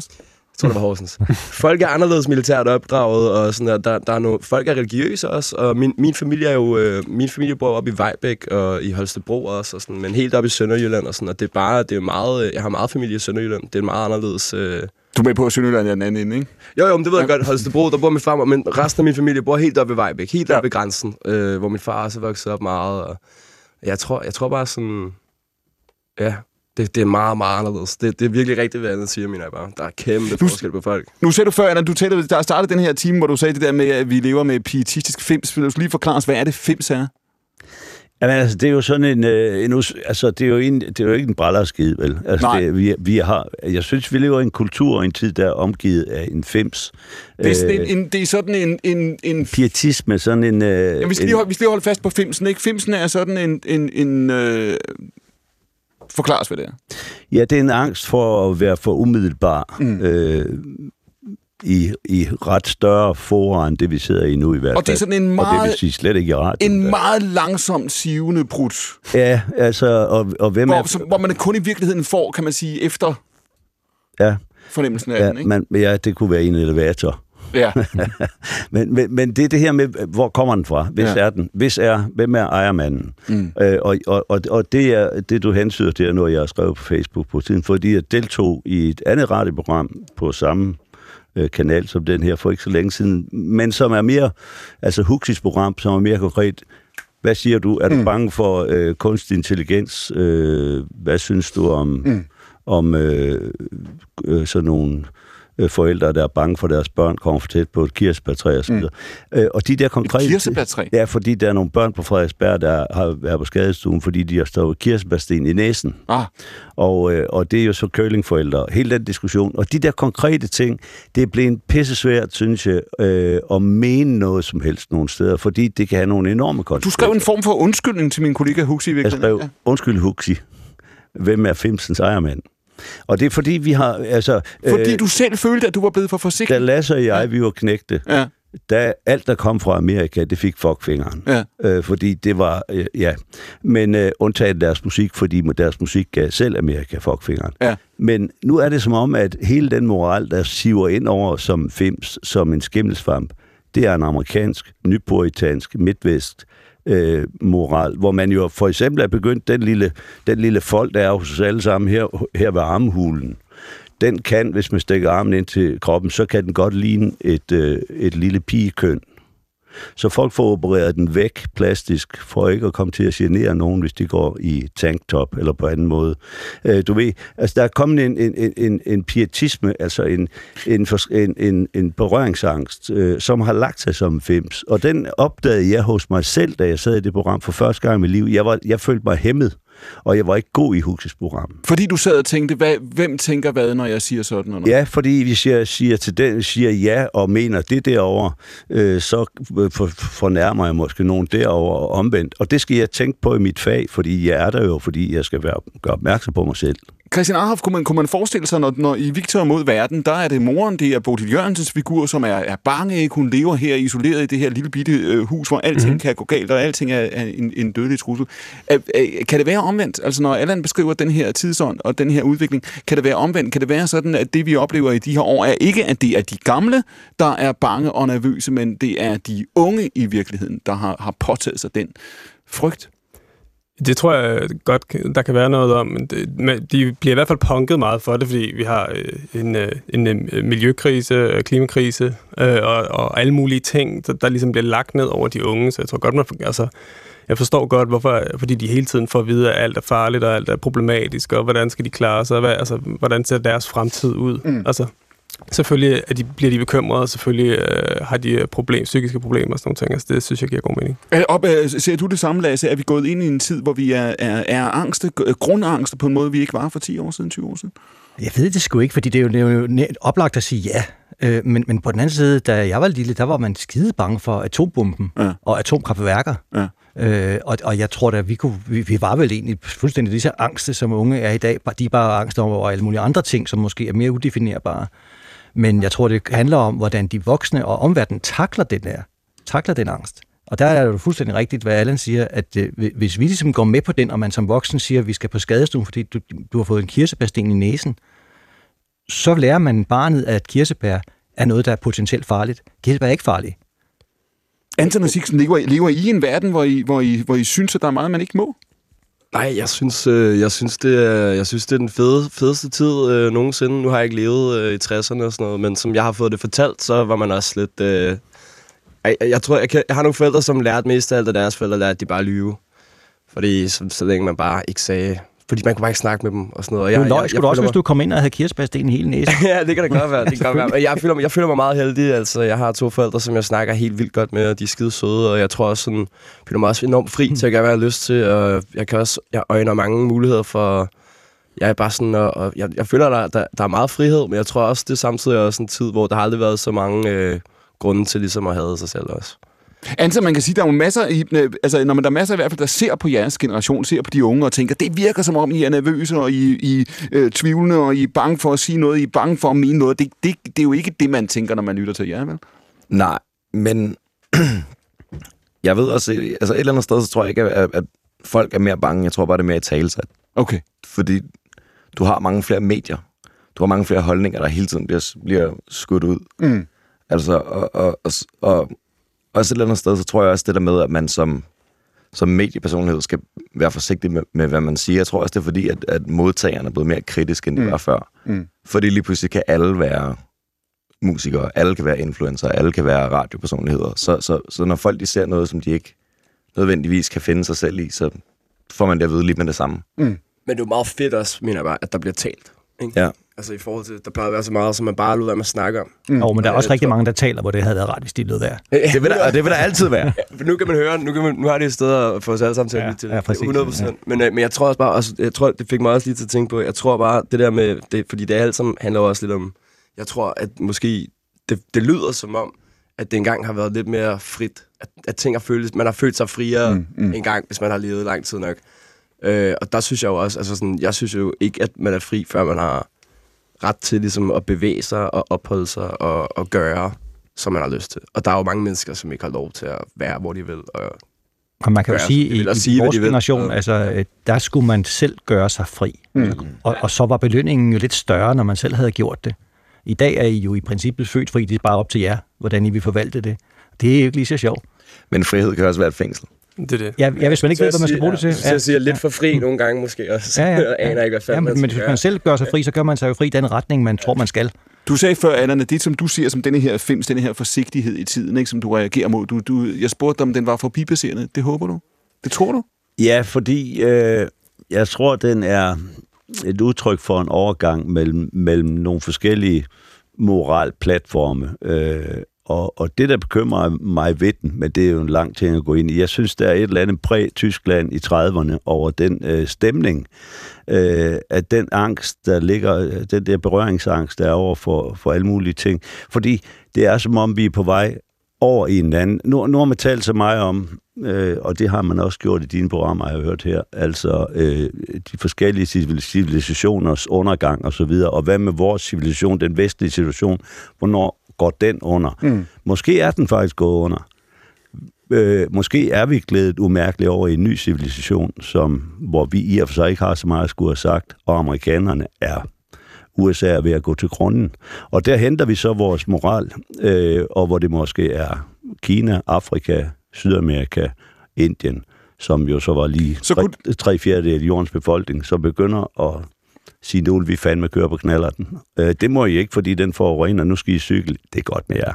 Jeg tror, det var Horsens. Folk er anderledes militært opdraget, og sådan der er nogle, folk er religiøse også, og min familie er jo, min familie bor oppe i Vejbæk og i Holstebro også, og sådan, men helt oppe i Sønderjylland og sådan, og det er meget, jeg har meget familie i Sønderjylland, det er meget anderledes. Du er med på, at Sønderjylland er den anden ende, ikke? Jo, men det ved jeg godt. Holstebro, der bor min far, men resten af min familie bor helt oppe i Vejbæk, helt oppe ved grænsen, hvor min far også er vokset op meget, og jeg tror bare sådan, ja. Det er meget, meget anderledes. Det er virkelig rigtigt, hvad andet siger, mener jeg bare. Der er kæmpe forskel på folk. Nu sagde du før, at du talte, der startede den her time, hvor du sagde det der med, at vi lever med pietistisk fims. Vil du lige forklare os, hvad er det fims er? Jamen, altså, det er jo sådan det er jo ikke en brallerskid, vel? Altså, jeg synes, vi lever i en kultur og en tid, der er omgivet af en fims. Det er sådan en pietisme, sådan en... Jamen, vi skal lige holde fast på fimsen, ikke? Fimsen er sådan en forklar os, hvad det er. Ja, det er en angst for at være for umiddelbar i ret større fora end det, vi sidder i nu i hvert fald. Og det er sådan en meget... Og det vil sige slet ikke i radioen. En meget langsomt sivende brud. Ja, altså... Og hvem hvor man kun i virkeligheden får, kan man sige, efter fornemmelsen af den, ikke? Ja, det kunne være en elevator. Ja. men det er det her med, hvor kommer den fra? Hvis er den? Hvem er ejermanden? Og det er det, du hensyder til, når jeg har skrevet på Facebook på tiden, fordi jeg deltog i et andet radioprogram på samme kanal som den her for ikke så længe siden, men som er mere, altså Huxis program, som er mere konkret. Hvad siger du? Er du bange for kunstig intelligens? Hvad synes du om sådan nogle forældre, der er bange for, deres børn kommer for tæt på et kirsebærtræ og så videre. Og de der konkrete... Et kirsebærtræ? Ja, fordi der er nogle børn på Frederiksberg, der har været på skadestuen, fordi de har stået kirsebærsten i næsen. Og det er jo så curlingforældre. Hele den diskussion. Og de der konkrete ting, det er blevet pissesvært, synes jeg, at mene noget som helst nogle steder, fordi det kan have nogle enorme konsekvenser. Du skrev en form for undskyldning til min kollega Huxi i virkeligheden. Jeg skrev, undskyld Huxi. Hvem er Fimsens ejermand? Og det er fordi, vi har... Altså, fordi du selv følte, at du var blevet for forsigtig? Da Lasse og jeg, vi var knægte, alt, der kom fra Amerika, det fik fuckfingeren. Fordi det var... Men undtaget deres musik, fordi deres musik gav selv Amerika fuckfingeren. Men nu er det som om, at hele den moral, der siver ind over som fims, som en skimmelsvamp, det er en amerikansk, nypuritansk, midtvest moral, hvor man jo for eksempel er begyndt den lille fold, der er hos os alle sammen her ved armhulen. Den kan, hvis man stikker armen ind til kroppen, så kan den godt ligne et lille pigekøn. Så folk får opereret den væk plastisk, for ikke at komme til at genere nogen, hvis de går i tanktop eller på anden måde. Du ved, altså der er kommet en pietisme, altså en berøringsangst, som har lagt sig som fims. Og den opdagede jeg hos mig selv, da jeg sad i det program for første gang i mit liv. Jeg følte mig hæmmet, og jeg var ikke god i Huxis program. Fordi du sad og tænkte, hvem tænker hvad, når jeg siger sådan? Eller? Ja, fordi hvis jeg siger ja og mener det derovre, så fornærmer jeg måske nogen derovre og omvendt. Og det skal jeg tænke på i mit fag, fordi jeg er der jo, fordi jeg skal gøre opmærksom på mig selv. Christian Arhoff, kunne man forestille sig, når i Victor mod verden, der er det moren, det er Bodil Jørgensens figur, som er bange, ikke? Hun lever her isoleret i det her lille bitte hus, hvor alting kan gå galt, og alting er en dødelig trussel. Kan det være omvendt? Altså når Allan beskriver den her tidsånd og den her udvikling, kan det være omvendt? Kan det være sådan, at det vi oplever i de her år er ikke, at det er de gamle, der er bange og nervøse, men det er de unge i virkeligheden, der har påtaget sig den frygt? Det tror jeg godt, der kan være noget om, men de bliver i hvert fald punket meget for det, fordi vi har en miljøkrise, klimakrise og alle mulige ting, der ligesom bliver lagt ned over de unge. Så jeg tror godt, jeg forstår godt, hvorfor, fordi de hele tiden får at vide, at alt er farligt og alt er problematisk, og hvordan skal de klare sig, hvordan ser deres fremtid ud. Selvfølgelig bliver de bekymrede, og selvfølgelig har de psykiske problemer og sådan nogle ting. Altså, det synes jeg giver god mening. Ser du det samme, Lasse? Er vi gået ind i en tid, hvor vi er angste, grundangste på en måde, vi ikke var for 10 år siden, 20 år siden? Jeg ved det sgu ikke, fordi det er jo oplagt at sige ja. Men på den anden side, da jeg var lille, der var man skide bange for atombomben og atomkraftværker. Og jeg tror da, vi var vel egentlig fuldstændig lige så angste, som unge er i dag. De er bare angst over alle mulige andre ting, som måske er mere udefinerbare. Men jeg tror, det handler om, hvordan de voksne og omverdenen takler den angst. Og der er det jo fuldstændig rigtigt, hvad Allan siger, at hvis vi ligesom går med på den, og man som voksen siger, at vi skal på skadestuen, fordi du har fået en kirsebærsten i næsen, så lærer man barnet, at kirsebær er noget, der er potentielt farligt. Kirsebær er ikke farligt. Anton og Sixten, lever I en verden, hvor I synes, at der er meget, man ikke må? Nej, jeg synes det er den fedeste tid nogensinde. Nu har jeg ikke levet i 60'erne og sådan noget, men som jeg har fået det fortalt, så var man også lidt... Jeg tror, jeg har nogle forældre, som lærte mest af alt af deres forældre, lærte de bare lyve. Fordi så længe man bare ikke sagde... Fordi man kunne bare ikke snakke med dem og sådan noget. Og skulle du også, hvis du kom ind og havde kirsebærsten i hele næsen? Ja, det kan da godt være. Det kan godt være. Men jeg føler mig meget heldig. Altså, jeg har 2 forældre, som jeg snakker helt vildt godt med, og de er skide søde, og jeg tror også sådan, føler mig også enormt fri til at gøre, hvad jeg har lyst til, og jeg øjner mange muligheder for... Jeg er bare sådan, og jeg føler, der er meget frihed, men jeg tror også, det er samtidig også en tid, hvor der har aldrig været så mange grunde til ligesom at hade sig selv også. Altså, man kan sige, der er jo masser, når der er masser i hvert fald, der ser på jeres generation, ser på de unge og tænker, det virker som om, I er nervøse, og I tvivlende, og I er bange for at sige noget, I er bange for at mene noget. Det er jo ikke det, man tænker, når man lytter til jer, vel? Nej, men jeg ved også, altså et eller andet sted, så tror jeg ikke, at folk er mere bange. Jeg tror bare, det er mere i talesat. Okay. Fordi du har mange flere medier. Du har mange flere holdninger, der hele tiden bliver skudt ud. Mm. Altså, og også et eller andet sted, så tror jeg også det der med, at man som mediepersonlighed skal være forsigtig med, hvad man siger. Jeg tror også, det er fordi, at modtagerne er blevet mere kritiske, end de var før. Mm. Fordi lige pludselig kan alle være musikere, alle kan være influencer, alle kan være radiopersonligheder. Så når folk de ser noget, som de ikke nødvendigvis kan finde sig selv i, så får man det at vide lige med det samme. Mm. Men det er jo meget fedt også, mener jeg bare, at der bliver talt. Ikke? Ja. Altså i forhold til, der plejer at være så meget, som man bare lød være med at snakke om. Jo, men der er også rigtig mange, der taler, hvor det havde været ret, hvis de lød være. Det vil der altid være. For nu kan man høre, nu har det et sted at få os alle sammen til at lytte til det. Ja, præcis. 100%. Ja. Men jeg tror også bare, det fik mig også lige til at tænke på, jeg tror bare, det der med, det, fordi det alt sammen handler også lidt om, jeg tror, at måske, det lyder som om, at det engang har været lidt mere frit. At ting har følt, man har følt sig friere engang, hvis man har levet lang tid nok. Og der synes jeg jo også, altså sådan, jeg synes jo ikke, at man er fri, før man har ret til ligesom at bevæge sig og opholde sig og gøre, som man har lyst til. Og der er jo mange mennesker, som ikke har lov til at være, hvor de vil. Og man kan jo sige, i vores generation, altså, der skulle man selv gøre sig fri. Og så var belønningen jo lidt større, når man selv havde gjort det. I dag er I jo i princippet født fri, det er bare op til jer, hvordan I vil forvalte det. Det er jo ikke lige så sjovt. Men frihed kan også være et fængsel. Det er det. Ja, hvis man ikke ved, hvad man skal bruge det til. Så jeg siger lidt for fri nogle gange måske også. Jeg aner ikke, hvad fanden man skal men hvis man selv gør sig fri, så gør man sig jo fri i den retning, man tror, man skal. Du sagde før, Allan, det som du siger som denne her film, denne her forsigtighed i tiden, ikke, som du reagerer mod. Jeg spurgte dig, om den var forbipasserende. Det håber du? Det tror du? Ja, fordi jeg tror, den er et udtryk for en overgang mellem nogle forskellige moralplatforme. Og det, der bekymrer mig ved den, men det er jo en lang ting at gå ind i, jeg synes, der er et eller andet præ-Tyskland i 30'erne over den stemning, at den angst, der ligger, den der berøringsangst, der er over for alle mulige ting. Fordi det er som om, vi er på vej over i en anden. Nu har man talt så meget om, og det har man også gjort i dine programmer, jeg har hørt her, altså de forskellige civilisationers undergang og så videre, og hvad med vores civilisation, den vestlige situation, hvornår går den under? Måske er den faktisk gået under. Måske er vi glædet umærkeligt over i en ny civilisation, hvor vi i og for sig ikke har så meget at skulle have sagt, og amerikanerne er USA er ved at gå til grunden. Og der henter vi så vores moral, og hvor det måske er Kina, Afrika, Sydamerika, Indien, som jo så var lige 3/4 af jordens befolkning, som begynder at sige, nu vil vi fandme køre på knallerten. Det må I ikke, fordi den forurener, nu skal I cykle. Det er godt med jer.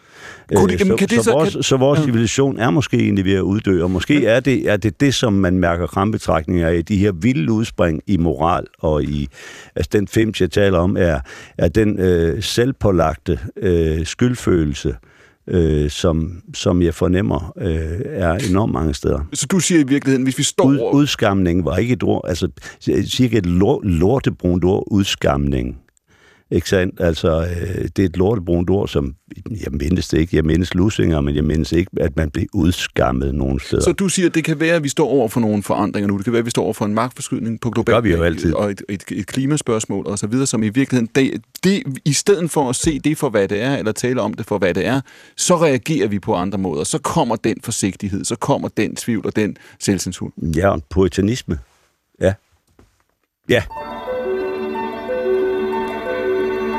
Så vores civilisation er måske egentlig ved at uddø, og måske er det, som man mærker krampetrækninger af, de her vilde udspring i moral, og i altså den film, jeg taler om, er den selvpålagte skyldfølelse, som jeg fornemmer er enormt mange steder. Så du siger i virkeligheden, hvis vi står udskamning var ikke et ord, altså cirka et lortebrunt ord, udskamning. Ikke sandt? Altså, det er et lortebrunt ord, som jeg mindes det ikke. Jeg mindes lusinger, men jeg mindes ikke, at man bliver udskammet nogen steder. Så du siger, at det kan være, at vi står over for nogle forandringer nu. Det kan være, at vi står over for en magtforskydning på globalt plan, og et klimaspørgsmål og så videre, som i virkeligheden, det, i stedet for at se det for, hvad det er, eller tale om det for, hvad det er, så reagerer vi på andre måder. Så kommer den forsigtighed, så kommer den tvivl og den selvcensur. Ja, og puritanisme. Ja.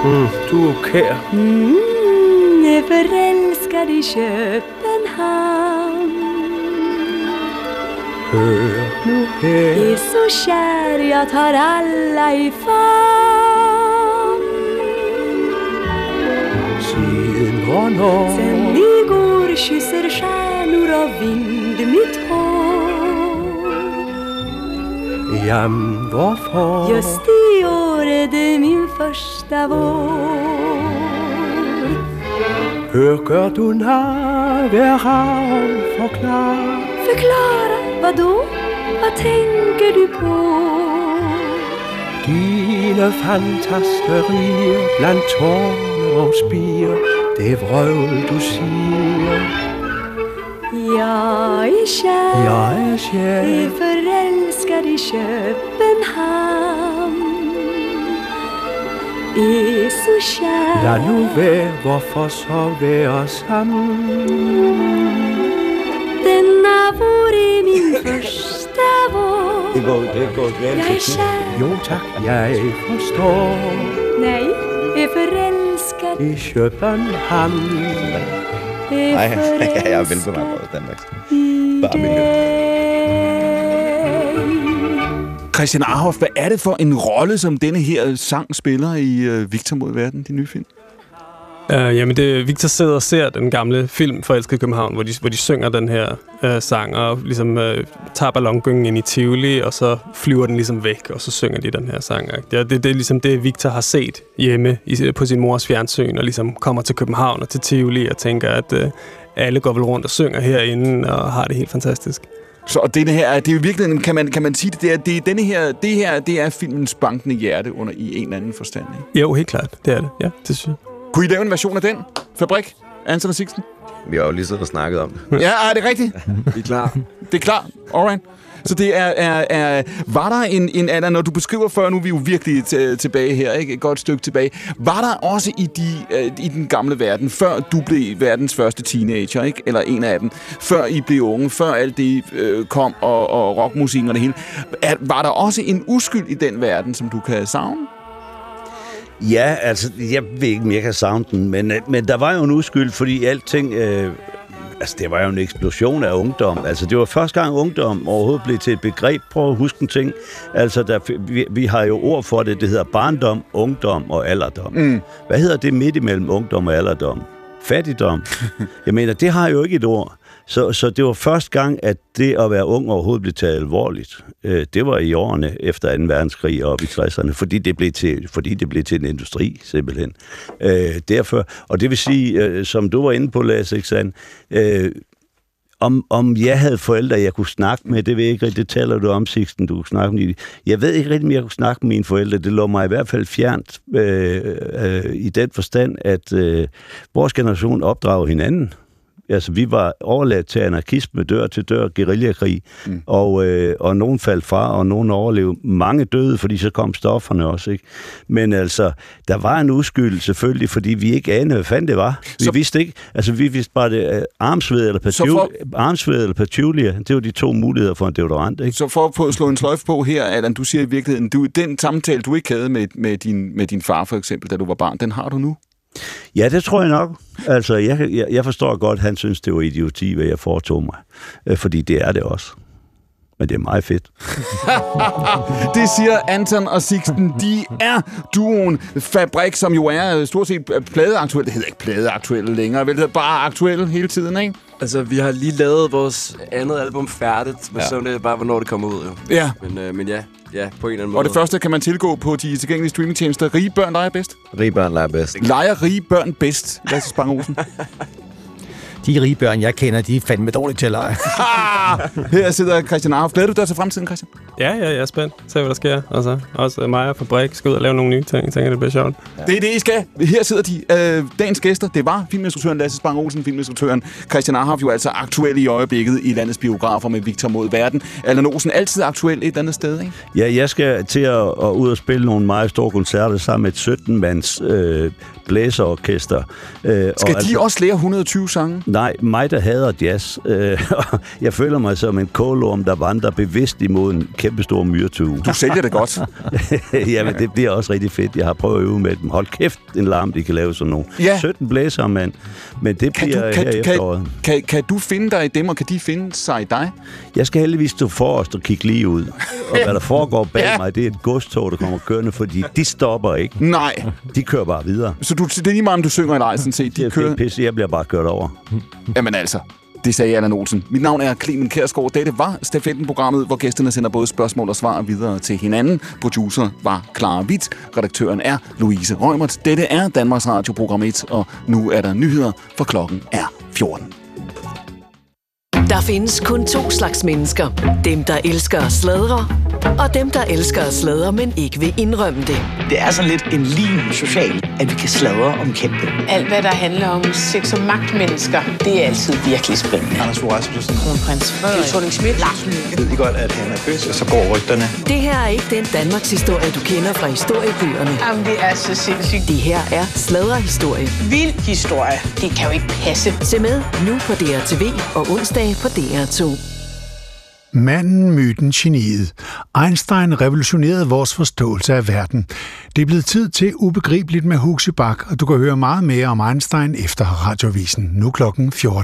Du er kær. Är förälskad i Köpenhamn. Hør nu her. Är så kär jag tar alla i famn. Siden hvornår? Sen igår kysser stjärnor av vind mitt hår. Jamen, hvorfor? Just i år är det min första vår. Hør, gør du nar, vær rar, forklar. Förklara, vadå? Vad tänker du på? Dine fantasterier blandt tårne og spire, det er vrøvl, du siger. Jag är kär, Jeg er kær. är förälskad i Köpenhamn. Är så kär. Lad nu være, hvorfor så være sammen? Denna vår är min första vår. Det går Jag är kär. Jo tak, jeg forstår. Nej, är förälskad. I København. Är Nej, jeg er förälskad velbevaret på Danmark. i Bare miljø. Christian Arhoff, hvad er det for en rolle, som denne her sang spiller i Victor mod verden, de nye film? Jamen, Victor sidder og ser den gamle film Forelsket i København, hvor de synger den her sang, og ligesom tager ballongyngen ind i Tivoli, og så flyver den ligesom væk, og så synger de den her sang. Det er ligesom det, Victor har set hjemme på sin mors fjernsyn, og ligesom kommer til København og til Tivoli, og tænker, at alle går vel rundt og synger herinde, og har det helt fantastisk. Så og denne her, det er jo virkelig, kan man sige det er filmens bankende hjerte under i en eller anden forstand, ikke? Jo, helt klart. Det er det. Ja, det synes jeg. Kunne I lave en version af den? Fabrik? Anton og Sixten? Vi har jo lige siddet og snakket om det. Ja, er det rigtigt? Vi er klar. Det er klar. Alright. Så det er var der en Anna, når du beskriver før, nu er vi jo virkelig tilbage her, ikke? Et godt stykke tilbage. Var der også i den gamle verden, før du blev verdens første teenager, ikke? Eller en af dem, før I blev unge, før alt det kom, og rockmusikken og det hele, var der også en uskyld i den verden, som du kan savne? Ja, altså, jeg ved ikke, om jeg kan savne den, men der var jo en uskyld, fordi alting... Altså, det var jo en eksplosion af ungdom. Altså, det var første gang ungdom overhovedet blev til et begreb. Prøv at huske en ting. Altså, vi har jo ord for det. Det hedder barndom, ungdom og alderdom. Mm. Hvad hedder det midt imellem ungdom og alderdom? Fattigdom. Jeg mener, det har jo ikke et ord. Så det var første gang, at det at være ung overhovedet blev taget alvorligt. Det var i årene efter 2. verdenskrig og op i 60'erne, fordi det blev til en industri, simpelthen. Derfor, og det vil sige, som du var inde på, Lasse, om jeg havde forældre, jeg kunne snakke med, det ved jeg ikke rigtig, det taler du om, Sixten, du kunne snakke med. Jeg ved ikke rigtig, om jeg kunne snakke med mine forældre. Det lå mig i hvert fald fjernt i den forstand, at vores generation opdrager hinanden. Altså, vi var overladt til anarkisme, dør til dør, guerillakrig, og nogen faldt fra, og nogen overlevede. Mange døde, fordi så kom stofferne også, ikke? Men altså, der var en uskyld selvfølgelig, fordi vi ikke anede, hvad fanden det var. Vi vidste ikke. Altså, vi vidste bare det, armsved eller patchouli, det var de to muligheder for en deodorant, ikke? Så for at slå en sløjf på her, Allan, du siger i virkeligheden, den samtale, du ikke havde med din far, for eksempel, da du var barn, den har du nu? Ja, det tror jeg nok. Altså, jeg forstår godt, at han synes, det var idioti, hvad jeg foretog mig. Fordi det er det også. Men det er meget fedt. Det siger Anton og Sixten. De er duoen Fabrik, som jo er stort set pladeaktuelle. Det hedder ikke pladeaktuelle længere, vel? Det hedder bare aktuelle hele tiden, ikke? Altså, vi har lige lavet vores andet album færdigt, men så er det bare, hvornår det kommer ud, jo. Ja. Men ja, på en eller anden måde. Og det første kan man tilgå på de tilgængelige streamingtjenester. Rige børn leger bedst? Rige børn leger bedst. Leger rige børn bedst? Lasse Spang Olsen. De rige børn, jeg kender, de er fandme dårligt til at lege. Her sidder Christian Arhoff. Glæder du dig til fremtiden, Christian? Ja, jeg er spændt. Se, hvad der sker. Altså, også mig og Fabrik skal ud og lave nogle nye ting. Jeg tænker, det bliver sjovt. Ja. Det er det, I skal. Her sidder de. Dagens gæster, det var filminstruktøren Lasse Spang Olsen, filminstruktøren Christian Arhoff, jo altså aktuel i øjeblikket i landets biografer med Victor mod verden. Allan Olsen, altid aktuel et andet sted, ikke? Ja, jeg skal til at ud og spille nogle meget store koncerter sammen med et 17-mands blæserorkester. Skal de også lære 120 sange? Nej, mig, der hader jazz. Jeg føler mig som en kålorm, der vandrer bevidst imod en kæmpestor myretue. Du sælger det godt. Jamen, det bliver også rigtig fedt. Jeg har prøvet at øve med dem. Hold kæft, en larm, de kan lave sådan nogle. Ja. 17 blæser, mand. Men det bliver her efteråret. Kan du finde dig i dem, og kan de finde sig i dig? Jeg skal heldigvis stå forrest og kigge lige ud. Og hvad der foregår bag mig, det er et godstog, der kommer kørende, fordi de stopper ikke. Nej. De kører bare videre. Så det er lige meget, om du synger eller ej, sådan set. De kører... Pisse, jeg bliver bare kørt over. Jamen altså, det sagde Allan Olsen. Mit navn er Clemen Kjærsgaard. Dette var Stafetten-programmet, hvor gæsterne sender både spørgsmål og svar videre til hinanden. Producer var Clara Witt. Redaktøren er Louise Reumert. Dette er Danmarks Radio Program 1, og nu er der nyheder, for klokken er 14. Der findes kun 2 slags mennesker. Dem, der elsker at sladre, og dem, der elsker at sladre, men ikke vil indrømme det. Det er sådan lidt en lignende social, at vi kan sladre om kæmpe. Alt, hvad der handler om sex- og magtmennesker, det er altid virkelig spændende. Anders Fogh Rasmussen. Kronprins Frederik. Thorning-Schmidt. Ved I godt, at han er bøs, og så går rygterne. Det her er ikke den Danmarks historie, du kender fra historiebøgerne. Jamen, det er så sindssygt. Det her er sladrehistorie. Vild historie. Det kan jo ikke passe. Se med nu på DRTV og onsdag på DR2. Manden, myten, geniet. Einstein revolutionerede vores forståelse af verden. Det er blevet tid til Ubegribeligt med Huxi Bach, og du kan høre meget mere om Einstein efter Radioavisen. Nu klokken 14.